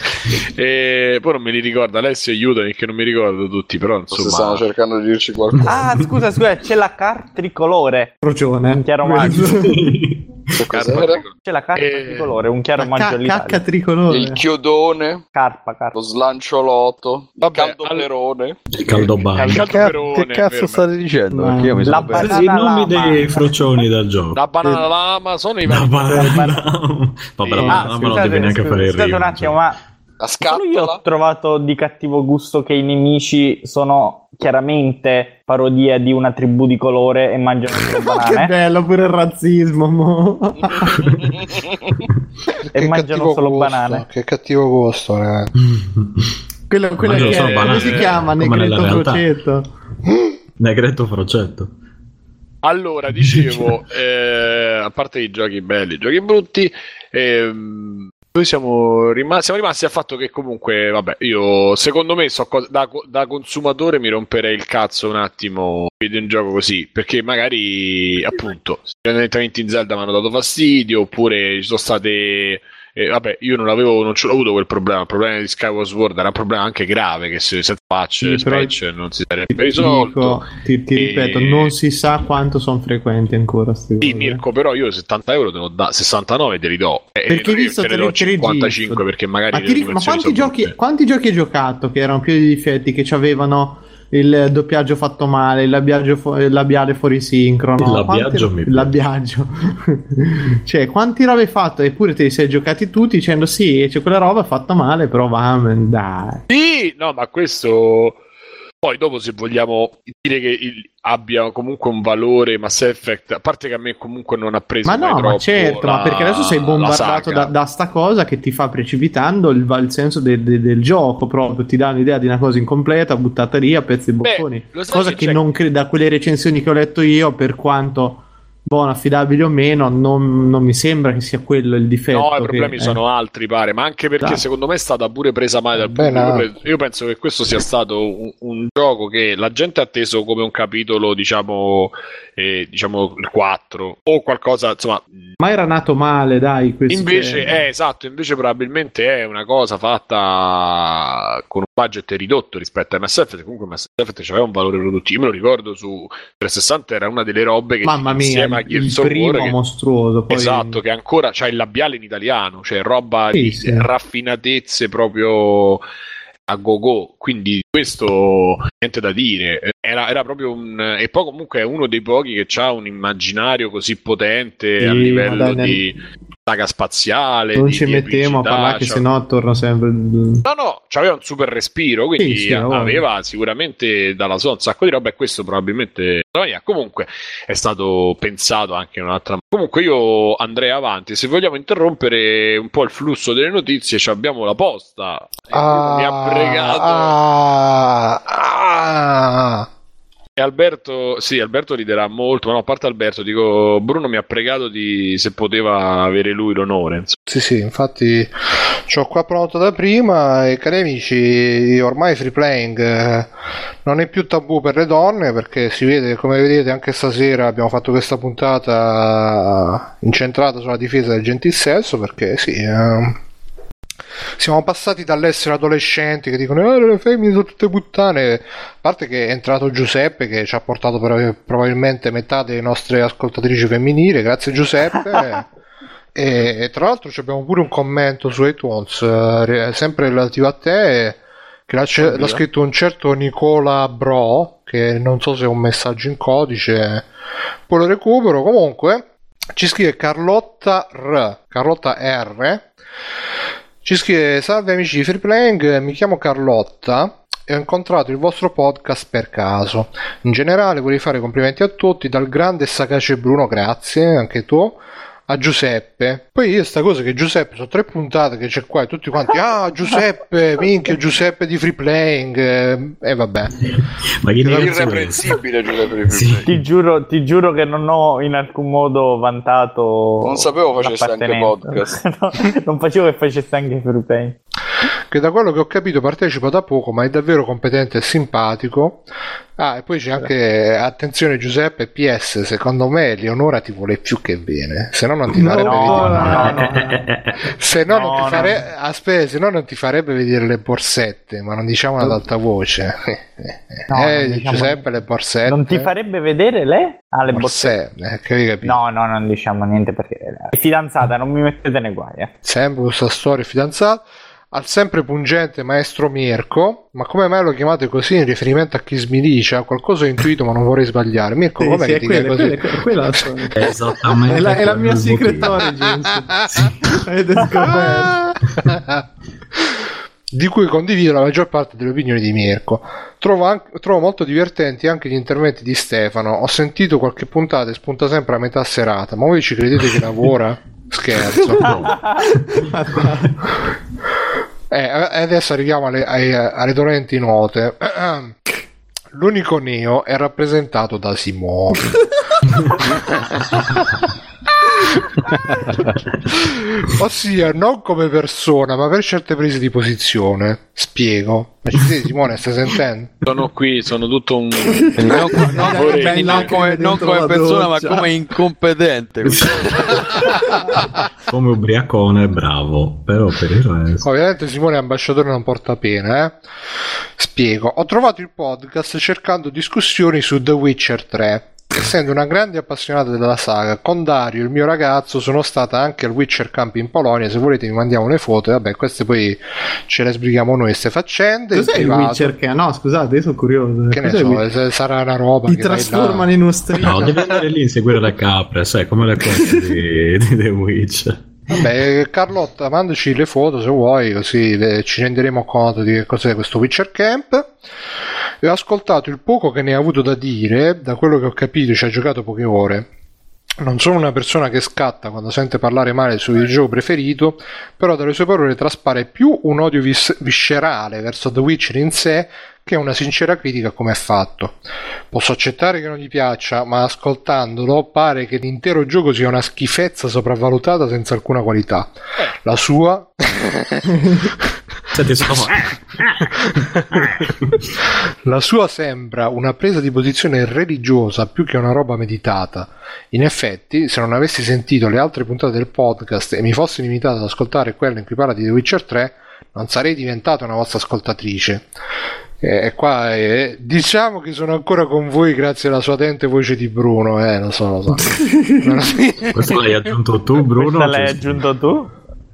E poi non me li ricordo, Alessio aiutami che non mi ricordo tutti, però Forse insomma stanno cercando di dirci qualcosa. Ah, scusa, scusa, c'è la carta tricolore. Frocione. Un chiaro maggio. Cos'era? C'è la carta Eh, tricolore, un chiaro La maggio ca- all'Italia. cacca tricolore. Il chiodone, Carpa, carpa. lo slanciolotto, il Vabbè, caldoperone. Il caldobagno. Il Che, caldoperone, che cazzo fermo. state dicendo? Ma- Perché io mi sono La perso. banana I nomi lama. dei frocioni del gioco. La banana lama sono i La vari. banana. Vabbè, la Ah, banana non scusate, devi neanche scusate, fare il scusate rima. un attimo, cioè. ma La solo io ho scatola. trovato di cattivo gusto che i nemici sono chiaramente parodia di una tribù di colore e mangiano solo Che banane bello, pure il razzismo. Mo. e Che mangiano cattivo solo gusto, banane. Che cattivo gusto, ragazzi. Quello, quello Mangiano che solo è, banane, come si chiama? come nella Negretto realtà. Frocetto. Negretto frocetto. Allora, dicevo, eh, a parte i giochi belli, i giochi brutti, ehm, noi siamo rimasti, siamo rimasti al fatto che comunque, vabbè, io secondo me so co- da, da consumatore mi romperei il cazzo un attimo di un gioco così, perché magari appunto gli allenamenti in Zelda mi hanno dato fastidio, oppure ci sono state... Eh, vabbè, io non avevo, non ce l'ho avuto quel problema. Il problema di Skyward Sword era un problema anche grave. Che se set patch, Sì, però- patch non si sarebbe Ti, risolto. dico, ti, ti E- ripeto, non si sa quanto sono frequenti ancora queste Sì, cose. Mirko, però io settanta euro te lo da, sessantanove te li do. E Perché non hai io visto te ne te do li- te li cinquantacinque registro. perché magari Ma, le ti ri- ma dimensioni quanti, sono giochi, brutte. quanti giochi hai giocato che erano pieni di difetti, che avevano il doppiaggio fatto male, il labiaggio fu- il labiale fuori sincrono? Il labiaggio Quanti- mi il labiaggio. Cioè, quanti robe hai fatto? Eppure te li sei giocati tutti dicendo sì, c'è quella roba fatta male, però va, man, dai. Sì, no, ma questo... Poi dopo se vogliamo dire che il- abbia comunque un valore Mass Effect, a parte che a me comunque non ha preso Ma mai no, ma troppo certo, la- ma perché adesso sei la bombardato saga. da, da sta cosa che ti fa precipitando il, va- il senso de- de- del gioco proprio, ti dà un'idea di una cosa incompleta, buttata lì a pezzi e Beh, bocconi. lo sai Cosa che che c'è- non credo, da quelle recensioni che ho letto io, per quanto buono, affidabile o meno, non, non mi sembra che sia quello il difetto. No, i problemi che, sono eh. altri, pare, ma anche perché Dai. secondo me è stata pure presa male dal Beh, pubblico. no. Io penso- Io penso che questo sia stato un, un gioco che la gente ha atteso come un capitolo, diciamo, eh, diciamo il quattro o qualcosa, insomma. Ma era nato male, dai. Questo Invece, che- è esatto, invece probabilmente è una cosa fatta con un budget ridotto rispetto a Mass Effect. Comunque Mass Effect aveva un valore produttivo. Io me lo ricordo su trecentosessanta, era una delle robe che Mamma mia, insieme a il, Gears il of primo War che- mostruoso. Poi... esatto, che ancora c'ha il labiale in italiano, cioè roba Sì, di sì. raffinatezze proprio a go-go, quindi questo niente da dire, era, era proprio un... e poi comunque è uno dei pochi che ha un immaginario così potente Sì, a livello ma dai, di saga spaziale, Non di, ci di mettiamo a epicità, parlare che cioè- sennò torna sempre. No, no, c'aveva un super respiro, quindi Sì, sì, la voglio. aveva sicuramente dalla sua un sacco di roba e questo probabilmente comunque è stato pensato anche in un'altra. Comunque io andrei avanti, se vogliamo interrompere un po' il flusso delle notizie, ci abbiamo la posta. E Bruno mi ha pregato ah, ah. e Alberto, sì, Alberto riderà molto, ma no, a parte Alberto, dico Bruno mi ha pregato di se poteva avere lui l'onore, insomma. Sì, sì, infatti c'ho qua pronto da prima e cari amici, ormai free playing eh, non è più tabù per le donne perché si vede, come vedete anche stasera abbiamo fatto questa puntata incentrata sulla difesa del gentil sesso perché sì, eh, siamo passati dall'essere adolescenti che dicono eh, le femmine sono tutte puttane, a parte che è entrato Giuseppe che ci ha portato per, probabilmente metà delle nostre ascoltatrici femminili, grazie Giuseppe. E, e tra l'altro abbiamo pure un commento su iTunes eh, sempre relativo a te che l'ha, ce- l'ha scritto un certo Nicola Bro che non so se è un messaggio in codice, poi lo recupero. Comunque ci scrive Carlotta R Carlotta R ci scrive: salve amici di Free Playing, mi chiamo Carlotta e ho incontrato il vostro podcast per caso. In generale vorrei fare complimenti a tutti, dal grande e sagace Bruno, grazie anche tu, a Giuseppe. Poi io sta cosa che Giuseppe sono tre puntate che c'è qua e tutti quanti ah Giuseppe, minchia Giuseppe di Free Playing e eh, vabbè. Ma che negozio è questo? Irreprensibile Giuseppe di Sì. Free Play. Ti giuro, ti giuro che non ho in alcun modo vantato. Non sapevo facesse anche l'appartenenza. podcast. No, non facevo che facesse anche Free Play. Che da quello che ho capito partecipa da poco ma è davvero competente e simpatico. Ah, e poi c'è anche attenzione Giuseppe, P S, secondo me Leonora ti vuole più che bene, se no non ti farebbe No, vedere no, no, no. se no, No, non ti no. fare... aspetta, se no non ti farebbe vedere le borsette, ma non diciamo ad alta voce. No, eh, non diciamo- Giuseppe, le borsette. Non ti farebbe vedere le? Ah, le borsette, borsette. eh, che hai capito? No, no, non diciamo niente perché è fidanzata, non mi mettete nei guai. Eh. Sempre questa storia fidanzata. Al sempre pungente maestro Mirko, ma come mai lo chiamate così in riferimento a chi smidicia? Qualcosa ho intuito ma non vorrei sbagliare. Mirko, Sì, com'è sì, che è ti quella, chiami quella, così? quella, quella, quella. Esattamente. È la, è la mia quello il secret motivo. origins. Avete scoperto. Di cui condivido la maggior parte delle opinioni di Mirko. Trovo, anche, trovo molto divertenti anche gli interventi di Stefano. Ho sentito qualche puntata e spunta sempre a metà serata, ma voi ci credete che lavora? Scherzo. Eh, adesso arriviamo alle, alle, alle dolenti note. L'unico Neo è rappresentato da Simone. Ossia non come persona ma per certe prese di posizione. Spiego. Ma ci sei, Simone, stai sentendo? Sono qui, sono tutto un Quindi non, co- non- Vorrei- quindi non come, non dentro come la persona, ma doccia. come incompetente. Come ubriacone, bravo, però per il resto. Ovviamente Simone è ambasciatore non porta pena, eh? Spiego. Ho trovato il podcast cercando discussioni su The Witcher tre. Essendo una grande appassionata della saga, con Dario, il mio ragazzo, sono stata anche al Witcher Camp in Polonia. Se volete vi mandiamo le foto e vabbè, queste poi ce le sbrighiamo noi queste faccende. in Cos'è il privato. Witcher che ha? No, scusate, io sono curioso. Che ne Cos'è il so, Witcher? se sarà una roba Ti che vai là. trasformano in uno striscio. No, devi andare lì a inseguire le capre, sai, come le cose di, di The Witch. Vabbè, Carlotta, mandaci le foto se vuoi, così eh, ci renderemo conto di che cos'è questo Witcher Camp. E ho ascoltato il poco che ne ha avuto da dire, da quello che ho capito ci ha giocato poche ore. Non sono una persona che scatta quando sente parlare male del suo videogioco preferito, però dalle sue parole traspare più un odio vis- viscerale verso The Witcher in sé che una sincera critica a come è fatto. Posso accettare che non gli piaccia, ma ascoltandolo pare che l'intero gioco sia una schifezza sopravvalutata senza alcuna qualità. La sua... Senti, sono... La sua sembra una presa di posizione religiosa più che una roba meditata. In effetti, se non avessi sentito le altre puntate del podcast e mi fossi limitato ad ascoltare quella in cui parla di The Witcher tre, non sarei diventata una vostra ascoltatrice. E qua eh, diciamo che sono ancora con voi grazie alla suadente voce di Bruno, eh, lo so, lo so. Questo l'hai aggiunto tu, Bruno? Questo l'hai aggiunto tu?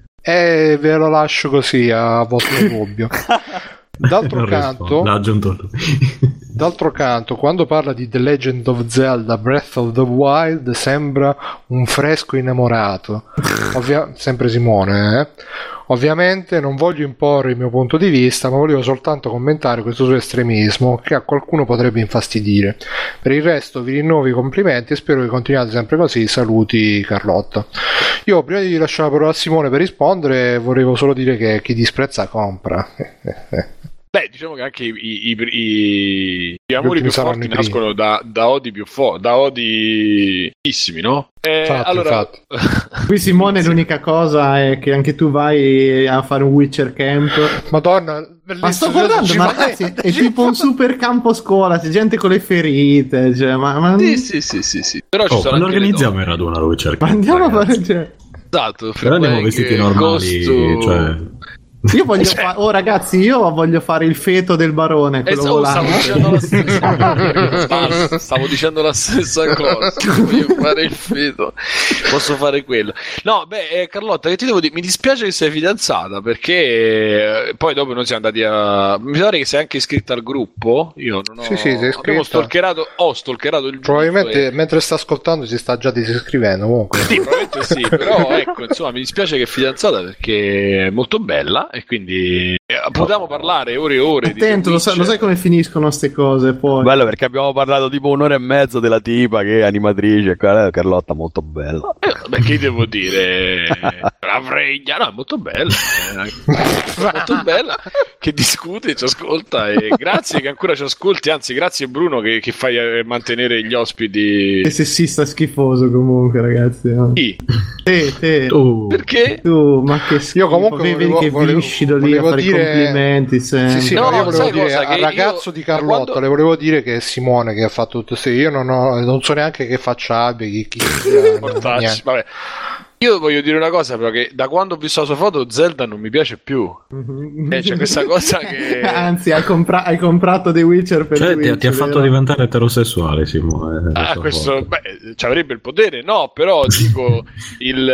E ve lo lascio così a vostro dubbio. D'altro Non canto, rispondo, l'ha aggiunto tu. D'altro canto, quando parla di The Legend of Zelda Breath of the Wild sembra un fresco innamorato. Ovvia- sempre Simone, eh? Ovviamente non voglio imporre il mio punto di vista, ma volevo soltanto commentare questo suo estremismo che a qualcuno potrebbe infastidire. Per il resto vi rinnovo i complimenti e spero che continuate sempre così. Saluti, Carlotta. Io prima di lasciare la parola a Simone per rispondere volevo solo dire che chi disprezza compra. Beh, diciamo che anche i, i, i, gli amori più saranno forti i primi. nascono da, da odi più forti, da odi fortissimi, no? Eh, Infatti, allora, Qui Simone l'unica cosa è che anche tu vai a fare un Witcher camp. Madonna, Ma sto guardando, ma ragazzi, è tipo un super campo scuola, c'è gente con le ferite, cioè, ma, ma... Sì, sì, sì, sì, sì. Però ci Oh, sono quando anche le organizziamo il raduno lo Witcher ma Camp, andiamo a ragazzi? fare... Cioè... Esatto, Però andiamo vestiti normali, Ghost- cioè... Io voglio fa- oh ragazzi, io voglio fare il feto del barone, quello Eh, stavo, stavo volante. dicendo la stessa cosa. Stavo dicendo la stessa cosa. Voglio fare il feto. Posso fare quello. No, beh, eh, Carlotta, che ti devo dire? Mi dispiace che sei fidanzata perché eh, poi dopo noi siamo andati a. Mi pare che sei anche iscritta al gruppo. Io non ho. Sì, sì, sei Abbiamo iscritta. stalkerato. Ho stalkerato il gruppo. Probabilmente e- mentre sta ascoltando si sta già disiscrivendo comunque. Sì, probabilmente sì, però ecco, insomma, mi dispiace che è fidanzata perché è molto bella e quindi eh, potevamo parlare ore e ore. di Attento, lo, The sa- lo Witcher. sai come finiscono ste cose poi. Bello perché abbiamo parlato tipo un'ora e mezzo della tipa che è animatrice, qua- Carlotta molto bella. Eh, beh, che devo dire? La fregna, no, è molto bella. È molto bella che discute, ci ascolta. E grazie che ancora ci ascolti. Anzi, grazie Bruno che, che fai eh, mantenere gli ospiti. Che sessista schifoso comunque, ragazzi. No? Chi? Te, te. Tu... Perché? Tu, ma che schifo. Io comunque vedi volevo- che volevo- viscido lì a volevo fare dire- complimenti sempre. Sì, sì, No, ma io volevo sai dire cosa? al Che ragazzo io- di Carlotta, quando- le volevo dire che è Simone che ha fatto tutto questo. Io non, ho, non so neanche che faccia abbia, chi, chi sia, Mortacci, niente. vabbè. Io voglio dire una cosa, però, che da quando ho visto la sua foto Zelda non mi piace più. Mhm. Eh, c'è questa cosa che... Anzi, hai, compra- hai comprato The Witcher per Cioè, The ti, Witcher, ti ha fatto vero? diventare eterosessuale, Simone. Ah, questa questo, volta. beh, ci avrebbe il potere, no, però dico il...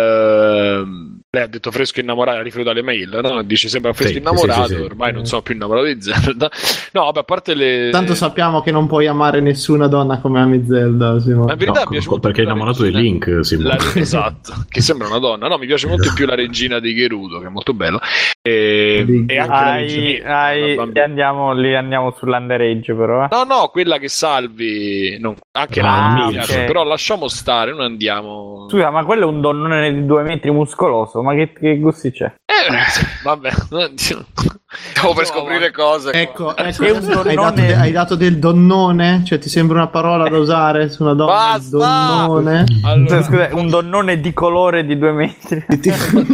ehm, lei ha detto fresco innamorato, ha riferito alle mail, no? Dice sembra fresco Sì, innamorato, sì, sì, sì. ormai non sono più innamorato di Zelda. No, vabbè, a parte le... Tanto sappiamo che non puoi amare nessuna donna come ami Zelda, Ma Simone. in verità No, mi piace co- molto perché è più la innamorato di regina- Link, Simone. la- esatto, che sembra una donna. No, mi piace molto di più la regina di Gerudo, che è molto bella. E, Link. e anche la Hai, regina. hai- una li, bambina. andiamo, li andiamo sull'underage però. eh. No, no, quella che salvi, non- anche Ah, la ok. mia, però lasciamo stare, noi andiamo. Scusa, ma quello è un donnone di due metri muscoloso, ma che, che gusti c'è? Eh, vabbè, non andiamo. Stavo per scoprire cose. Ecco, ecco, È un hai, dato donnone- de- hai dato del donnone? Cioè, ti sembra una parola da usare su una donna? Basta! Donnone? Allora, Scusa, un donnone di colore di due metri. Ti-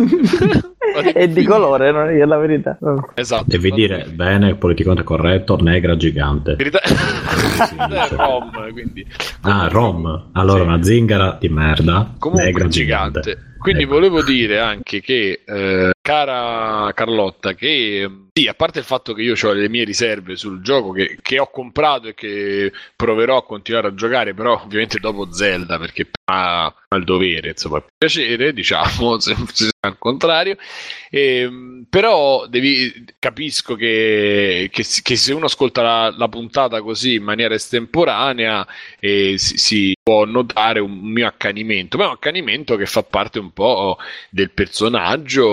È di colore, non è la verità. esatto. Devi dire bene, politicamente corretto, negra gigante. In verità- sì, è sì. Rom, quindi. Ah, Rom. Allora, Sì. una zingara di merda. Comunque negra gigante. gigante. Quindi Ecco. volevo dire anche che, eh, cara Carlotta, che sì, a parte il fatto che io ho le mie riserve sul gioco che, che ho comprato e che proverò a continuare a giocare, però ovviamente dopo Zelda, perché ha il dovere, insomma, piacere, diciamo, se, se al contrario. Ehm, però devi, capisco che, che, che se uno ascolta la, la puntata così in maniera estemporanea eh, si, si può notare un mio accanimento, ma è un accanimento che fa parte un po' del personaggio che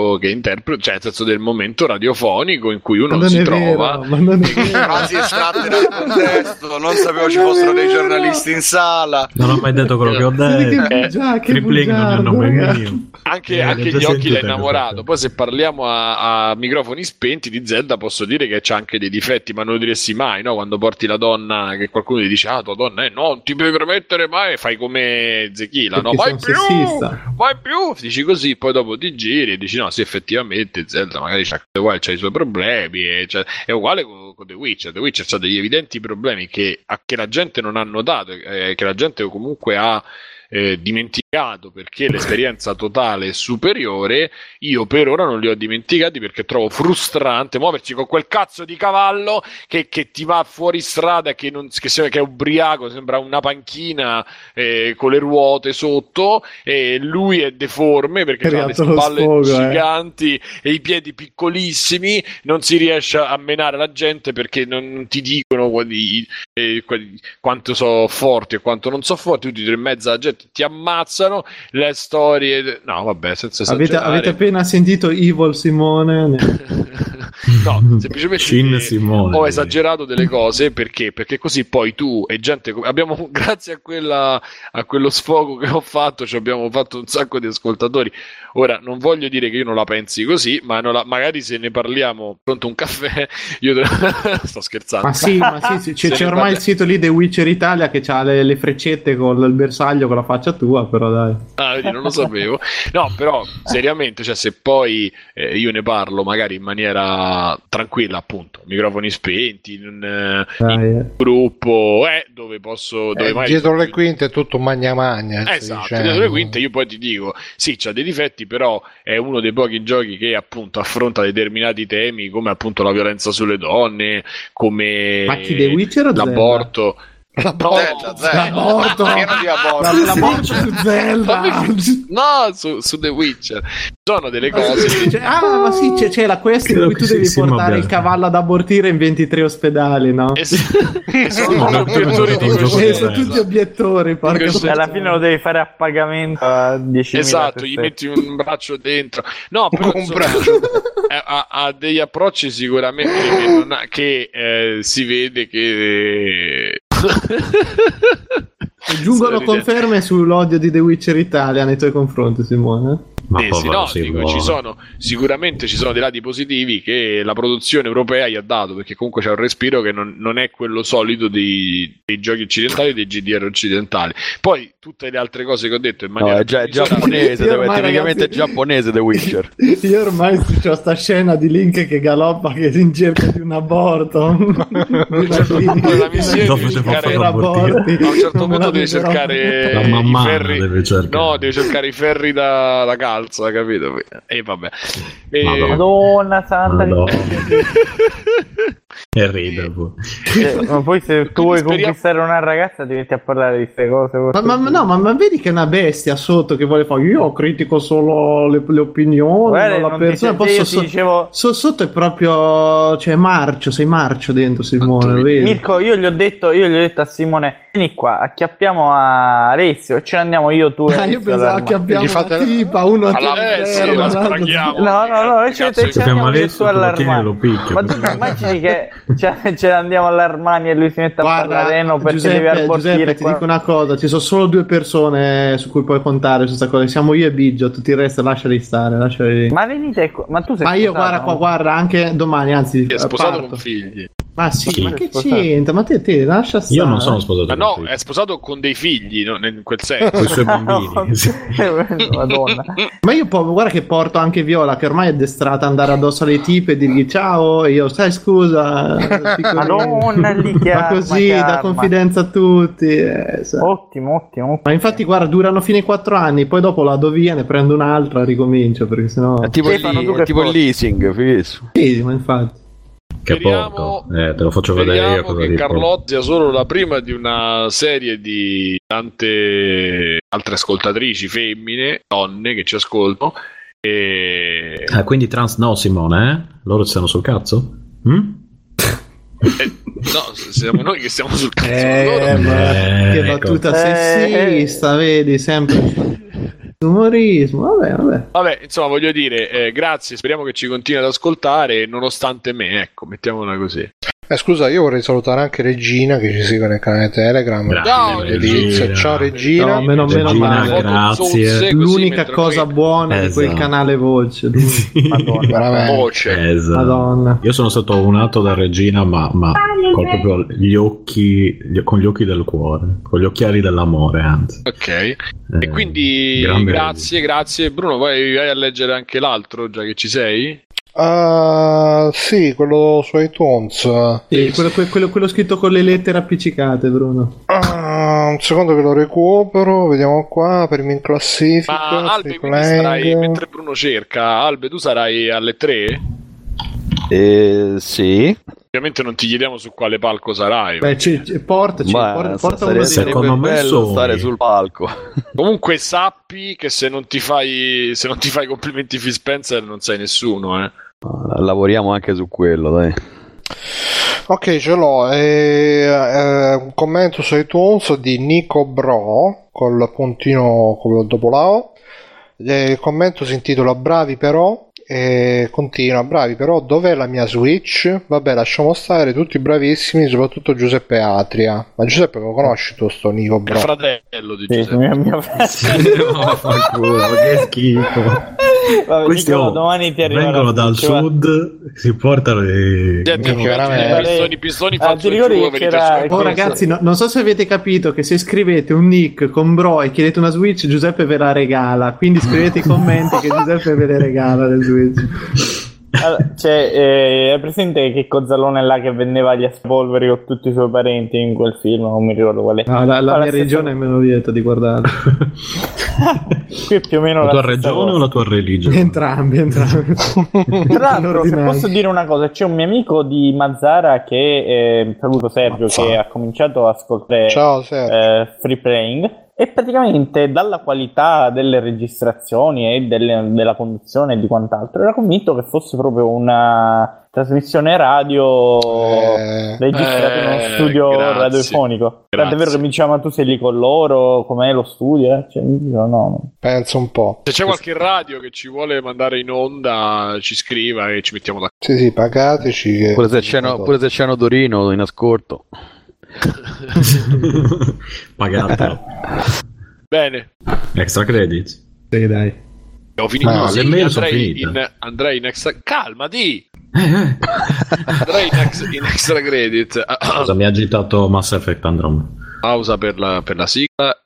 dell'interpreto, cioè nel senso del momento radiofonico in cui uno ma si non è trova. vero, ma non è vero. Quasi estratti dal contesto, non sapevo ci fossero dei giornalisti in sala. Non ho mai detto quello che ho Vedi detto. che bugia- che Tripling non è il bugiardo, nome ragazzi. mio. Anche, Eh, anche l'ho gli già occhi l'ha sentito, innamorato. questo. Poi se parliamo a, a microfoni spenti di Zelda posso dire che c'ha anche dei difetti, ma non lo diresti mai, no? Quando porti la donna, che qualcuno ti dice ah tua donna è no, non ti devi permettere mai, fai come Zechila, no? Perché Vai sono più, sessista. vai più, dici così, poi dopo ti giri e dici no, sì effettivamente Zelda magari c'ha, c'ha i suoi problemi, e c'ha, è uguale con, con The Witcher. The Witcher c'ha degli evidenti problemi che, a, che la gente non ha notato, eh, che la gente comunque ha Eh, dimenticato perché l'esperienza totale è superiore. Io per ora non li ho dimenticati perché trovo frustrante muoversi con quel cazzo di cavallo che, che ti va fuori strada, che, non, che, sembra, che è ubriaco, sembra una panchina eh, con le ruote sotto, e lui è deforme perché ha le spalle sfogo, giganti eh. e i piedi piccolissimi, non si riesce a menare la gente perché non, non ti dicono quali, eh, quali, quanto so forti e quanto non so forti, tu ti trovi in mezzo alla gente, ti ammazzano, le storie, no vabbè, senza Avete, esagerare. avete appena sentito Evil Simone? No, semplicemente Shin eh, Simone. ho esagerato delle cose perché perché così poi tu e gente come- abbiamo grazie a quella a quello sfogo che ho fatto ci abbiamo fatto un sacco di ascoltatori. Ora non voglio dire che io non la pensi così, ma non la- magari se ne parliamo pronto un caffè io te- sto scherzando. Ma sì, ma sì, sì, c'è, Se c'è ne ormai parli- il sito lì The Witcher Italia che ha le, le freccette con il bersaglio con la faccia tua, però dai. Ah, vedi, non lo sapevo. No, però seriamente, cioè, se poi eh, io ne parlo magari in maniera tranquilla, appunto, microfoni spenti, in, eh, Dai, in eh. gruppo, eh, dove posso. Dove Eh, magari dietro sto- le quinte è tutto magna magna. Eh, stai esatto, dicendo. dietro le quinte io poi ti dico, sì, c'ha dei difetti, però è uno dei pochi giochi che appunto affronta determinati temi come appunto la violenza sulle donne, come Ma chi, The Witcher o Zelda? l'aborto. Zelda, Zelda. L'aborto. Pieno di aborto. La, la morte su Zelda. No, su, su The Witcher sono delle cose. Cioè, ah, ma sì, c'è, c'è la quest in Credo cui tu che devi sì, sì, portare ma il bene. cavallo ad abortire in ventitré ospedali, no? E s- e sono No, tutti no, obiettori di no, no, no, Eh, sono no, tutti obiettori, porca Questo- Alla fine lo devi fare a pagamento a diecimila Esatto, gli per metti un braccio dentro. No, però Un insomma, braccio. eh, ha, ha degli approcci sicuramente che, non ha- che eh, si vede che Giungono Sto ridendo. conferme sull'odio di The Witcher Italia nei tuoi confronti, Simone? Ma Eh, sì, povero no, Simone. dico, ci sono sicuramente ci sono dei lati positivi che la produzione europea gli ha dato, perché comunque c'è un respiro che non, non è quello solito dei, dei giochi occidentali, dei G D R occidentali. Poi tutte le altre cose che ho detto in No, maniera è, già, è più misurata- giapponese, Io deve- ormai, tipicamente ragazzi- giapponese The Witcher. Io ormai c'ho sta scena di Link che galoppa che si in cerca di un aborto. Di una clinica. la missione Dove di devo cercare farlo abortire? a un certo Non me punto la devi vivrò. cercare La i mammana ferri. deve cercare. No, devi cercare i ferri da, da calza, capito? E vabbè. E... Madonna. Madonna santa. Madonna. E ride poi. Eh, ma poi se tu vuoi Speriamo- conquistare una ragazza ti metti a parlare di queste cose. Ma, ma- ma no, ma, ma vedi che è una bestia sotto che vuole fare. Io critico solo le, le opinioni, Guarda, non la non ti- persona. io Posso, ti so- dicevo- so- sotto è proprio. Cioè, marcio, sei marcio dentro, Simone. Lo vedi? Mirko, io gli ho detto, io gli ho detto a Simone, vieni qua, acchiappiamo a Alessio e ce ne andiamo io, tu e Ah, io Alessio pensavo all'arma- che abbiamo Gli fate- una tipa, uno a Alla- eh, sì, terra, la l'altro- spranghiamo. No, no, no, ce, Cazzo, ce ne Chiamiamo andiamo io e tu Alessio, te lo tieni e lo all'Armani. picchia. Ma tu ti immagini che ce, ce ne andiamo all'Armani e lui si mette a parlare Guarda, perché Giuseppe, deve abortire Giuseppe, ti qua. dico una cosa: ci sono solo due persone su cui puoi contare su questa cosa. Siamo io e Biggio, tutto il resto lasciali stare. Lasciali... Ma, Ma venite qua, ma tu sei io, sposato, guarda, no? qua, guarda, anche domani, anzi, È sposato parto. con figli. Ma sì, Sì. ma che Sposato. c'entra? Ma te, te lascia stare. Io non sono sposato Ma con no, figli. è sposato con dei figli, no? in quel senso. Con i suoi No, bambini. Sì. Madonna. Ma io po- guarda che porto anche Viola, che ormai è addestrata ad andare addosso alle tipe e dirgli ciao. E io, sai, scusa, piccolino. Madonna, li Ma chiama, così, da karma. confidenza a tutti. eh, sai. Ottimo, ottimo, ottimo. Ma infatti, guarda, durano fino ai quattro anni, poi dopo la do via, ne prendo un'altra e ricomincio, perché sennò... È tipo, il, Stefano, li- tu è che tipo il porti? leasing, fighissimo. Sì, ma infatti. Che Speriamo- porco. Eh, te lo faccio vedere io Speriamo cosa che dico. Carlotta sia solo la prima di una serie di tante altre ascoltatrici femmine, donne che ci ascoltano. E... Ah, quindi trans no, Simone, eh? Loro stanno sul cazzo? Mm? eh, no, siamo noi che stiamo sul cazzo Eh, loro. ma Eh, che ecco. battuta Eh, sessista, vedi, sempre... Umorismo, vabbè, vabbè. Vabbè, insomma, voglio dire, eh, grazie, speriamo che ci continui ad ascoltare, nonostante me, ecco, mettiamola così. Eh, scusa, io vorrei salutare anche Regina che ci segue nel canale Telegram. Ciao, Regina. Ciao Regina. No, meno, meno Regina, male. grazie. L'unica cosa noi... buona esatto. di quel canale voce. Madonna, voce. Esatto. Madonna. Io sono stato aunato da Regina, ma, ma con proprio gli occhi, con gli occhi del cuore, con gli occhiali dell'amore, anzi. Ok. Eh, e quindi grazie, Regina. grazie. Bruno, vai, vai a leggere anche l'altro, già che ci sei? Uh, sì, quello su iTunes. Sì, quello, quello, quello scritto con le lettere appiccicate, Bruno. Uh, un secondo che lo recupero, vediamo qua, primi in classifica. Ma Albe, quindi sarai, mentre Bruno cerca, Albe, tu sarai alle tre? Eh, sì. Ovviamente non ti chiediamo su quale palco sarai. Beh, c- c- portaci, Ma porta, porta sarebbe, uno secondo me bello stare sul palco. Comunque sappi che se non ti fai se non ti fai complimenti Phil Spencer non sei nessuno, eh. Lavoriamo anche su quello, dai. Ok, ce l'ho. E, eh, un commento su iTunes di Nico Bro col puntino dopo la O. Il commento si intitola Bravi però. E continua, bravi però dov'è la mia Switch? Vabbè, lasciamo stare, tutti bravissimi, soprattutto Giuseppe Atria. Ma Giuseppe lo conosci tu sto Nico Bro? Il fratello di sì, Giuseppe. Mio, mio fratello. No, fa culo, che schifo. Vabbè, questi Nicola, domani ti vengono dal cioè... sud, si portano i pistoni, pistoni ah, ti ricordi che c'era... Oh ragazzi, no, non so se avete capito che se scrivete un nick con Bro e chiedete una Switch, Giuseppe ve la regala, quindi scrivete i commenti che Giuseppe ve le regala le Switch. Allora, cioè, eh, è presente che Cozzalone là che vendeva gli aspolveri con tutti i suoi parenti in quel film? Non mi ricordo qual è. No, la, la Ma mia la regione è meno lieta di guardare. Qui più o meno la, la tua regione cosa. O la tua religione? Entrambi, entrambi. Tra l'altro, se posso dire una cosa, c'è un mio amico di Mazzara che eh, saluto Sergio, Mazzara. Che ha cominciato a ascoltare Ciao, eh, Free Playing. E praticamente dalla qualità delle registrazioni e delle, della conduzione e di quant'altro era convinto che fosse proprio una trasmissione radio eh, registrata eh, in uno studio grazie, radiofonico. Tant'è vero che mi diceva: ma tu sei lì con loro, com'è lo studio? Eh? Cioè, no, no. Penso un po'. Se c'è qualche radio che ci vuole mandare in onda, ci scriva e ci mettiamo d'accordo. Sì, sì, pagateci. Che... Pure se c'è pure se c'è Dorino in ascolto. Pagatelo. Bene. Extra credits. Sì, dai. Ho finito. No, sì, le mail sono andrei, finite. in, andrei in extra. Calmati. Eh, eh. Andrei in, ex, in extra credit. Cosa mi ha agitato Mass Effect Andromeda? Pausa per la, per la sigla.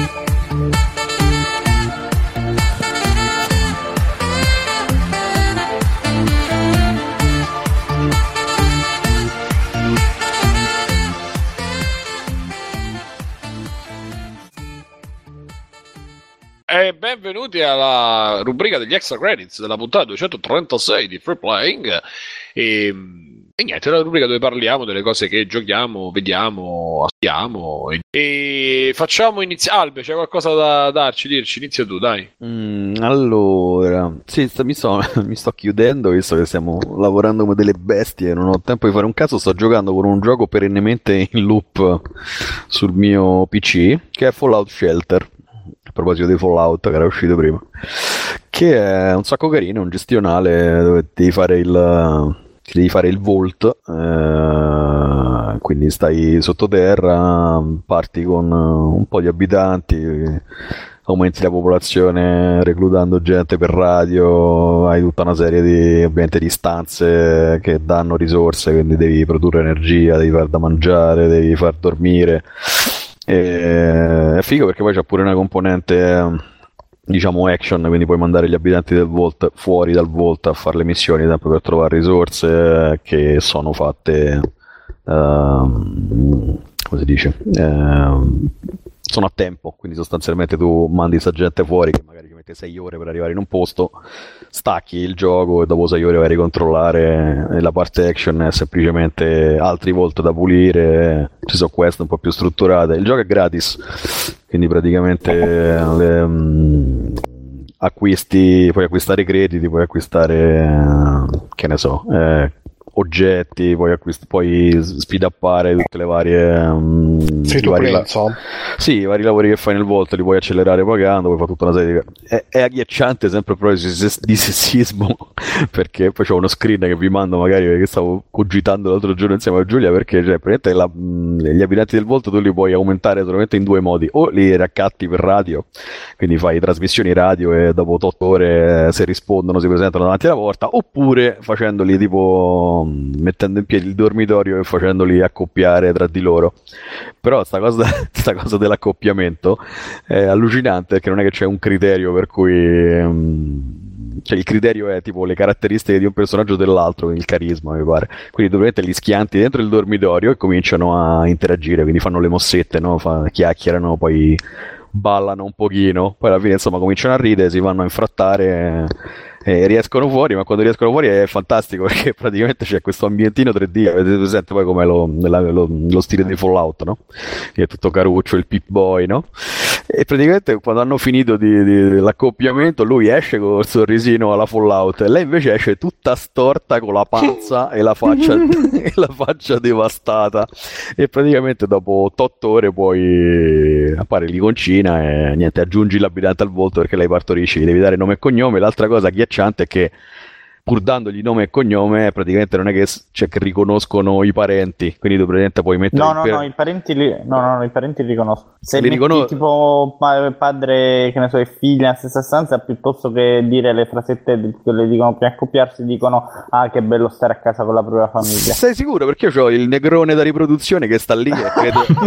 E benvenuti alla rubrica degli extra credits della puntata duecentotrentasei di Free Playing. E, e niente, è la rubrica dove parliamo delle cose che giochiamo, vediamo, assiamo. E, e facciamo iniziare. Albe, c'è qualcosa da darci, dirci? Inizia tu, dai. Mm, allora, sì, sto, mi, sto, mi sto chiudendo visto che stiamo lavorando come delle bestie. Non ho tempo di fare un cazzo. Sto giocando con un gioco perennemente in loop sul mio P C che è Fallout Shelter. A proposito di Fallout che era uscito prima, che è un sacco carino, un gestionale dove devi fare il devi fare il vault, eh, quindi stai sottoterra, parti con un po' di abitanti, aumenti la popolazione reclutando gente per radio, hai tutta una serie di, ovviamente, di stanze che danno risorse, quindi devi produrre energia, devi far da mangiare, devi far dormire. E è figo perché poi c'è pure una componente, diciamo, action, quindi puoi mandare gli abitanti del Vault fuori dal Vault a fare le missioni sempre per trovare risorse che sono fatte uh, come si dice uh, sono a tempo, quindi sostanzialmente tu mandi sta gente fuori che magari ci mette sei ore per arrivare in un posto, stacchi il gioco e dopo sei ore vai a ricontrollare, e la parte action è semplicemente altri Vault da pulire, ci sono quest un po' più strutturate. Il gioco è gratis, quindi praticamente le, um, acquisti, puoi acquistare crediti, puoi acquistare, che ne so, eh, oggetti, puoi, acquist- puoi speedappare tutte le varie um, free to play, la- insomma. Sì, i vari lavori che fai nel Vault li puoi accelerare pagando, puoi fare tutta una serie di... È, è agghiacciante sempre a proposito di sessismo, perché poi c'ho uno screen che vi mando magari perché stavo cogitando l'altro giorno insieme a Giulia, perché cioè, praticamente la, gli abitanti del Vault tu li puoi aumentare solamente in due modi: o li raccatti per radio, quindi fai trasmissioni radio e dopo otto ore se rispondono si presentano davanti alla porta, oppure facendoli tipo mettendo in piedi il dormitorio e facendoli accoppiare tra di loro. Però sta cosa, sta cosa dell'accoppiamento è allucinante, perché non è che c'è un criterio per cui um, cioè il criterio è tipo le caratteristiche di un personaggio o dell'altro, il carisma mi pare, quindi dovete li schianti dentro il dormitorio e cominciano a interagire, quindi fanno le mossette, no? Fa, chiacchierano, poi ballano un pochino, poi alla fine insomma cominciano a ridere, si vanno a infrattare e riescono fuori, ma quando riescono fuori è fantastico, perché praticamente c'è questo ambientino tre D, avete presente poi com'è lo, lo, lo stile di Fallout, no? Che è tutto caruccio, il Pip-Boy, no? E praticamente quando hanno finito di, di, l'accoppiamento lui esce con il sorrisino alla Fallout e lei invece esce tutta storta con la panza e la faccia, e la faccia devastata, e praticamente dopo otto ore poi appare l'iconcina e niente, aggiungi l'abitante al volto perché lei partorisce, gli devi dare nome e cognome. L'altra cosa ghiacciante è che pur dandogli nome e cognome praticamente non è che, cioè, che riconoscono i parenti, quindi tu praticamente puoi mettere no no per... no i parenti li... no, no no i parenti li riconosco, se li metti riconos- tipo padre che ne so e figlia nella stessa stanza, piuttosto che dire le frasette che le dicono prima di accoppiarsi, dicono ah che bello stare a casa con la propria famiglia. Sei sicuro? Perché io ho il negrone da riproduzione che sta lì e credo che,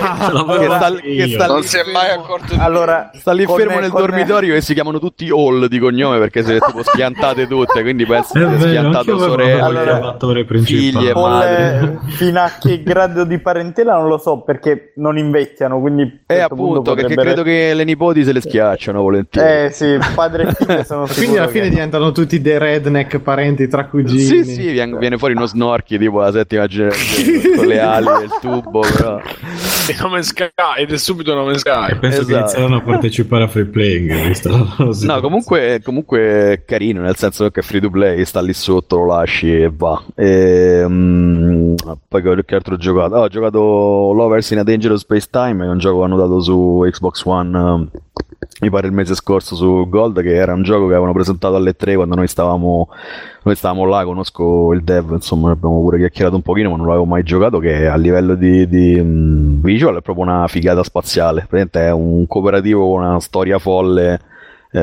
sta, che sta non lì si è mai accorto di allora sta lì con fermo me, nel con dormitorio me... e si chiamano tutti Hall di cognome perché se le tipo schiantate tutte, quindi penso È che vero, schiantato anch'io avevo sorelle, Allora, l'attore principale. figli e Con madre. le- fino a che grado di parentela non lo so, perché non invecchiano, quindi a un E certo appunto, punto perché potrebbero- credo che le nipoti se le schiacciano volentieri. eh sì, padre e figlio sono Quindi sicuro alla fine che- diventano tutti dei redneck parenti tra cugini. Sì, sì, viene, viene fuori uno snorchi tipo la settima generazione con le ali e il tubo, però. E nome Sky, ed è subito nome Sky. E penso che Esatto. inizieranno a partecipare a free playing, visto la loro No, situazione. comunque, comunque è carino, nel senso che è free to play, sta lì sotto, lo lasci e va. E, mm, poi che che altro ho giocato? Ah, ho giocato Lovers in a Dangerous Space Time, che è un gioco che hanno dato su Xbox One, eh, mi pare il mese scorso su Gold, che era un gioco che avevano presentato alle tre quando noi stavamo, noi stavamo là, conosco il dev, insomma abbiamo pure chiacchierato un pochino, ma non l'avevo mai giocato, che a livello di, di um, visual è proprio una figata spaziale, praticamente è un cooperativo con una storia folle, eh,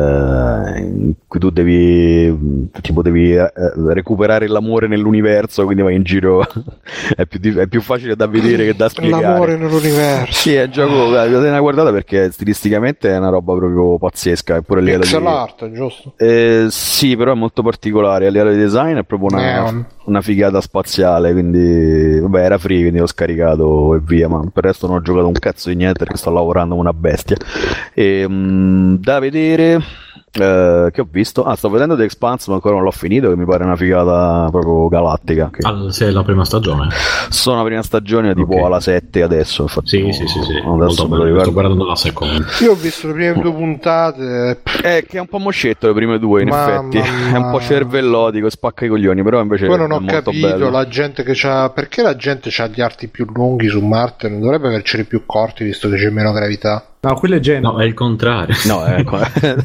in cui tu devi tipo devi eh, recuperare l'amore nell'universo, quindi vai in giro è, più, di- è più facile da vedere che da spiegare. L'amore nell'universo. Sì, è un gioco, date una guardata perché stilisticamente è una roba proprio pazzesca, eppure a livello Pixel di... art, giusto? Eh, sì, però è molto particolare, a livello di design è proprio una, Neon. una figata spaziale, quindi vabbè, era free, quindi l'ho scaricato e via, ma per il resto non ho giocato un cazzo di niente perché sto lavorando come una bestia. E, mh, da vedere eh, che ho visto, ah, sto vedendo The Expanse ma ancora non l'ho finito, che mi pare una figata proprio galattica, che Ah, se è la prima stagione. sono la prima stagione tipo Ok. alla sette adesso, infatti, Sì, no, sì, sì, sì. adesso Molto me lo bello. ricordo. Sto guardando la seconda. Io ho visto le prime due puntate. È che è un po' moscetto le prime due, in Mamma effetti. È un po' mia. cervellotico, spacca i coglioni, però invece Poi non è ho molto capito bello. la gente che c'ha. Perché la gente c'ha gli arti più lunghi su Marte? Non dovrebbe averceli più corti visto che c'è meno gravità. No, quello è Genova. No, è il contrario. No, ecco.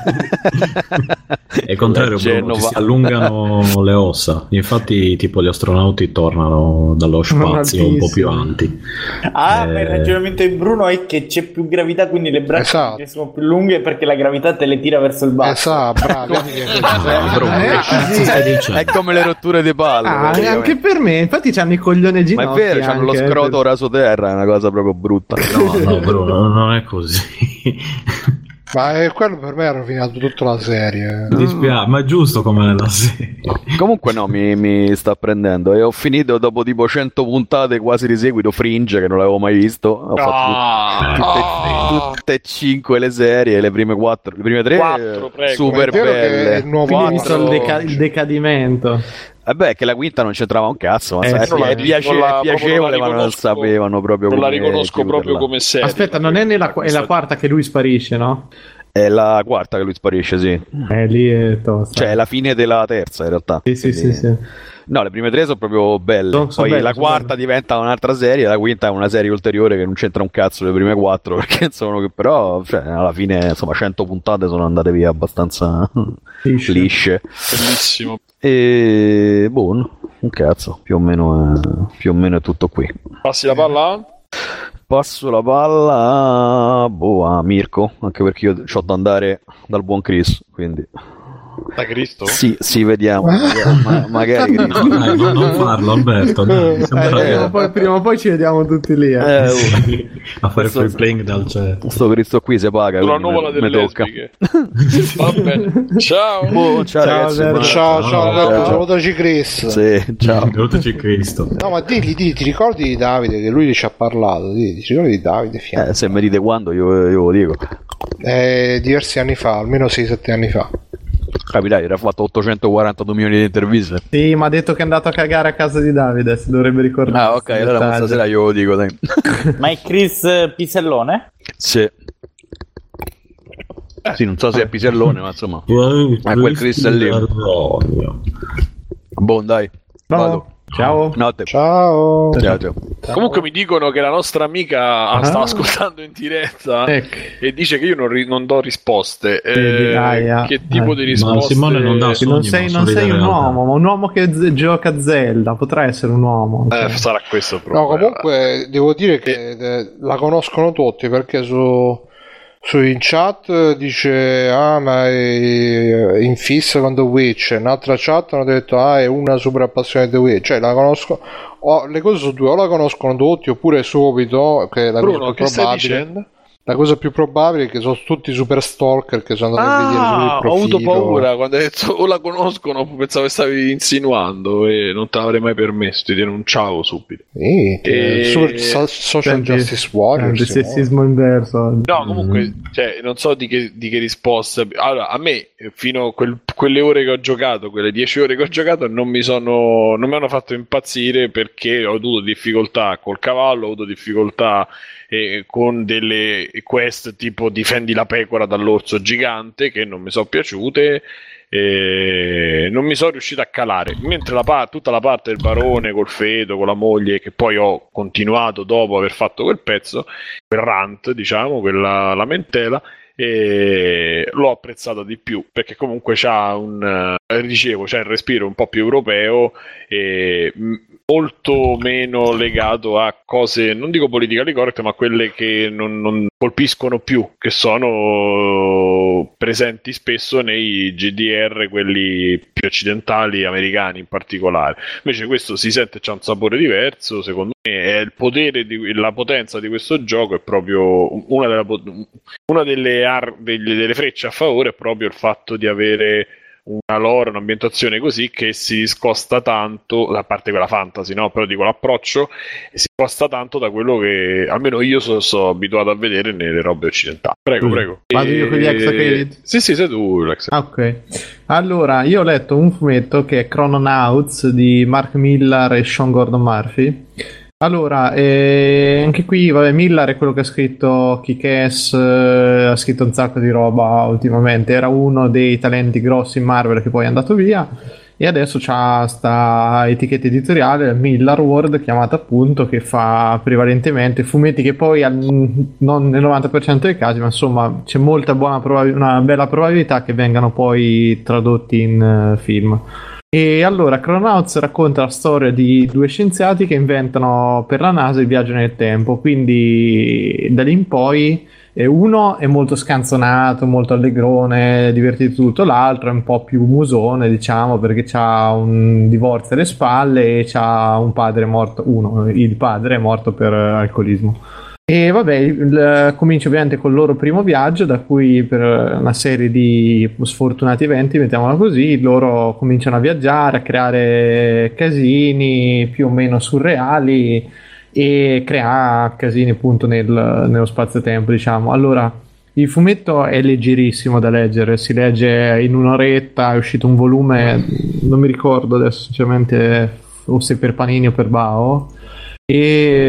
È il contrario, Bruno, Genova. ci si allungano le ossa. Infatti, tipo, gli astronauti tornano dallo spazio un po' più avanti. Ah, Eh, ma il ragionamento di Bruno è che c'è più gravità, quindi le braccia Esatto. che sono più lunghe perché la gravità te le tira verso il basso. Esatto, bravo. Eh, Bruno, Eh, che cazzo sì. stai dicendo? È come le rotture di palle. Ah, praticamente. anche per me, infatti c'hanno i coglioni Ma ginocchi. è vero, c'hanno lo anche, scroto eh, raso terra, è una cosa proprio brutta. No, no, Bruno, non è così. Ma eh, quello per me ha rovinato tutta la serie. Mi dispiace, ma è giusto come nella serie. Comunque no, mi, mi sta prendendo e ho finito dopo tipo cento puntate quasi di seguito Fringe, che non l'avevo mai visto. Ho fatto Ah, tutte, ah. tutte e cinque le serie, le prime quattro, le prime tre Quattro, prego. super È vero che belle. il nuovo Quindi hai visto il, quattro- deca- il decadimento. Vabbè, che la quinta non c'entrava un cazzo, ma Eh, sai, sì, è, non piace- non la- è piacevole, proprio non la ma non riconosco- sapevano proprio Non la come riconosco proprio chiuderla. come serie. Aspetta, non è nella è la quarta che lui sparisce, no? È la quarta che lui sparisce, sì. Eh, lì è tosta. Cioè, è la fine della terza, in realtà. Sì, sì, Quindi... sì, sì. No, le prime tre sono proprio belle. Sono- sono Poi belle, la sono quarta belle. diventa un'altra serie, la quinta è una serie ulteriore che non c'entra un cazzo le prime quattro, perché sono che però, cioè, alla fine, insomma, cento puntate sono andate via abbastanza Lisce. lisce. Bellissimo. E boh, un cazzo, più o meno è, più o meno è tutto qui. Passi la palla? Passo la palla a, boh, a Mirko, anche perché io ho da andare dal buon Chris, quindi Da Cristo? sì, sì, vediamo. Ma- magari Chris. No, dai, non, non farlo, Alberto. Dai, Eh, sembra prima, o poi, prima o poi ci vediamo tutti lì. Eh. Eh, oh, a fare questo- free playing dal chat. sto Cristo qui si paga, Sulla quindi nuvola me- delle me tocca. lesbiche. Va bene. Ciao. Boh, ciao, Ciao, ragazzi. Alberto. buona- Ciao, ciao, Ciao. Alberto, salutaci Chris. Sì, ciao. Salutaci Cristo. No, ma digli, digli, ti ricordi di Davide, che lui ci ha parlato, digli, ti ricordi di Davide? Fianco? Eh, se mi dite quando io, io lo dico. Eh, diversi anni fa, almeno sei sette anni fa. Capirai, era fatto ottocentoquarantadue milioni di interviste. Sì, ma ha detto che è andato a cagare a casa di Davide, si dovrebbe ricordare. Ah, ok, questi allora dettagli. stasera io lo dico, dai. Ma è Chris Pisellone? Sì. Sì, non so se è Pisellone, ma insomma. Ma quel Chris è lì. Boh, dai. No. Vado. Ciao. Notte. Ciao. Ciao, ciao. Comunque mi dicono che la nostra amica Ah. sta ascoltando in diretta Ecco. e dice che io non, ri- non do risposte. Eh, Vedi, aia. che tipo Eh. di risposte? Ma Simone non dà Che non sogni, sei, ma non sorride sei un realtà. uomo, ma un uomo che z- gioca a Zelda, potrà essere un uomo. Eh, cioè. sarà questo il No, problema. comunque devo dire che eh, la conoscono tutti, perché su, su in chat dice ah ma è in fissa con The Witch, in altra chat hanno detto ah è una super appassionata di The Witch, cioè la conosco, o, le cose sono due, o la conoscono tutti oppure subito, che è la Bruno, cosa che più stai probabile. dicendo? La cosa più probabile è che sono tutti super stalker che sono andati a vedere Ah, sul ho avuto profilo. paura quando hai detto o la conoscono, pensavo che stavi insinuando e non te l'avrei mai permesso di denunciavo subito. Sì, che E- super so- social Senti, justice warriors. il sessismo inverso. No, comunque, cioè, non so di che, di che risposta. Allora, a me, fino a quel- quelle ore che ho giocato, quelle dieci ore che ho giocato, non mi sono, non mi hanno fatto impazzire perché ho avuto difficoltà col cavallo, ho avuto difficoltà eh, con delle quest tipo difendi la pecora dall'orso gigante che non mi sono piaciute. E non mi sono riuscito a calare, mentre la pa- tutta la parte del barone col feto, con la moglie, che poi ho continuato dopo aver fatto quel pezzo, quel rant, diciamo, quella lamentela, e l'ho apprezzata di più perché comunque c'ha un eh, dicevo c'ha il respiro un po' più europeo e m- molto meno legato a cose, non dico politically correct, ma quelle che non, non colpiscono più, che sono presenti spesso nei G D R, quelli più occidentali, americani in particolare. Invece questo si sente, c'ha un sapore diverso, secondo me è il potere di, la potenza di questo gioco è proprio una delle, una delle, ar, delle, delle frecce a favore è proprio il fatto di avere una lore, un'ambientazione così che si discosta tanto, a parte quella fantasy, no? Però dico l'approccio si discosta tanto da quello che almeno io sono, sono abituato a vedere nelle robe occidentali. Prego, Mm. prego. Vado io con gli Hexacredit? Sì, sì, sei tu, Lex. Ah, ok. Allora, io ho letto un fumetto che è Chrononauts di Mark Millar e Sean Gordon Murphy. Allora, eh, anche qui, vabbè, Millar è quello che ha scritto Kick-Ass, eh, ha scritto un sacco di roba ultimamente, era uno dei talenti grossi in Marvel che poi è andato via e adesso c'ha sta etichetta editoriale, Millar World, chiamata appunto, che fa prevalentemente fumetti che poi al, non nel novanta per cento dei casi, ma insomma c'è molta buona probabil- una bella probabilità che vengano poi tradotti in uh, film. E allora Chrononauts racconta la storia di due scienziati che inventano per la NASA il viaggio nel tempo, quindi da lì in poi eh, uno è molto scanzonato, molto allegrone, divertito tutto, l'altro è un po' più musone, diciamo, perché c'ha un divorzio alle spalle e c'ha un padre morto, uno, il padre è morto per alcolismo. E vabbè, il, comincia ovviamente col loro primo viaggio, da cui per una serie di sfortunati eventi, mettiamola così, loro cominciano a viaggiare, a creare casini più o meno surreali e crea casini appunto nel, nello spazio-tempo, diciamo. Allora, il fumetto è leggerissimo da leggere, si legge in un'oretta, è uscito un volume, non mi ricordo adesso sinceramente o se per Panini o per Bao. E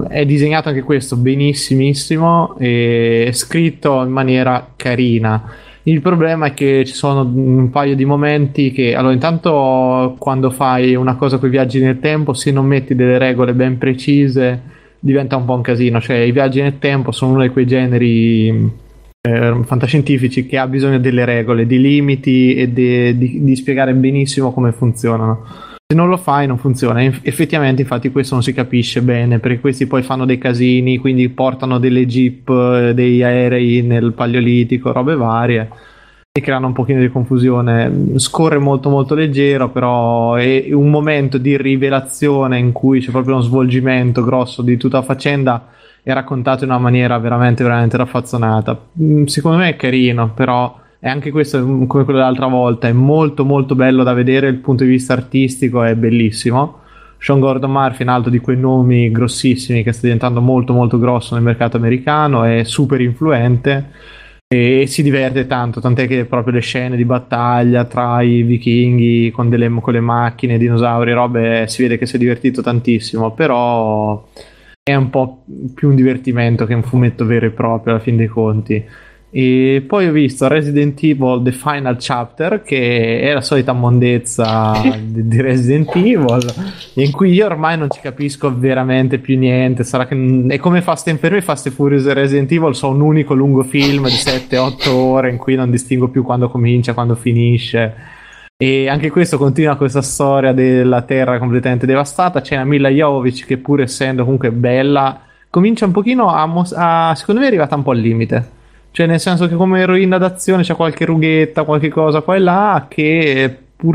è disegnato anche questo benissimissimo e scritto in maniera carina. Il problema è che ci sono un paio di momenti che, allora, intanto quando fai una cosa con i viaggi nel tempo, se non metti delle regole ben precise diventa un po' un casino. Cioè, i viaggi nel tempo sono uno di quei generi eh, fantascientifici che ha bisogno delle regole, di limiti e de, di, di spiegare benissimo come funzionano. Se non lo fai non funziona. Effettivamente, infatti, questo non si capisce bene, perché questi poi fanno dei casini, quindi portano delle jeep, dei aerei nel Paleolitico, robe varie, e creano un pochino di confusione. Scorre molto molto leggero, però è un momento di rivelazione in cui c'è proprio uno svolgimento grosso di tutta la faccenda, è raccontato in una maniera veramente veramente raffazzonata. Secondo me è carino, però e anche questo, come quello dell'altra volta, è molto molto bello da vedere. Il punto di vista artistico è bellissimo. Sean Gordon Murphy è un altro di quei nomi grossissimi che sta diventando molto molto grosso nel mercato americano, è super influente e si diverte tanto, tant'è che proprio le scene di battaglia tra i vichinghi con, delle, con le macchine, dinosauri, robe, si vede che si è divertito tantissimo, però è un po' più un divertimento che un fumetto vero e proprio alla fin dei conti. E poi ho visto Resident Evil The Final Chapter, che è la solita mondezza di, di Resident Evil, in cui io ormai non ci capisco veramente più niente. Sarà che è come Fast and per me Fast and Furious e Resident Evil sono un unico lungo film di sette otto ore in cui non distingo più quando comincia, quando finisce. E anche questo continua questa storia della terra completamente devastata. C'è una Mila Jovovich che, pur essendo comunque bella, comincia un pochino a, mos- a secondo me è arrivata un po' al limite. Cioè, nel senso che come eroina d'azione c'è qualche rughetta, qualche cosa qua e là che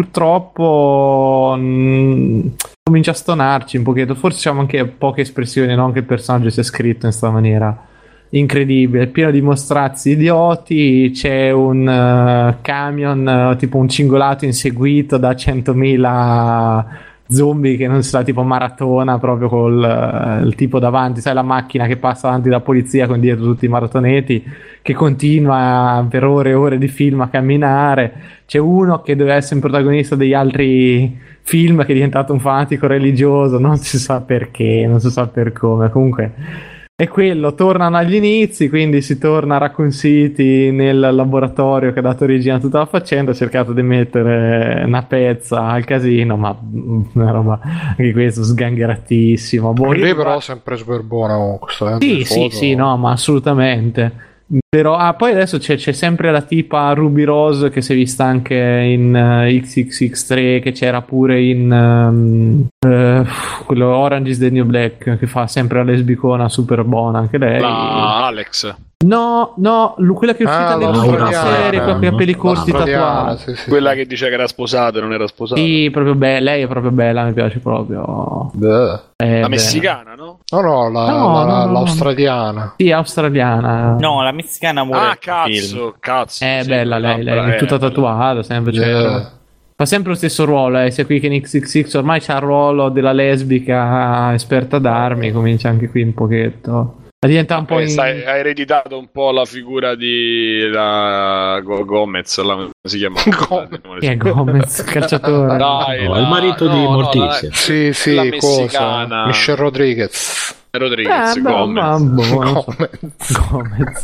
purtroppo mh, comincia a stonarci un pochetto. Forse c'è anche poche espressioni, non che il personaggio sia scritto in questa maniera incredibile, è pieno di mostrazzi idioti. C'è un uh, camion, uh, tipo un cingolato inseguito da centomila zombie che non si sa, tipo maratona proprio col uh, il tipo davanti, sai, la macchina che passa davanti la polizia con dietro tutti i maratoneti, che continua per ore e ore di film a camminare. C'è uno che doveva essere un protagonista degli altri film che è diventato un fanatico religioso, non si sa perché, non si sa per come, comunque è quello. Tornano agli inizi, quindi si torna a Raccoon City, nel laboratorio che ha dato origine a tutta la faccenda. Ho cercato di mettere una pezza al casino, ma una roba anche questo sgangheratissimo. Boh, lì però è sempre super buona comunque. Sì, sì, sì, no, ma assolutamente. Però ah, poi adesso c'è, c'è sempre la tipa Ruby Rose che si è vista anche in uh, X X X tre, che c'era pure in um, uh, quello Orange is the New Black, che fa sempre la lesbicona super buona anche lei. La Alex. No, no, quella che è uscita ah, nell'ultima serie, quella con i capelli corti tatuati. Sì, sì, quella sì, che dice che era sposata e non era sposata. Sì, proprio bella, lei è proprio bella, mi piace proprio. Eh, la messicana, no? No, no, la, no, la, no, no l'australiana. Sì, australiana. No, la messicana muore. Ah, cazzo, film. cazzo. È sì, bella lei, lei è tutta tatuata, sempre yeah. Fa sempre lo stesso ruolo, eh, sia qui che in X X X, ormai c'ha il ruolo della lesbica esperta d'armi, comincia anche qui un pochetto. Diventa un po' in... sai, ha ereditato un po' la figura di la Gomez, la... come si chiama? Chi è Gomez? Calciatore? Dai, no, la... il marito no, di no, Mortizia. La... Sì, sì, la cosa? Michelle Rodriguez. Rodriguez, eh, Gomez. Boh, Gomez. Gomez.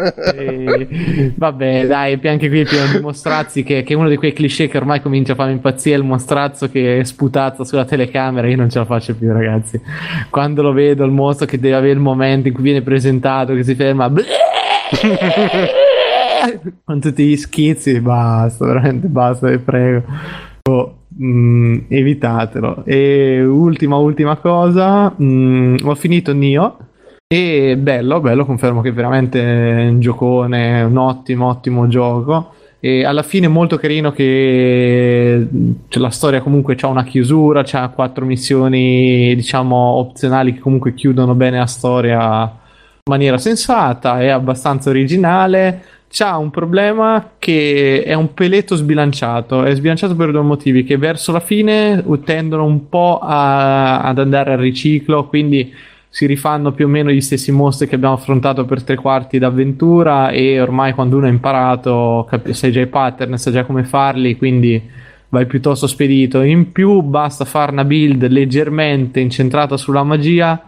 E... vabbè, dai, anche qui è pieno di mostrazzi, che, che è uno di quei cliché che ormai comincia a farmi impazzire, il mostrazzo che è sputato sulla telecamera. Io non ce la faccio più, ragazzi. Quando lo vedo, il mostro che deve avere il momento in cui viene presentato, che si ferma con tutti gli schizzi, basta, veramente basta, vi prego. Oh. Mm, evitatelo. E ultima ultima cosa, mm, ho finito Nioh e bello bello, confermo che veramente è un giocone, un ottimo ottimo gioco, e alla fine molto carino che cioè, la storia comunque c'ha una chiusura, c'ha quattro missioni diciamo opzionali che comunque chiudono bene la storia in maniera sensata, è abbastanza originale. C'ha un problema che è un peletto sbilanciato, è sbilanciato per due motivi, che verso la fine tendono un po' a, ad andare al riciclo, quindi si rifanno più o meno gli stessi mostri che abbiamo affrontato per tre quarti d'avventura, e ormai quando uno è imparato cap- sai già i pattern, sai già come farli, quindi vai piuttosto spedito. In più basta fare una build leggermente incentrata sulla magia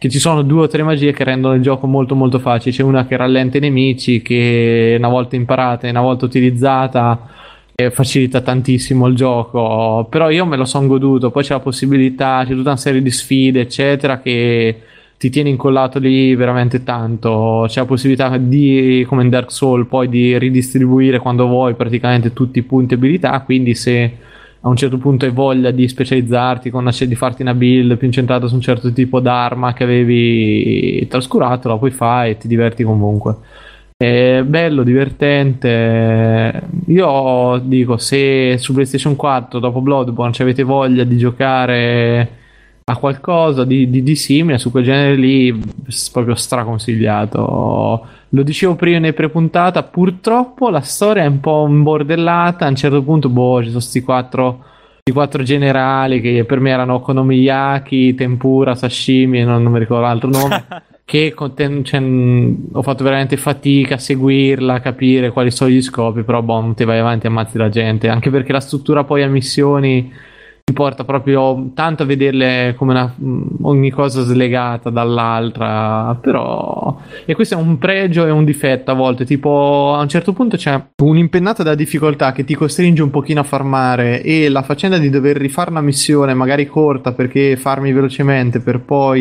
che ci sono due o tre magie che rendono il gioco molto molto facile. C'è una che rallenta i nemici, che una volta imparata e una volta utilizzata eh, facilita tantissimo il gioco, però io me lo son goduto. Poi c'è la possibilità, c'è tutta una serie di sfide eccetera che ti tiene incollato lì veramente tanto. C'è la possibilità di, come in Dark Souls, poi di ridistribuire quando vuoi praticamente tutti i punti abilità, quindi se a un certo punto hai voglia di specializzarti, con una, di farti una build più incentrata su un certo tipo d'arma che avevi trascurato, la puoi fare e ti diverti comunque. È bello, divertente. Io dico, se su PlayStation quattro dopo Bloodborne ci avete voglia di giocare a qualcosa di, di, di simile su quel genere lì, proprio straconsigliato. Lo dicevo prima nei pre-puntata, purtroppo la storia è un po' imbordellata. A un certo punto boh, ci sono sti quattro, sti quattro generali che per me erano Okonomiyaki, Tempura, Sashimi, non, non mi ricordo l'altro nome che conten- cioè, ho fatto veramente fatica a seguirla, a capire quali sono gli scopi, però boh, te vai avanti e ammazzi la gente, anche perché la struttura poi a missioni ti porta proprio tanto a vederle come una, ogni cosa slegata dall'altra, però, e questo è un pregio e un difetto a volte. Tipo a un certo punto c'è un'impennata da difficoltà che ti costringe un pochino a farmare, e la faccenda di dover rifare una missione magari corta perché farmi velocemente per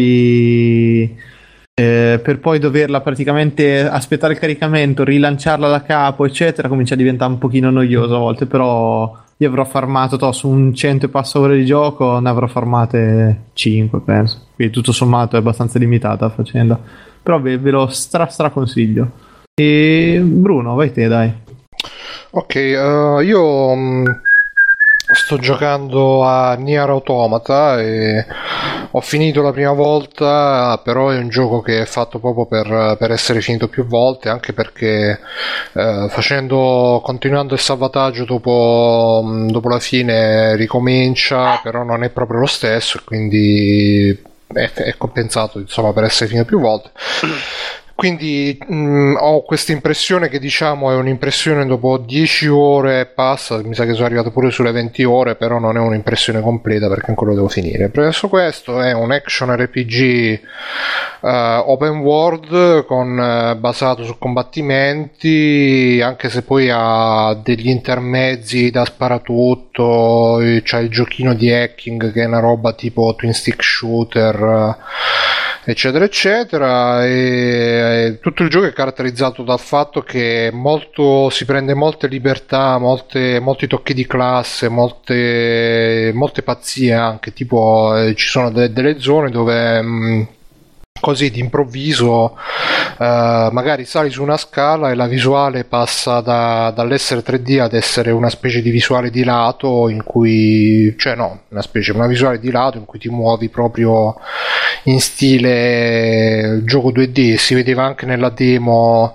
poi eh, per poi doverla praticamente aspettare il caricamento, rilanciarla da capo eccetera, comincia a diventare un pochino noioso a volte. Però io avrò farmato to, su un cento e passa ore di gioco, ne avrò farmate cinque penso, quindi tutto sommato è abbastanza limitata la faccenda, però ve, ve lo stra stra consiglio. E Bruno, vai te, dai. Ok, uh, io um, sto giocando a Nier Automata e ho finito la prima volta, però è un gioco che è fatto proprio per, per essere finito più volte, anche perché eh, facendo, continuando il salvataggio dopo, dopo la fine ricomincia, però non è proprio lo stesso, quindi è, è compensato insomma per essere finito più volte. Quindi mh, ho questa impressione che diciamo è un'impressione dopo dieci ore passa, mi sa che sono arrivato pure sulle venti ore, però non è un'impressione completa perché ancora lo devo finire. Presso questo è un action R P G uh, open world con, uh, basato su combattimenti, anche se poi ha degli intermezzi da sparatutto, c'ha il giochino di hacking che è una roba tipo twin stick shooter, uh, eccetera eccetera, e tutto il gioco è caratterizzato dal fatto che molto, si prende molte libertà, molte, molti tocchi di classe, molte, molte pazzie anche, tipo eh, ci sono de- delle zone dove mh, così d'improvviso eh, magari sali su una scala e la visuale passa da, dall'essere tre D ad essere una specie di visuale di lato, in cui, cioè no, una specie, una visuale di lato in cui ti muovi proprio in stile gioco due D. Si vedeva anche nella demo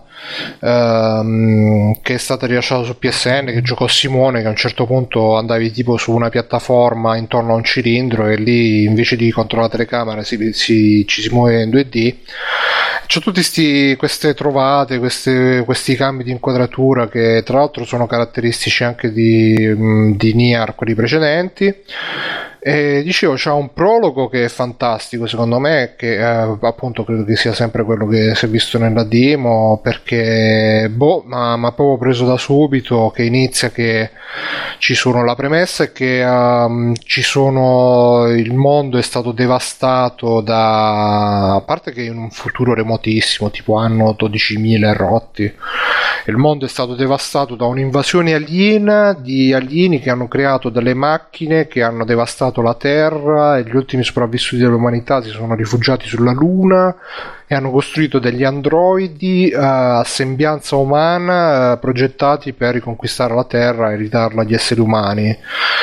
ehm, che è stata rilasciata su P S N, che giocò Simone, che a un certo punto andavi tipo su una piattaforma intorno a un cilindro e lì invece di controllare la telecamera si, si, ci si muove in due D. C'è tutte queste trovate, queste, questi cambi di inquadratura che tra l'altro sono caratteristici anche di, di Nier, quelli precedenti. E dicevo, c'ha un prologo che è fantastico secondo me, che eh, appunto credo che sia sempre quello che si è visto nella demo, perché boh, ma ha proprio preso da subito, che inizia che ci sono, la premessa è che um, ci sono, il mondo è stato devastato da, a parte che in un futuro remotissimo, tipo anno dodicimila rotti, il mondo è stato devastato da un'invasione aliena di alieni che hanno creato delle macchine che hanno devastato la Terra, e gli ultimi sopravvissuti dell'umanità si sono rifugiati sulla Luna e hanno costruito degli androidi uh, a sembianza umana, uh, progettati per riconquistare la Terra e ridarla agli esseri umani.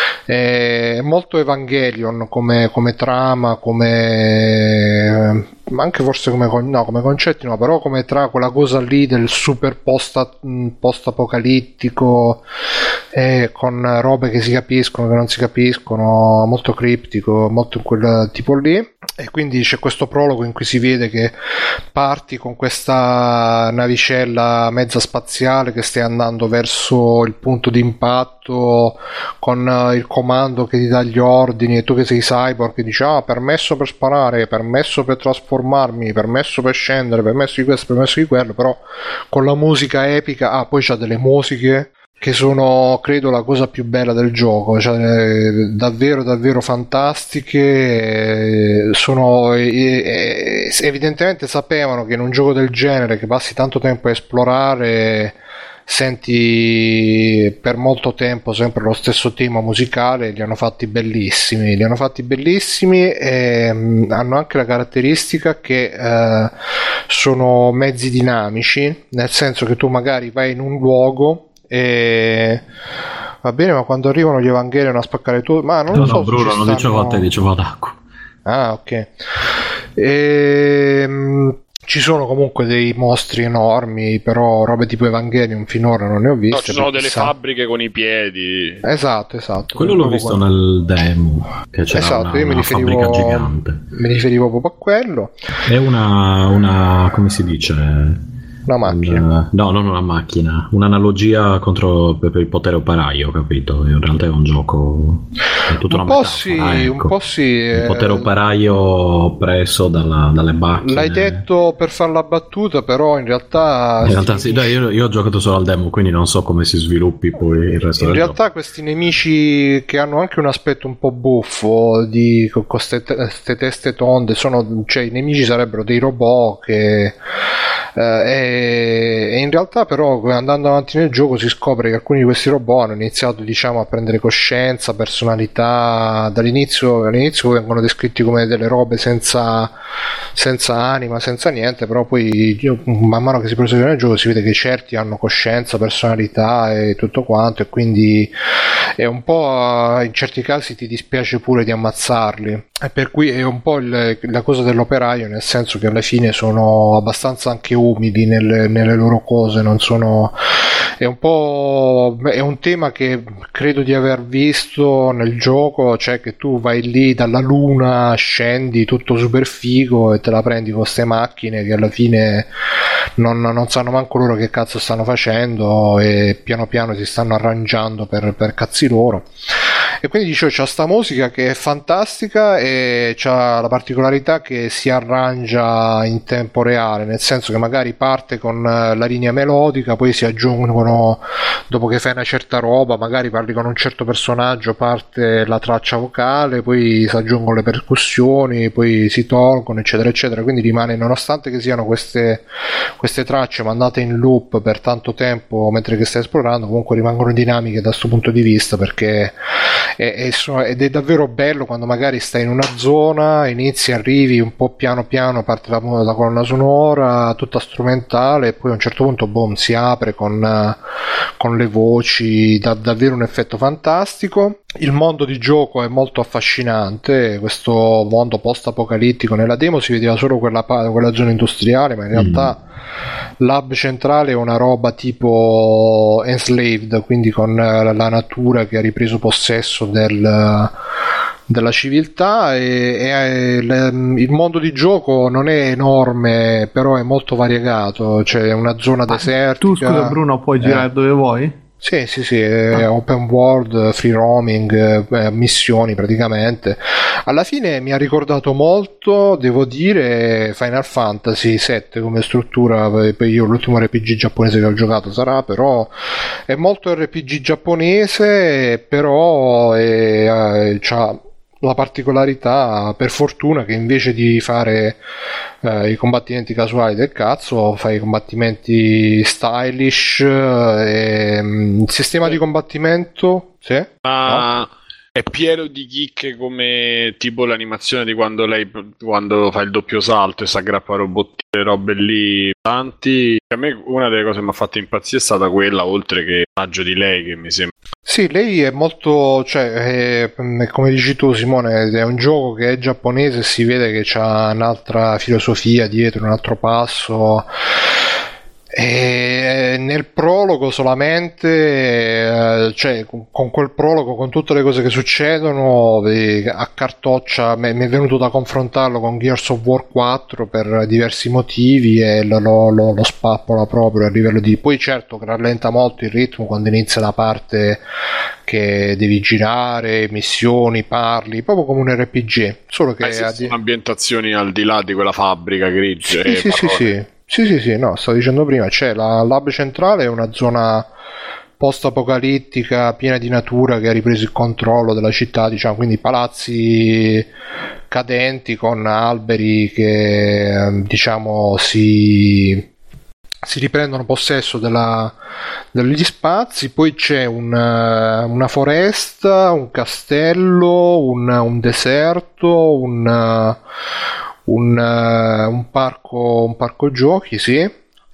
È molto Evangelion come, come trama, come anche forse come, no, come concetti no, però come tra quella cosa lì del super post, post apocalittico e con robe che si capiscono, che non si capiscono, molto criptico, molto in quel tipo lì. E quindi c'è questo prologo in cui si vede che parti con questa navicella mezza spaziale che stai andando verso il punto di impatto con il comando che ti dà gli ordini, e tu che sei cyborg che dici ah, permesso per sparare, permesso per trasformarmi, permesso per scendere, permesso di questo, permesso di quello, però con la musica epica. Ah, poi c'ha delle musiche che sono, credo, la cosa più bella del gioco, cioè, davvero davvero fantastiche. Sono evidentemente sapevano che in un gioco del genere, che passi tanto tempo a esplorare, senti per molto tempo sempre lo stesso tema musicale. Li hanno fatti bellissimi, li hanno fatti bellissimi e mh, hanno anche la caratteristica che eh, sono mezzi dinamici, nel senso che tu magari vai in un luogo e va bene, ma quando arrivano gli Evangelion a spaccare tutto, ma non no, lo so, no, Bruno, non stanno... dicevo a te, dicevo ad Acqua. Ah, ok. E, ci sono comunque dei mostri enormi, però robe tipo Evangelion finora non ne ho viste. No, ci sono delle sa... fabbriche con i piedi. Esatto, esatto. Quello l'ho visto quando... nel demo, che c'era esatto, una, io mi una riferivo... fabbrica gigante. Mi riferivo proprio a quello. È una, una come si dice... Una macchina. Un, no, non una macchina, un'analogia contro per, per il potere operaio, capito? In realtà è un gioco, è tutta un una po' metafora, sì, ecco. un po' sì. Il potere operaio preso dalla, dalle macchine. L'hai detto per far la battuta, però in realtà... In realtà sì, dai, io, io ho giocato solo al demo, quindi non so come si sviluppi poi il resto in del realtà gioco. Questi nemici che hanno anche un aspetto un po' buffo, di, con queste teste tonde, sono, cioè i nemici sarebbero dei robot che... Uh, e, e in realtà però andando avanti nel gioco si scopre che alcuni di questi robot hanno iniziato, diciamo, a prendere coscienza, personalità. Dall'inizio all'inizio vengono descritti come delle robe senza, senza anima, senza niente, però poi io, man mano che si prosegue nel gioco si vede che certi hanno coscienza, personalità e tutto quanto, e quindi è un po', in certi casi ti dispiace pure di ammazzarli, e per cui è un po' il, la cosa dell'operaio, nel senso che alla fine sono abbastanza anche umili nelle, nelle loro cose, non sono, è un po' è un tema che credo di aver visto nel gioco, cioè che tu vai lì dalla luna, scendi tutto super figo e te la prendi con queste macchine che alla fine non, non sanno manco loro che cazzo stanno facendo e piano piano si stanno arrangiando per, per cazzi loro. E quindi dicevo, c'ha sta musica che è fantastica e c'ha la particolarità che si arrangia in tempo reale, nel senso che magari parte con la linea melodica, poi si aggiungono, dopo che fai una certa roba, magari parli con un certo personaggio, parte la traccia vocale, poi si aggiungono le percussioni, poi si tolgono, eccetera eccetera. Quindi rimane, nonostante che siano queste, queste tracce mandate in loop per tanto tempo mentre che stai esplorando, comunque rimangono dinamiche da questo punto di vista, perché ed è davvero bello quando magari stai in una zona, inizi, arrivi un po' piano piano, parte la, la colonna sonora tutta strumentale e poi a un certo punto boom, si apre con, con le voci, dà davvero un effetto fantastico. Il mondo di gioco è molto affascinante, questo mondo post-apocalittico. Nella demo si vedeva solo quella, quella zona industriale, ma in realtà mm. l'hub centrale è una roba tipo Enslaved, quindi con la natura che ha ripreso possesso del, della civiltà, e, e le, il mondo di gioco non è enorme, però è molto variegato, c'è una zona desertica. Tu scusa Bruno, puoi girare eh. dove vuoi? Sì, sì, sì, ah. Open world, free roaming, eh, missioni praticamente. Alla fine mi ha ricordato molto, devo dire, Final Fantasy sette come struttura. Io l'ultimo R P G giapponese che ho giocato sarà, però è molto R P G giapponese, però è, è, c'ha la particolarità, per fortuna, che invece di fare eh, i combattimenti casuali del cazzo, fai i combattimenti stylish, e, um, il sistema di combattimento sì? Ma no? È pieno di chicche, come tipo l'animazione di quando lei quando fa il doppio salto e si aggrappa a robottine, robe lì tanti. A me una delle cose che mi ha fatto impazzire è stata quella, oltre che il personaggio di lei, che mi sembra. Sì, lei è molto, cioè, è, come dici tu Simone, è un gioco che è giapponese, si vede che c'ha un'altra filosofia dietro, un altro passo. E nel prologo solamente, eh, cioè con quel prologo, con tutte le cose che succedono, eh, a cartoccia mi è venuto da confrontarlo con Gears of War quattro per diversi motivi e lo, lo, lo, lo spappola proprio a livello di... Poi certo che rallenta molto il ritmo quando inizia la parte che devi girare, missioni, parli, proprio come un R P G, solo che... Eh, sì, sono ambientazioni al di là di quella fabbrica grigia. Sì, sì, sì, sì. Sì, sì, sì, no, stavo dicendo prima, c'è la lab centrale, è una zona post-apocalittica piena di natura che ha ripreso il controllo della città, diciamo, quindi palazzi cadenti con alberi che, diciamo, si, si riprendono possesso della, degli spazi. Poi c'è un, una foresta, un castello, un, un deserto, un... Un, uh, un parco un parco giochi, sì,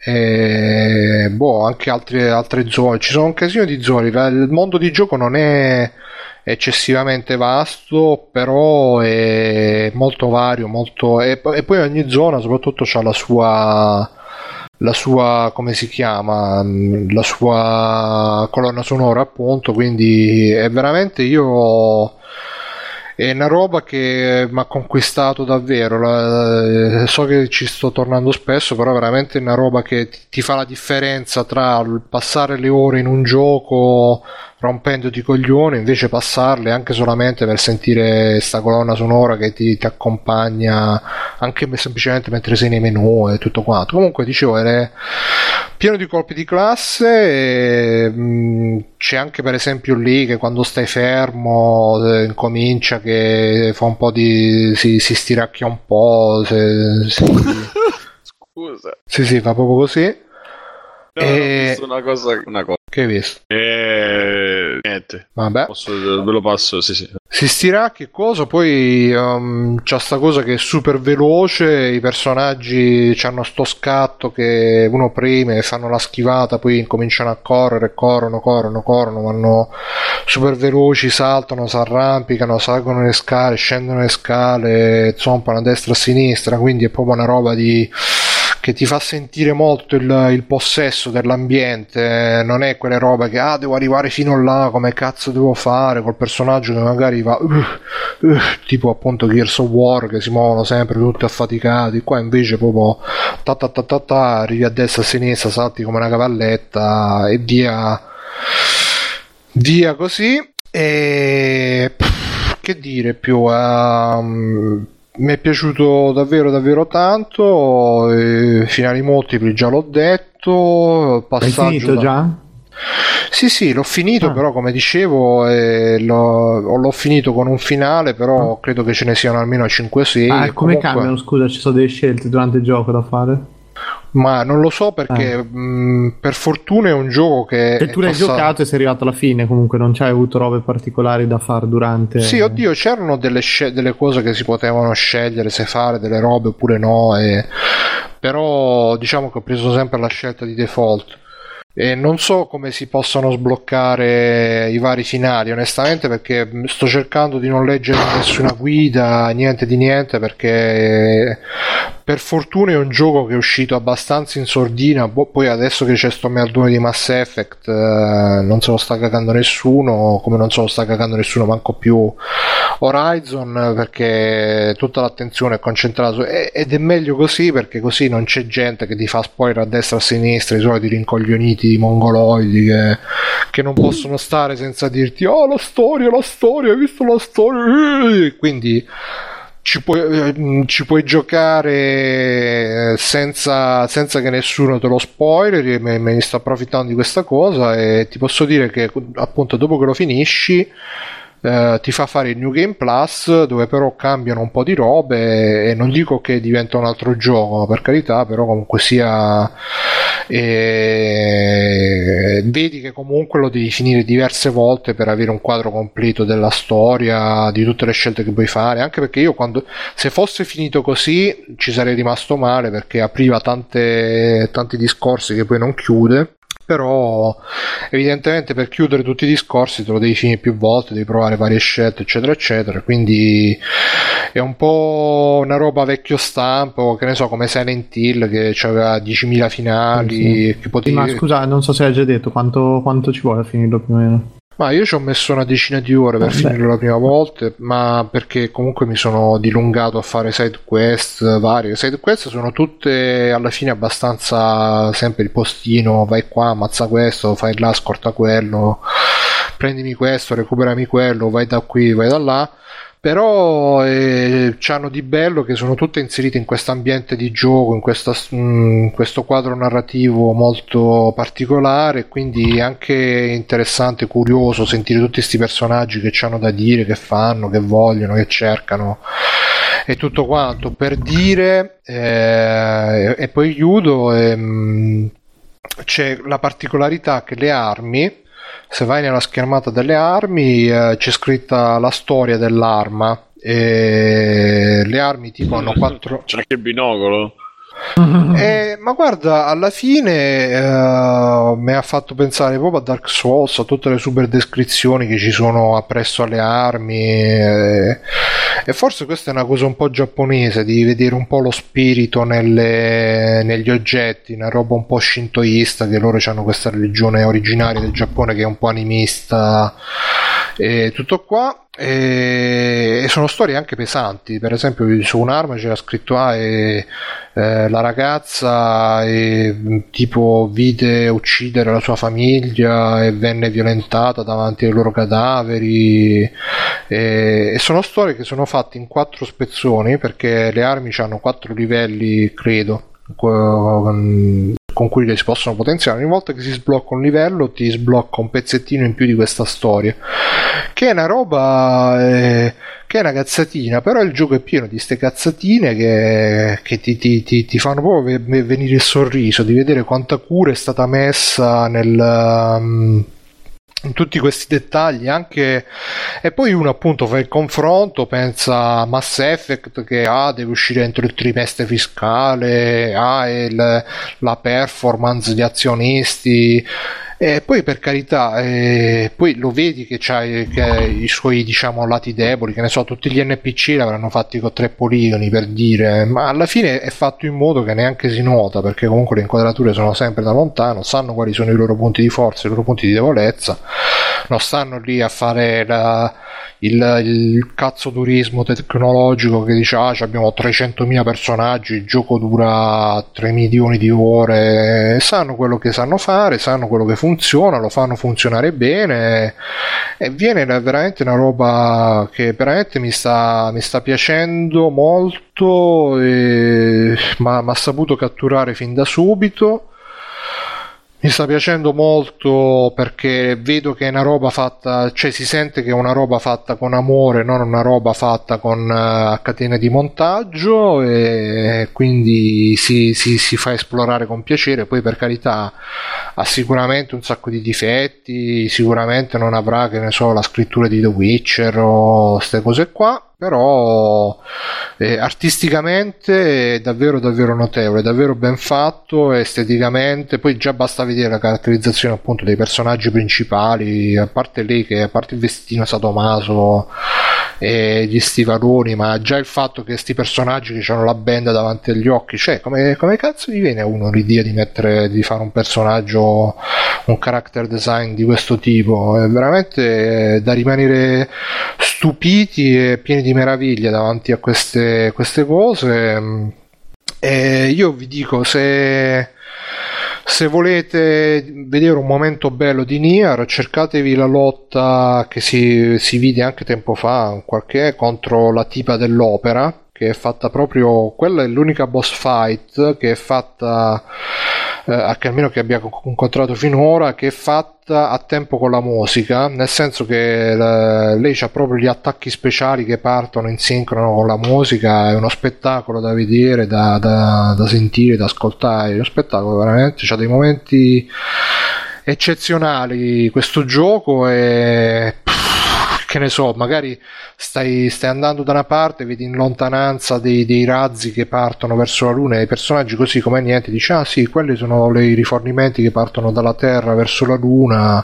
e boh, anche altre, altre zone, ci sono un casino di zone. Il mondo di gioco non è eccessivamente vasto, però è molto vario, molto... E, e poi ogni zona soprattutto ha la sua la sua, come si chiama, la sua colonna sonora, appunto, quindi è veramente, io è una roba che mi ha conquistato davvero. La, so che ci sto tornando spesso, però veramente è una roba che ti, ti fa la differenza tra il passare le ore in un gioco rompendoti i coglioni, invece passarle anche solamente per sentire sta colonna sonora che ti, ti accompagna anche semplicemente mentre sei nei menu e tutto quanto. Comunque, dicevo, è pieno di colpi di classe e, mh, c'è anche per esempio lì che quando stai fermo eh, incomincia che fa un po' di si, si stiracchia un po', se, se, scusa, sì sì, fa proprio così. No, e... ho visto una cosa, una cosa. Che hai visto? E... niente. Vabbè. Posso, ve lo passo, sì, sì. Si stira che cosa, poi um, c'ha sta cosa che è super veloce, i personaggi hanno sto scatto che uno preme, fanno la schivata, poi incominciano a correre, corrono, corrono, corrono, vanno super veloci, saltano, si arrampicano, salgono le scale, scendono le scale, zompano a destra e a sinistra, quindi è proprio una roba di... che ti fa sentire molto il, il possesso dell'ambiente. Non è quelle robe che ah devo arrivare fino là, come cazzo devo fare col personaggio che magari va uh, uh, tipo appunto Gears of War, che si muovono sempre tutti affaticati. Qua invece proprio ta ta ta ta ta, arrivi a destra e a sinistra, salti come una cavalletta e via via così. E pff, che dire più, um, mi è piaciuto davvero davvero tanto. eh, finali multipli già l'ho detto. Passaggio Hai finito da... già? Sì sì, l'ho finito, ah. però come dicevo eh, l'ho, l'ho finito con un finale, però ah. credo che ce ne siano almeno cinque sei. Ah, come comunque... cambiano, scusa, ci sono delle scelte durante il gioco da fare? Ma non lo so perché eh. mh, per fortuna è un gioco che se tu l'hai passato... giocato e sei arrivato alla fine, comunque non c'hai avuto robe particolari da fare durante. Sì, oddio, c'erano delle, sce- delle cose che si potevano scegliere se fare delle robe oppure no, e... però diciamo che ho preso sempre la scelta di default. E non so come si possano sbloccare i vari finali, onestamente, perché sto cercando di non leggere nessuna guida, niente di niente, perché per fortuna è un gioco che è uscito abbastanza in sordina. Poi adesso che c'è sto merdone di Mass Effect eh, non se lo sta cagando nessuno, come non se lo sta cagando nessuno manco più Horizon, perché tutta l'attenzione è concentrata su... ed è meglio così, perché così non c'è gente che ti fa spoiler a destra e a sinistra, i soliti rincoglioniti mongoloidi che, che non possono stare senza dirti oh la storia, la storia, hai visto la storia, quindi ci puoi, ci puoi giocare senza, senza che nessuno te lo spoileri. Me, me ne sto approfittando di questa cosa e ti posso dire che appunto dopo che lo finisci Uh, ti fa fare il New Game Plus, dove però cambiano un po' di robe, e non dico che diventa un altro gioco, per carità, però comunque sia eh, vedi che comunque lo devi finire diverse volte per avere un quadro completo della storia, di tutte le scelte che puoi fare, anche perché io quando se fosse finito così ci sarei rimasto male, perché apriva tante, tanti discorsi che poi non chiude. però evidentemente per chiudere tutti i discorsi te lo devi finire più volte, devi provare varie scelte eccetera eccetera, quindi è un po' una roba vecchio stampo, che ne so, come Silent Hill che aveva diecimila finali, sì. che potevi... Ma scusa, non so se hai già detto quanto, quanto ci vuole a finirlo più o meno. Ma io ci ho messo una decina di ore per ah, finirlo beh. la prima volta, ma perché comunque mi sono dilungato a fare side quest varie. Side quest sono tutte alla fine abbastanza sempre il postino, vai qua, ammazza questo, fai là, scorta quello, prendimi questo, recuperami quello, vai da qui, vai da là. Però eh, c'hanno di bello che sono tutte inserite in questo ambiente di gioco, in questa, in questo quadro narrativo molto particolare, quindi è anche interessante, curioso sentire tutti questi personaggi che c'hanno da dire, che fanno, che vogliono, che cercano e tutto quanto. Per dire, eh, e poi chiudo, ehm, c'è la particolarità che le armi, se vai nella schermata delle armi eh, c'è scritta la storia dell'arma e le armi tipo hanno quattro... C'è anche il binocolo. Eh, ma guarda, alla fine eh, mi ha fatto pensare proprio a Dark Souls, a tutte le super descrizioni che ci sono appresso alle armi eh, e forse questa è una cosa un po' giapponese, di vedere un po' lo spirito nelle, negli oggetti, una roba un po' shintoista, che loro hanno questa religione originaria del Giappone che è un po' animista e tutto qua. E sono storie anche pesanti, per esempio su un'arma c'era scritto ah, e, eh, la ragazza e, tipo vide uccidere la sua famiglia e venne violentata davanti ai loro cadaveri e, e sono storie che sono fatte in quattro spezzoni, perché le armi hanno quattro livelli credo con, con cui le si possono potenziare. Ogni volta che si sblocca un livello ti sblocca un pezzettino in più di questa storia, che è una roba eh, che è una cazzatina, però il gioco è pieno di ste cazzatine che, che ti, ti, ti, ti fanno proprio venire il sorriso di vedere quanta cura è stata messa nel um, in tutti questi dettagli anche. E poi uno appunto fa il confronto, pensa a Mass Effect che ah, deve uscire entro il trimestre fiscale, ah, il, la performance di azionisti, e poi per carità eh, poi lo vedi che c'ha che i suoi diciamo lati deboli, che ne so, tutti gli N P C l'avranno fatti con tre poligoni per dire, ma alla fine è fatto in modo che neanche si nota, perché comunque le inquadrature sono sempre da lontano, sanno quali sono i loro punti di forza, i loro punti di debolezza, non stanno lì a fare la, il, il cazzo turismo tecnologico che dice ah abbiamo trecentomila personaggi, il gioco dura tre milioni di ore. Sanno quello che sanno fare, sanno quello che funziona, lo fanno funzionare bene e viene veramente una roba che veramente mi sta, mi sta piacendo molto e mi ha saputo catturare fin da subito. Mi sta piacendo molto perché vedo che è una roba fatta, cioè si sente che è una roba fatta con amore, non una roba fatta con uh, catene di montaggio, e quindi si, si, si fa esplorare con piacere. Poi per carità ha sicuramente un sacco di difetti, sicuramente non avrà, che ne so, la scrittura di The Witcher o queste cose qua, però eh, artisticamente è davvero davvero notevole, davvero ben fatto esteticamente. Poi già basta vedere la caratterizzazione appunto dei personaggi principali, a parte lei che a parte il vestitino sadomaso e gli stivaloni, ma già il fatto che sti personaggi che hanno la benda davanti agli occhi, cioè come, come cazzo gli viene a uno l'idea di mettere, di fare un personaggio, un character design di questo tipo? È veramente da rimanere stupiti e pieni di meraviglia davanti a queste, queste cose. E io vi dico, se se volete vedere un momento bello di Nier, cercatevi la lotta che si, si vide anche tempo fa qualche, contro la tipa dell'opera, che è fatta proprio, quella è l'unica boss fight che è fatta eh, che almeno che abbia incontrato finora, che è fatta a tempo con la musica, nel senso che eh, lei ha proprio gli attacchi speciali che partono in sincrono con la musica. È uno spettacolo da vedere, da, da, da sentire, da ascoltare, è uno spettacolo veramente, c'ha dei momenti eccezionali questo gioco e pff, che ne so, magari stai, stai andando da una parte, vedi in lontananza dei, dei razzi che partono verso la Luna e i personaggi così come niente dici ah sì, quelli sono i rifornimenti che partono dalla Terra verso la Luna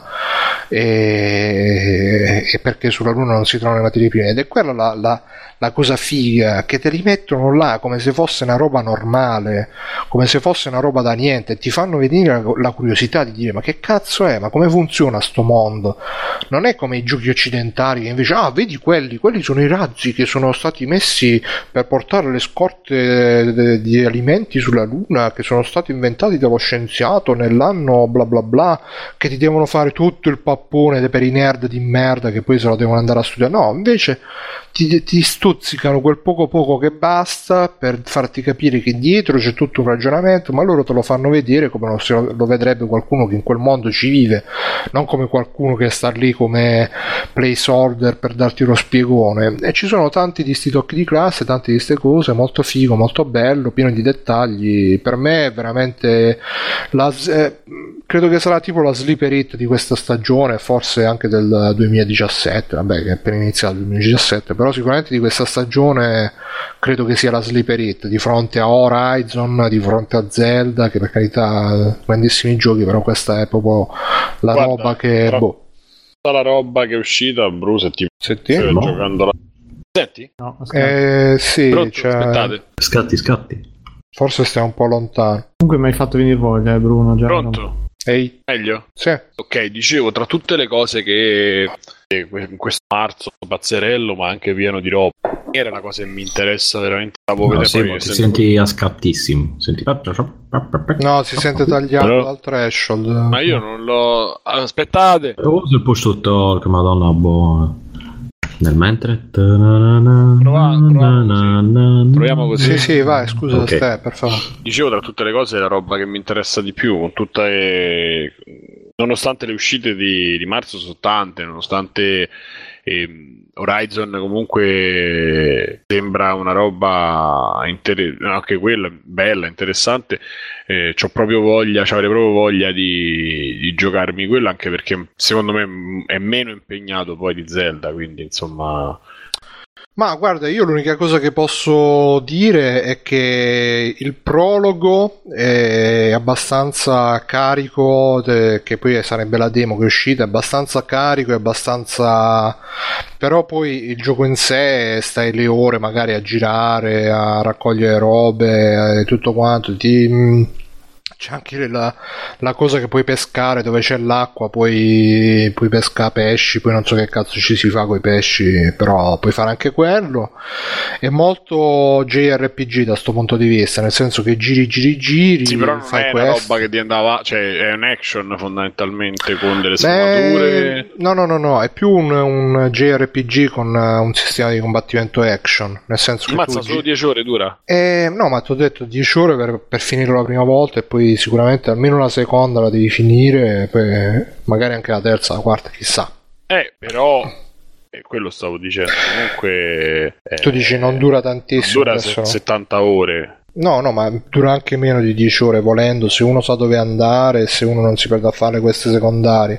e, e perché sulla Luna non si trovano le materie prime, ed è quella la, la, la cosa figa, che te li mettono là come se fosse una roba normale, come se fosse una roba da niente, e ti fanno venire la, la curiosità di dire ma che cazzo è, ma come funziona sto mondo. Non è come i giochi occidentali che invece ah vedi quelli, quelli sono i razzi che sono stati messi per portare le scorte di alimenti sulla Luna, che sono stati inventati dallo scienziato nell'anno bla bla bla, che ti devono fare tutto il pappone per i nerd di merda che poi se lo devono andare a studiare. No, invece ti, ti stuzzicano quel poco poco che basta per farti capire che dietro c'è tutto un ragionamento, ma loro te lo fanno vedere come lo, lo vedrebbe qualcuno che in quel mondo ci vive, non come qualcuno che sta lì come placeholder per darti lo spiegone. E ci sono tanti di sti tocchi di classe, tanti di ste cose, molto figo, molto bello, pieno di dettagli. Per me è veramente la, eh, credo che sarà tipo la sleeper hit di questa stagione, forse anche del duemiladiciassette, vabbè che è appena iniziato il duemiladiciassette, però sicuramente di questa stagione credo che sia la sleeper hit di fronte a Horizon, di fronte a Zelda, che per carità grandissimi giochi, però questa è proprio la Guarda, roba che tra... boh. la roba che è uscita, Bruce, è tipo Senti? no. giocando la... Senti? No, Eh, sì, Pronto? cioè... Aspettate. Scatti, scatti. Forse stiamo un po' lontano. Comunque mi hai fatto venire voglia, eh, Bruno. Già Pronto? Ehi, Meglio? sì. Ok, dicevo, tra tutte le cose che che in questo marzo pazzerello, ma anche pieno di roba, era una cosa che mi interessa veramente. Stavo No, vedendo sì, poi ma che ti sento- senti a scattissimo. Senti... No, si sente tagliato Però- dal threshold. Ma io non l'ho. Aspettate! Usa il push to talk, madonna buona. Nel mentre Prova- proviamo Proviamo così. Sì, sì, vai, scusa, Ok. Ste, per favore. Dicevo, tra tutte le cose, la roba che mi interessa di più, con tutte le- nonostante le uscite di, di marzo sono tante, nonostante ehm, Horizon comunque sembra una roba inter- anche quella bella, interessante, eh, c'ho proprio voglia, c'avrei proprio voglia di, di giocarmi quello, anche perché secondo me è meno impegnato poi di Zelda, quindi insomma. Ma guarda, io l'unica cosa che posso dire è che il prologo è abbastanza carico, de- che poi sarebbe la demo che è uscita, è abbastanza carico, è abbastanza... però poi il gioco in sé stai le ore magari a girare, a raccogliere robe e tutto quanto, ti... C'è anche la, la cosa che puoi pescare dove c'è l'acqua, puoi, puoi pescare pesci, poi non so che cazzo ci si fa con i pesci, però puoi fare anche quello. È molto J R P G da sto punto di vista, nel senso che giri, giri, giri, Sì, però non fai è una quest. roba che ti andava, cioè è un action fondamentalmente con delle Beh, sfumature. no, no, no, no, è più un, un J R P G con uh, un sistema di combattimento action, nel senso che Ammazza, tu solo gi- dieci ore dura. Eh, no, ma ti ho detto dieci ore per, per finirlo la prima volta e poi sicuramente almeno la seconda la devi finire, e poi magari anche la terza, la quarta, chissà. Eh, però, eh, quello stavo dicendo, comunque... eh, Tu dici non dura tantissimo, dura adesso se- no. settanta ore. No, no, ma dura anche meno di dieci ore volendo, se uno sa dove andare e se uno non si perde a fare queste secondarie.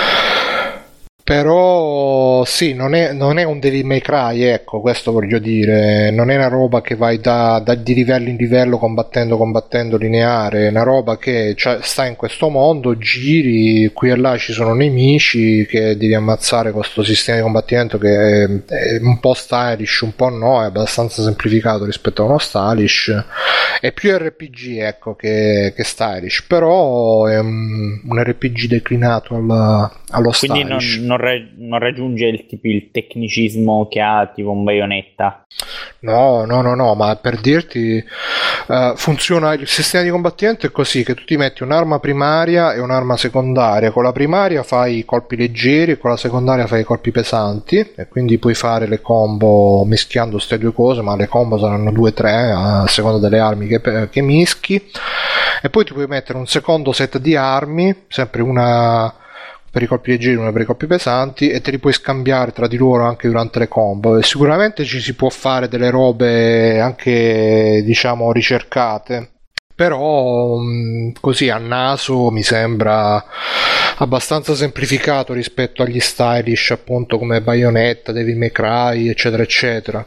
Però sì, non è, non è un Devil May Cry, ecco, questo voglio dire, non è una roba che vai da, da di livello in livello combattendo, combattendo lineare, è una roba che cioè, sta in questo mondo, giri, qui e là ci sono nemici che devi ammazzare con questo sistema di combattimento che è, è un po' stylish, un po' no, è abbastanza semplificato rispetto a uno stylish, è più R P G ecco che, che stylish, però è un, un R P G declinato alla, allo Quindi non, stylish. non, re- non raggiunge il, tipo, il tecnicismo che ha tipo un Bayonetta. No, no, no, no, ma per dirti uh, funziona il sistema di combattimento è così che tu ti metti un'arma primaria e un'arma secondaria, con la primaria fai i colpi leggeri e con la secondaria fai i colpi pesanti e quindi puoi fare le combo mischiando queste due cose, ma le combo saranno due o tre a seconda delle armi che, che mischi, e poi ti puoi mettere un secondo set di armi, sempre una per i colpi leggeri, una per i colpi pesanti, e te li puoi scambiare tra di loro anche durante le combo. E sicuramente ci si può fare delle robe anche diciamo ricercate, però mh, così a naso mi sembra abbastanza semplificato rispetto agli stylish appunto come Bayonetta, Devil May Cry eccetera eccetera.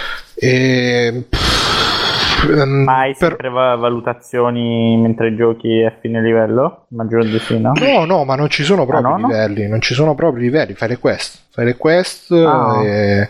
E Ma hai per... sempre va- valutazioni mentre giochi a fine livello? Maggior di sì, no? No, no, ma non ci sono proprio Ah, no, livelli, no? non ci sono proprio livelli, fai le quest, fai le quest Ah. e,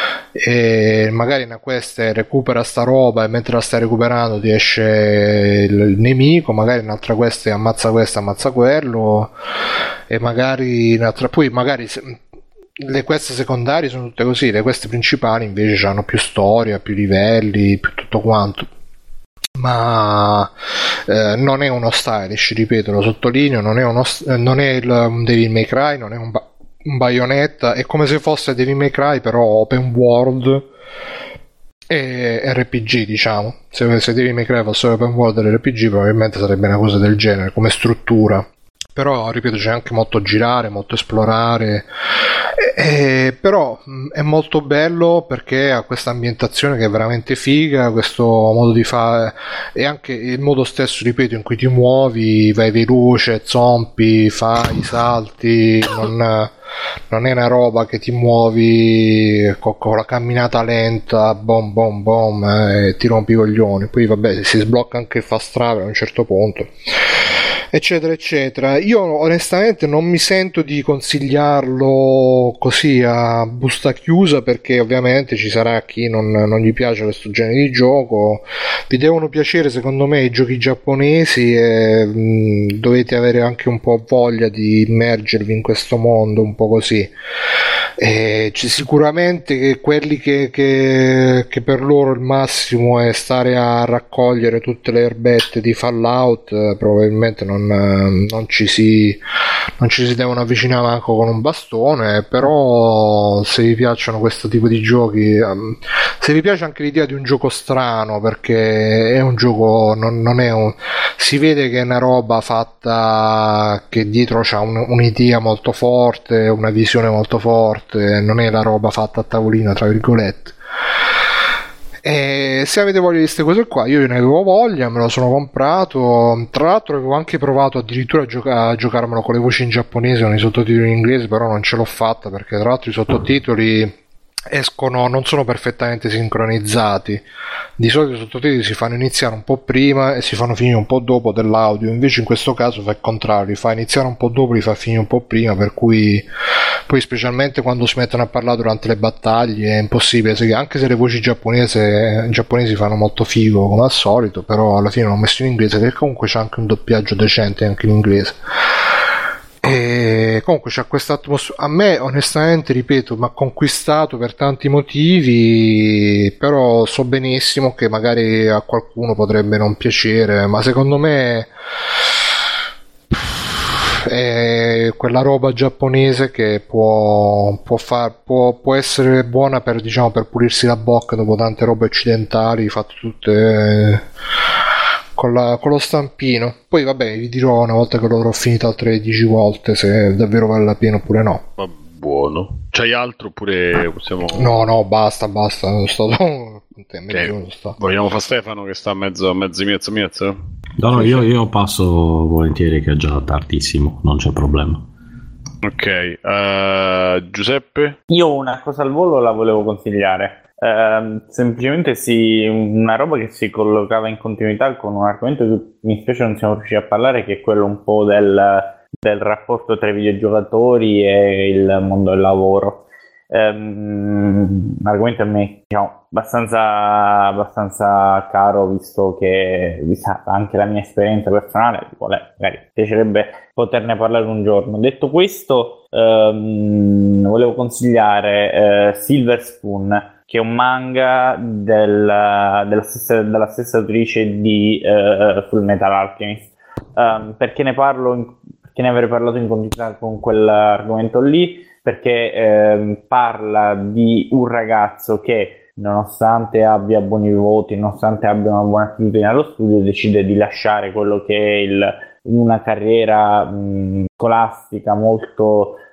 e magari una quest è recupera sta roba e mentre la stai recuperando ti esce il, il nemico, magari un'altra quest è ammazza questo, ammazza quello e magari un'altra, poi magari se, le quest secondarie sono tutte così, le quest principali invece hanno più storia, più livelli, più tutto quanto. Ma eh, non è uno stylish, ripeto, lo sottolineo, non è, uno, non è il, un Devil May Cry, non è un, ba- un Bayonetta, è come se fosse Devil May Cry però open world e R P G, diciamo. Se, se Devil May Cry fosse open world e R P G probabilmente sarebbe una cosa del genere come struttura. Però ripeto c'è anche molto girare, molto esplorare, e, e, però mh, è molto bello perché ha questa ambientazione che è veramente figa, questo modo di fare e anche il modo stesso, ripeto, in cui ti muovi, vai veloce, zompi, fai salti, non, non è una roba che ti muovi con, con la camminata lenta, bom bom bom, eh, e ti rompi i coglioni. Poi vabbè, si sblocca anche il fast travel a un certo punto, eccetera eccetera. Io onestamente non mi sento di consigliarlo così a busta chiusa perché ovviamente ci sarà chi non, non gli piace questo genere di gioco. Vi devono piacere secondo me i giochi giapponesi e mh, dovete avere anche un po' voglia di immergervi in questo mondo un po' così. E c- sicuramente che quelli che, che, che per loro il massimo è stare a raccogliere tutte le erbette di Fallout, eh, probabilmente non, eh, non ci si non ci si devono avvicinare anche con un bastone. Però se vi piacciono questo tipo di giochi, um, se vi piace anche l'idea di un gioco strano, perché è un gioco, non, non è un, si vede che è una roba fatta che dietro c'ha un, un'idea molto forte, una visione molto forte, non è la roba fatta a tavolino tra virgolette. E se avete voglia di queste cose qua, io ne avevo voglia, me lo sono comprato. Tra l'altro avevo anche provato addirittura a, gioca- a giocarmelo con le voci in giapponese, con i sottotitoli in inglese, però non ce l'ho fatta perché tra l'altro i sottotitoli escono, non sono perfettamente sincronizzati. Di solito i sottotitoli si fanno iniziare un po' prima e si fanno finire un po' dopo dell'audio, invece in questo caso fa il contrario, li fa iniziare un po' dopo, li fa finire un po' prima, per cui poi specialmente quando si mettono a parlare durante le battaglie è impossibile, anche se le voci giapponese, giapponesi fanno molto figo come al solito, però alla fine l'ho messo in inglese, che comunque c'è anche un doppiaggio decente anche in inglese. E comunque c'è questa atmosfera, a me onestamente, ripeto, mi ha conquistato per tanti motivi, però so benissimo che magari a qualcuno potrebbe non piacere, ma secondo me è quella roba giapponese che può, può, far, può, può essere buona per, diciamo, per pulirsi la bocca dopo tante robe occidentali fatte tutte con, la, con lo stampino. Poi vabbè, vi dirò una volta che l'avrò finito altre dieci volte se davvero vale la pena oppure no. Ma buono. C'hai altro oppure possiamo... No, no, basta, basta. Sono stato... Okay. Sta. Vogliamo fa Stefano che sta a mezzo, mezzo, mezzo, mezzo? No, no, io, io passo volentieri che è già tardissimo, non c'è problema. Ok, uh, Giuseppe? Io una cosa al volo la volevo consigliare. Uh, semplicemente sì, una roba che si collocava in continuità con un argomento che mi spiace non siamo riusciti a parlare, che è quello un po' del, del rapporto tra i videogiocatori e il mondo del lavoro. Um, un argomento a me, diciamo, abbastanza, abbastanza caro, visto che vista anche la mia esperienza personale, magari mi piacerebbe poterne parlare un giorno. Detto questo, um, volevo consigliare uh, Silver Spoon, che è un manga del, della, stessa, della stessa autrice di uh, Full Metal Alchemist. Um, perché ne parlo in, perché ne avrei parlato in continuità con quell'argomento lì? Perché eh, parla di un ragazzo che, nonostante abbia buoni voti, nonostante abbia una buona attitudine allo studio, decide di lasciare quello che è il, una carriera mh, scolastica molto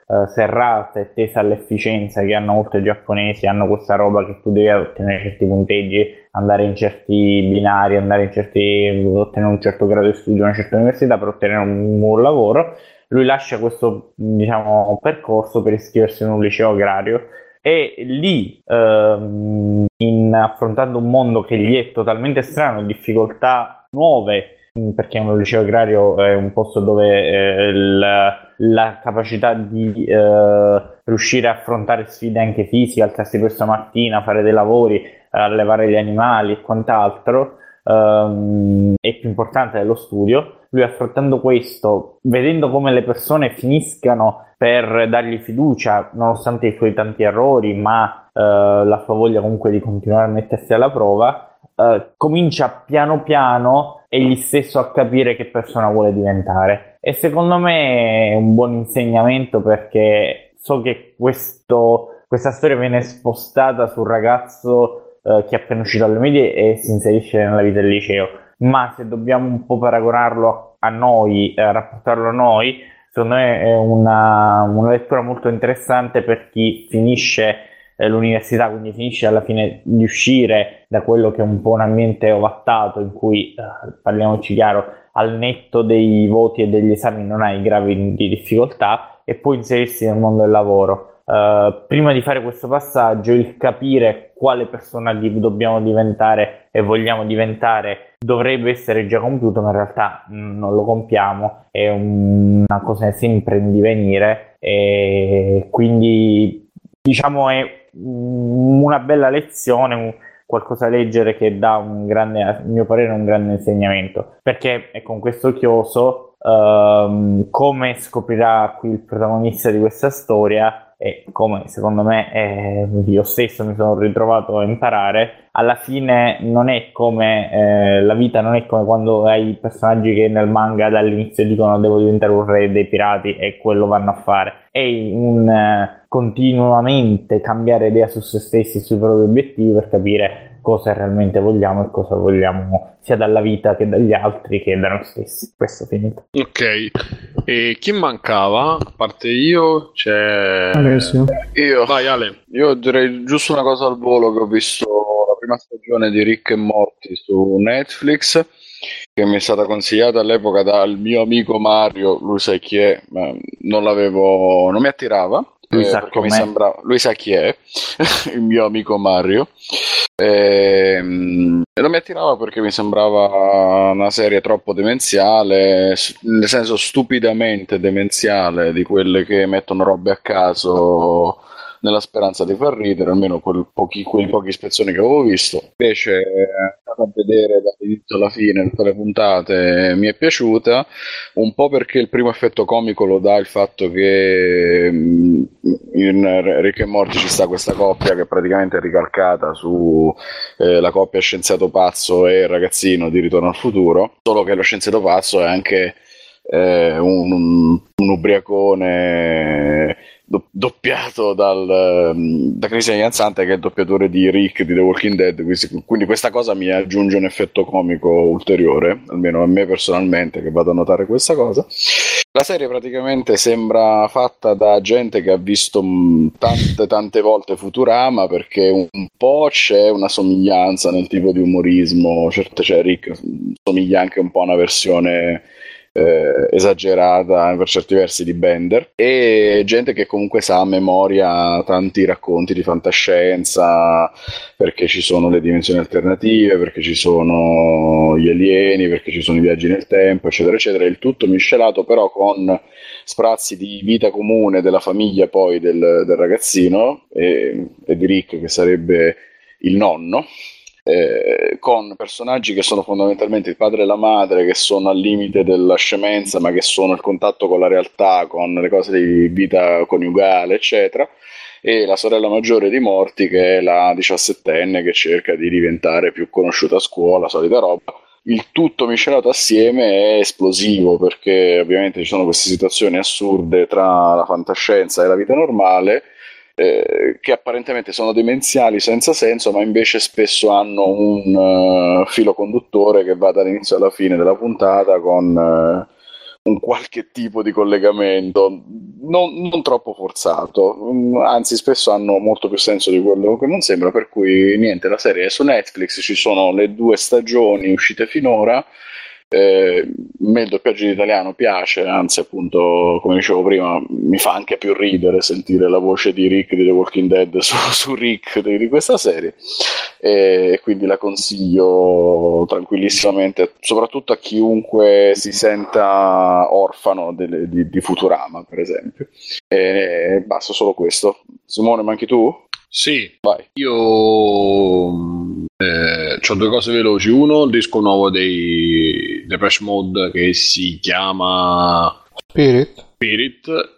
uh, serrata e tesa all'efficienza che hanno molto i giapponesi, hanno questa roba che tu devi ottenere certi punteggi, andare in certi binari, andare in certi, ottenere un certo grado di studio, una certa università per ottenere un buon lavoro. Lui lascia questo, diciamo, percorso per iscriversi in un liceo agrario e lì, ehm, in, affrontando un mondo che gli è totalmente strano, difficoltà nuove, perché un liceo agrario è un posto dove eh, la, la capacità di eh, riuscire a affrontare sfide anche fisiche, alzarsi questa mattina, fare dei lavori, allevare gli animali e quant'altro, ehm, è più importante dello studio. Lui, affrontando questo, vedendo come le persone finiscano per dargli fiducia nonostante i suoi tanti errori, ma eh, la sua voglia comunque di continuare a mettersi alla prova, eh, comincia piano piano egli stesso a capire che persona vuole diventare. E secondo me è un buon insegnamento, perché so che questo, questa storia viene spostata sul ragazzo eh, che è appena uscito dalle medie e si inserisce nella vita del liceo, ma se dobbiamo un po' paragonarlo a noi, eh, rapportarlo a noi, secondo me è una, una lettura molto interessante per chi finisce eh, l'università, quindi finisce alla fine di uscire da quello che è un po' un ambiente ovattato in cui, eh, parliamoci chiaro, al netto dei voti e degli esami non hai gravi di difficoltà, e poi inserirsi nel mondo del lavoro. Uh, prima di fare questo passaggio, il capire quale persona di- dobbiamo diventare e vogliamo diventare dovrebbe essere già compiuto, ma in realtà mh, non lo compiamo, è un- una cosa sempre in divenire, e quindi diciamo è mh, una bella lezione, un- qualcosa da leggere che dà un grande, a mio parere, un grande insegnamento, perché è con questo chioso, ehm, come scoprirà qui il protagonista di questa storia, e come secondo me eh, io stesso mi sono ritrovato a imparare, alla fine non è come eh, la vita non è come quando hai personaggi che nel manga dall'inizio dicono devo diventare un re dei pirati e quello vanno a fare, è un eh, continuamente cambiare idea su se stessi e sui propri obiettivi per capire cosa realmente vogliamo e cosa vogliamo sia dalla vita che dagli altri che da noi stessi. Questo finito. Ok, e chi mancava? A parte io, c'è Alessio. Io, Vai Ale. io direi giusto una cosa al volo, che ho visto la prima stagione di Rick e Morty su Netflix, che mi è stata consigliata all'epoca dal mio amico Mario, lui sa chi è, ma non l'avevo, non mi attirava. Lui eh, sa perché mi com'è. sembrava, lui sa chi è, il mio amico Mario. E, mm, e non mi attirava perché mi sembrava una serie troppo demenziale, s- nel senso stupidamente demenziale, di quelle che mettono robe a caso nella speranza di far ridere, almeno quel pochi, quei pochi spezzoni che avevo visto. Invece, eh, andata a vedere dall'inizio alla fine tutte le puntate, mi è piaciuta, un po' perché il primo effetto comico lo dà il fatto che mh, in Rick e Morty ci sta questa coppia che praticamente è ricalcata su eh, la coppia scienziato pazzo e ragazzino di Ritorno al futuro, solo che lo scienziato pazzo è anche eh, un, un, un ubriacone do- doppiato dal, um, da Christian Janzante, che è il doppiatore di Rick di The Walking Dead, quindi, quindi questa cosa mi aggiunge un effetto comico ulteriore, almeno a me personalmente, che vado a notare questa cosa. La serie praticamente sembra fatta da gente che ha visto mh, tante tante volte Futurama, perché un, un po' c'è una somiglianza nel tipo di umorismo, certo, cioè Rick somiglia anche un po' a una versione eh, esagerata per certi versi di Bender, e gente che comunque sa a memoria tanti racconti di fantascienza, perché ci sono le dimensioni alternative, perché ci sono gli alieni, perché ci sono i viaggi nel tempo, eccetera eccetera, il tutto miscelato però con sprazzi di vita comune della famiglia poi del, del ragazzino e, e di Rick, che sarebbe il nonno, eh, con personaggi che sono fondamentalmente il padre e la madre, che sono al limite della scemenza ma che sono il contatto con la realtà, con le cose di vita coniugale eccetera, e la sorella maggiore di Morty, che è la diciassettenne che cerca di diventare più conosciuta a scuola, solita roba. Il tutto miscelato assieme è esplosivo, perché ovviamente ci sono queste situazioni assurde tra la fantascienza e la vita normale, eh, che apparentemente sono demenziali senza senso, ma invece spesso hanno un uh, filo conduttore che va dall'inizio alla fine della puntata, con uh, un qualche tipo di collegamento, non, non troppo forzato, anzi spesso hanno molto più senso di quello che non sembra, per cui niente, la serie è su Netflix, ci sono le due stagioni uscite finora. Eh, a me il doppiaggio in italiano piace, anzi appunto come dicevo prima mi fa anche più ridere sentire la voce di Rick di The Walking Dead su, su Rick di, di questa serie, e quindi la consiglio tranquillissimamente, soprattutto a chiunque si senta orfano delle, di, di Futurama per esempio. E basta, solo questo. Simone, manchi tu? Sì, vai. Io eh, ho due cose veloci. Uno, il disco nuovo dei Depeche Mode che si chiama Spirit. Spirit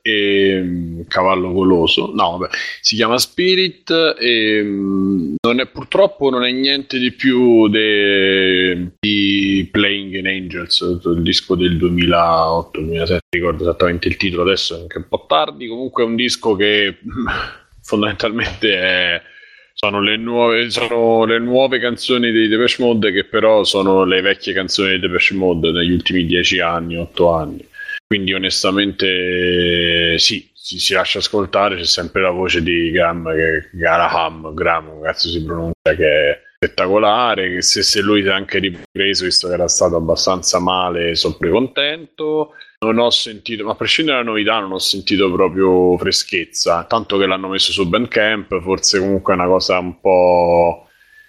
e Cavallo Goloso. No, vabbè, si chiama Spirit e non è, purtroppo non è niente di più de, di Playing in Angels, il disco del duemilaotto duemilasette, ricordo esattamente il titolo adesso, è anche un po' tardi. Comunque è un disco che fondamentalmente è, sono, le nuove, sono le nuove canzoni dei Depeche Mode che però sono le vecchie canzoni dei Depeche Mode negli ultimi dieci anni, otto anni. Quindi onestamente sì, si, si lascia ascoltare, c'è sempre la voce di Graham, che Graham, Graham, cazzo si pronuncia, che è spettacolare, che se, se lui si è anche ripreso, visto che era stato abbastanza male, sono pure contento. Non ho sentito, ma a prescindere dalla novità, non ho sentito proprio freschezza, tanto che l'hanno messo su Bandcamp, forse comunque è una cosa un po'...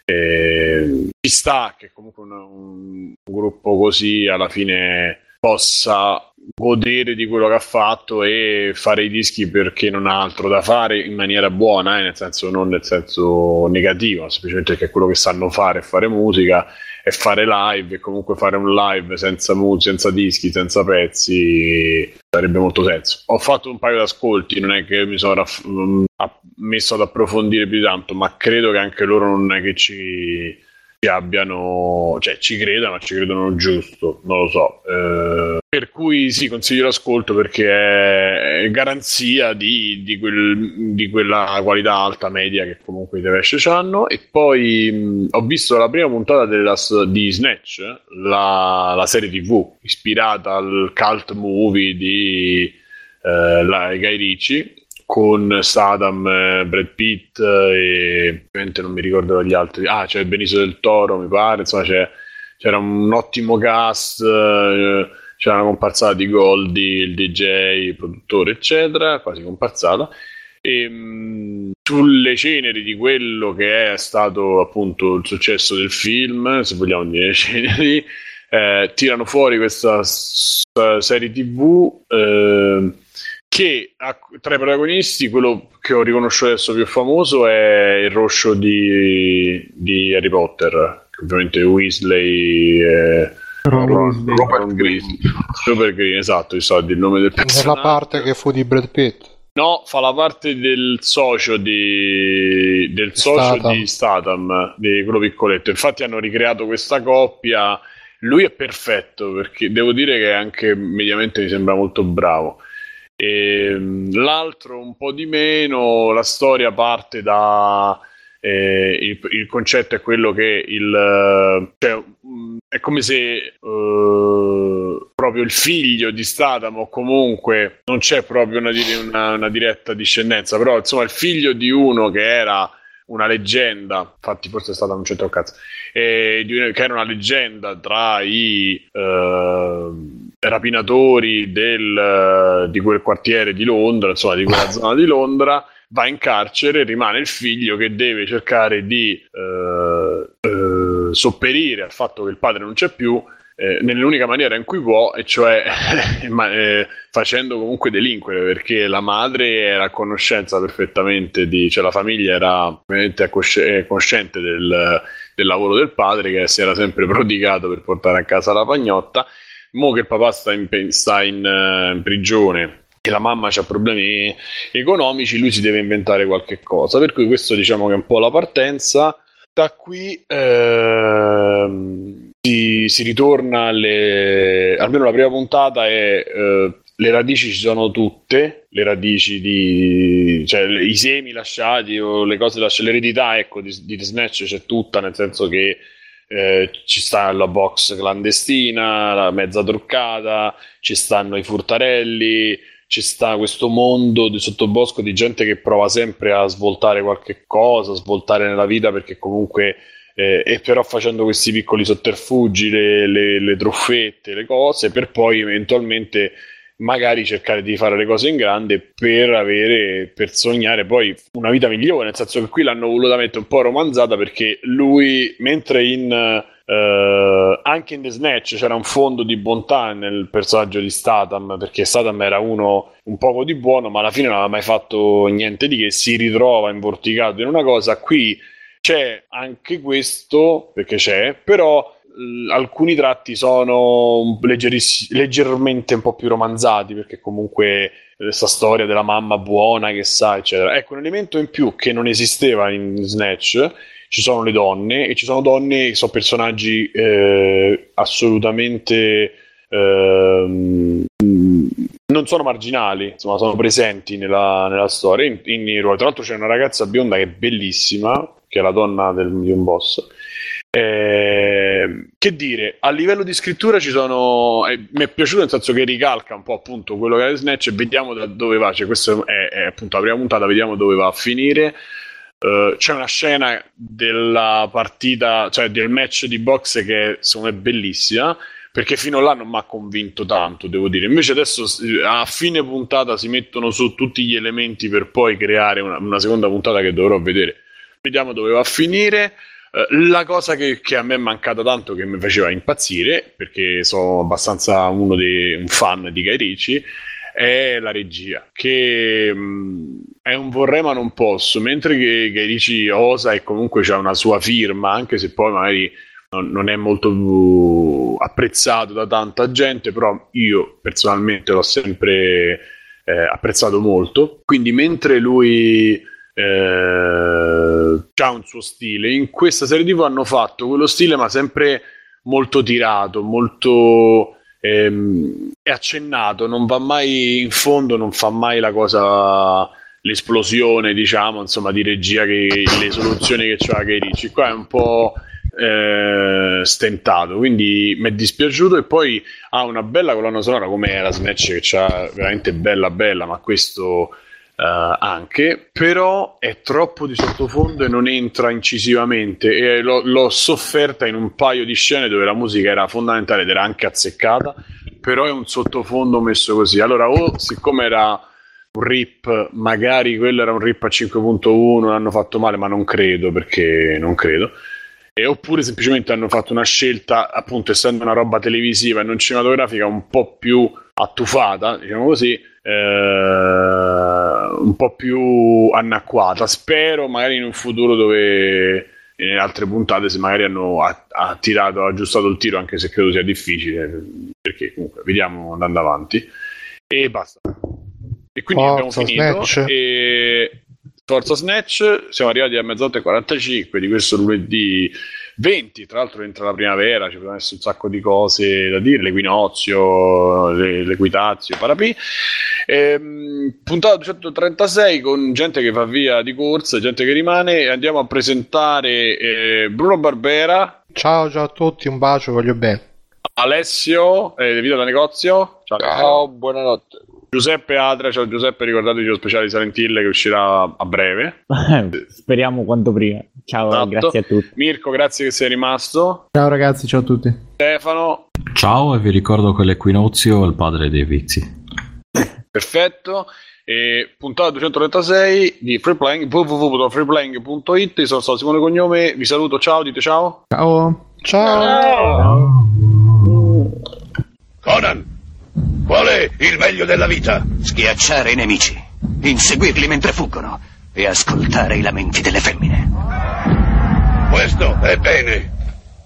Eh, ci sta che comunque un, un gruppo così alla fine possa godere di quello che ha fatto e fare i dischi perché non ha altro da fare in maniera buona, eh, nel senso non nel senso negativo, semplicemente perché quello che sanno fare è fare musica e fare live, e comunque fare un live senza musica, senza dischi, senza pezzi sarebbe molto senso. Ho fatto un paio di ascolti, non è che mi sono raff- messo ad approfondire più tanto, ma credo che anche loro non è che ci abbiano, cioè ci credano, ma ci credono giusto, non lo so, eh, per cui sì, consiglio l'ascolto perché è garanzia di, di, quel, di quella qualità alta media che comunque i Depeche hanno. E poi mh, ho visto la prima puntata della, di Snatch, la, la serie tv ispirata al cult movie di eh, la, Guy Ritchie, con Statham, eh, Brad Pitt e ovviamente non mi ricordo gli altri. Ah, c'è Benicio del Toro, mi pare. Insomma, c'è, c'era un ottimo cast, eh, c'era una comparsata di Goldie, il D J, il produttore, eccetera, quasi comparsata. E mh, sulle ceneri di quello che è stato appunto il successo del film, se vogliamo dire ceneri, eh, tirano fuori questa s- serie tv. Eh, che ha, tra i protagonisti quello che ho riconosciuto adesso più famoso è il roscio di, di Harry Potter, che ovviamente Weasley e Ron Ron, Weasley. Ron, Ron Green, Super Green, esatto, i soldi, il nome del personaggio. Nella parte che fu di Brad Pitt. No, fa la parte del socio di del socio Statham. di Statham, di quello piccoletto. Infatti hanno ricreato questa coppia. Lui è perfetto, perché devo dire che anche mediamente mi sembra molto bravo. E l'altro un po' di meno. La storia parte da eh, il, il concetto è quello che il cioè, è come se uh, proprio il figlio di Statham, o comunque non c'è proprio una, una, una diretta discendenza, però insomma il figlio di uno che era una leggenda, infatti forse Statham non c'entra un cazzo, e di, che era una leggenda tra i uh, rapinatori del, di quel quartiere di Londra, insomma di quella zona di Londra, va in carcere, rimane il figlio che deve cercare di uh, uh, sopperire al fatto che il padre non c'è più, eh, nell'unica maniera in cui può, e cioè ma, eh, facendo comunque delinquere, perché la madre era a conoscenza perfettamente di, cioè la famiglia era ovviamente cosciente del, del lavoro del padre, che si era sempre prodigato per portare a casa la pagnotta. Mo che il papà sta in, sta in, uh, in prigione e la mamma ha problemi economici, lui si deve inventare qualche cosa, per cui questo diciamo che è un po' la partenza. Da qui ehm, si, si ritorna alle, almeno la prima puntata è eh, le radici ci sono tutte, le radici di, cioè i semi lasciati o le cose lasciate, l'eredità ecco di, di Snatch c'è tutta, nel senso che eh, ci sta la box clandestina, la mezza truccata, ci stanno i furtarelli, ci sta questo mondo di sottobosco di gente che prova sempre a svoltare qualche cosa, svoltare nella vita perché comunque eh, e però facendo questi piccoli sotterfugi, le, le, le truffette, le cose, per poi eventualmente magari cercare di fare le cose in grande per avere, per sognare poi una vita migliore, nel senso che qui l'hanno volutamente un po' romanzata perché lui, mentre in Uh, anche in The Snatch c'era un fondo di bontà nel personaggio di Statham, perché Statham era uno un poco di buono ma alla fine non aveva mai fatto niente di che, si ritrova invorticato in una cosa. Qui c'è anche questo, perché c'è, però uh, alcuni tratti sono leggermente un po' più romanzati, perché comunque questa storia della mamma buona che sa eccetera. Ecco, un elemento in più che non esisteva in Snatch: ci sono le donne, e ci sono donne che sono personaggi eh, assolutamente eh, non sono marginali, insomma sono presenti nella, nella storia in, in ruolo. Tra l'altro c'è una ragazza bionda che è bellissima, che è la donna del, di un boss. Eh, che dire, a livello di scrittura ci sono, eh, mi è piaciuto nel senso che ricalca un po' appunto quello che è Snatch, e vediamo da dove va, cioè questa è, è appunto la prima puntata, vediamo dove va a finire. Uh, c'è una scena della partita, cioè del match di boxe, che secondo me è bellissima, perché fino a là non mi ha convinto tanto, devo dire. Invece adesso a fine puntata si mettono su tutti gli elementi per poi creare una, una seconda puntata che dovrò vedere. Vediamo dove va a finire. Uh, la cosa che, che a me è mancata tanto, che mi faceva impazzire, perché sono abbastanza uno dei un fan di Guy Ritchie, è la regia, che mh, è un vorrei ma non posso, mentre che Guy Ritchie osa e comunque c'ha una sua firma, anche se poi magari non, non è molto uh, apprezzato da tanta gente, però io personalmente l'ho sempre eh, apprezzato molto. Quindi mentre lui eh, ha un suo stile, in questa serie tivù hanno fatto quello stile ma sempre molto tirato, molto è accennato, non va mai in fondo, non fa mai la cosa, l'esplosione, diciamo, insomma, di regia, che le soluzioni che c'ha Guy Ritchie qua è un po' eh, stentato, quindi mi è dispiaciuto. E poi ha una bella colonna sonora come la Snatch, che c'ha veramente bella bella, ma questo Uh, anche, però è troppo di sottofondo e non entra incisivamente, e l'ho, l'ho sofferta in un paio di scene dove la musica era fondamentale ed era anche azzeccata, però è un sottofondo messo così. Allora, o siccome era un rip, magari quello era un rip a cinque punto uno, l'hanno fatto male, ma non credo, perché non credo, e oppure semplicemente hanno fatto una scelta, appunto essendo una roba televisiva e non cinematografica, un po' più attufata, diciamo così, Uh, un po' più annacquata. Spero magari in un futuro dove in altre puntate, se magari hanno attirato, aggiustato il tiro, anche se credo sia difficile, perché comunque vediamo andando avanti. E basta. E quindi Forza, abbiamo finito Snatch. E Forza Snatch, siamo arrivati a mezzanotte e quarantacinque di questo lunedì venti. Tra l'altro entra la primavera, ci potranno essere un sacco di cose da dire, l'equinozio, l'equitazio, parapì. Ehm, puntata duecentotrentasei, con gente che va via di corsa, gente che rimane, e andiamo a presentare eh, Bruno Barbera. Ciao, ciao a tutti, un bacio, voglio bene. Alessio, eh, Vita da Negozio. Ciao, ciao, buonanotte. Giuseppe Adria, ciao Giuseppe, ricordatevi lo speciale di Silent Hill che uscirà a breve. Speriamo quanto prima. Ciao, esatto. Grazie a tutti. Mirko, grazie che sei rimasto. Ciao ragazzi, ciao a tutti. Stefano. Ciao, e vi ricordo che l'equinozio è il padre dei vizi. Perfetto. E puntata duecentotrentasei di Freeplaying, w w w punto freeplaying punto it. Io sono stato Simone Cognome, vi saluto, ciao, dite ciao. Ciao. Ciao. Ciao. Conan, qual è il meglio della vita? Schiacciare i nemici, inseguirli mentre fuggono e ascoltare i lamenti delle femmine. Questo è bene.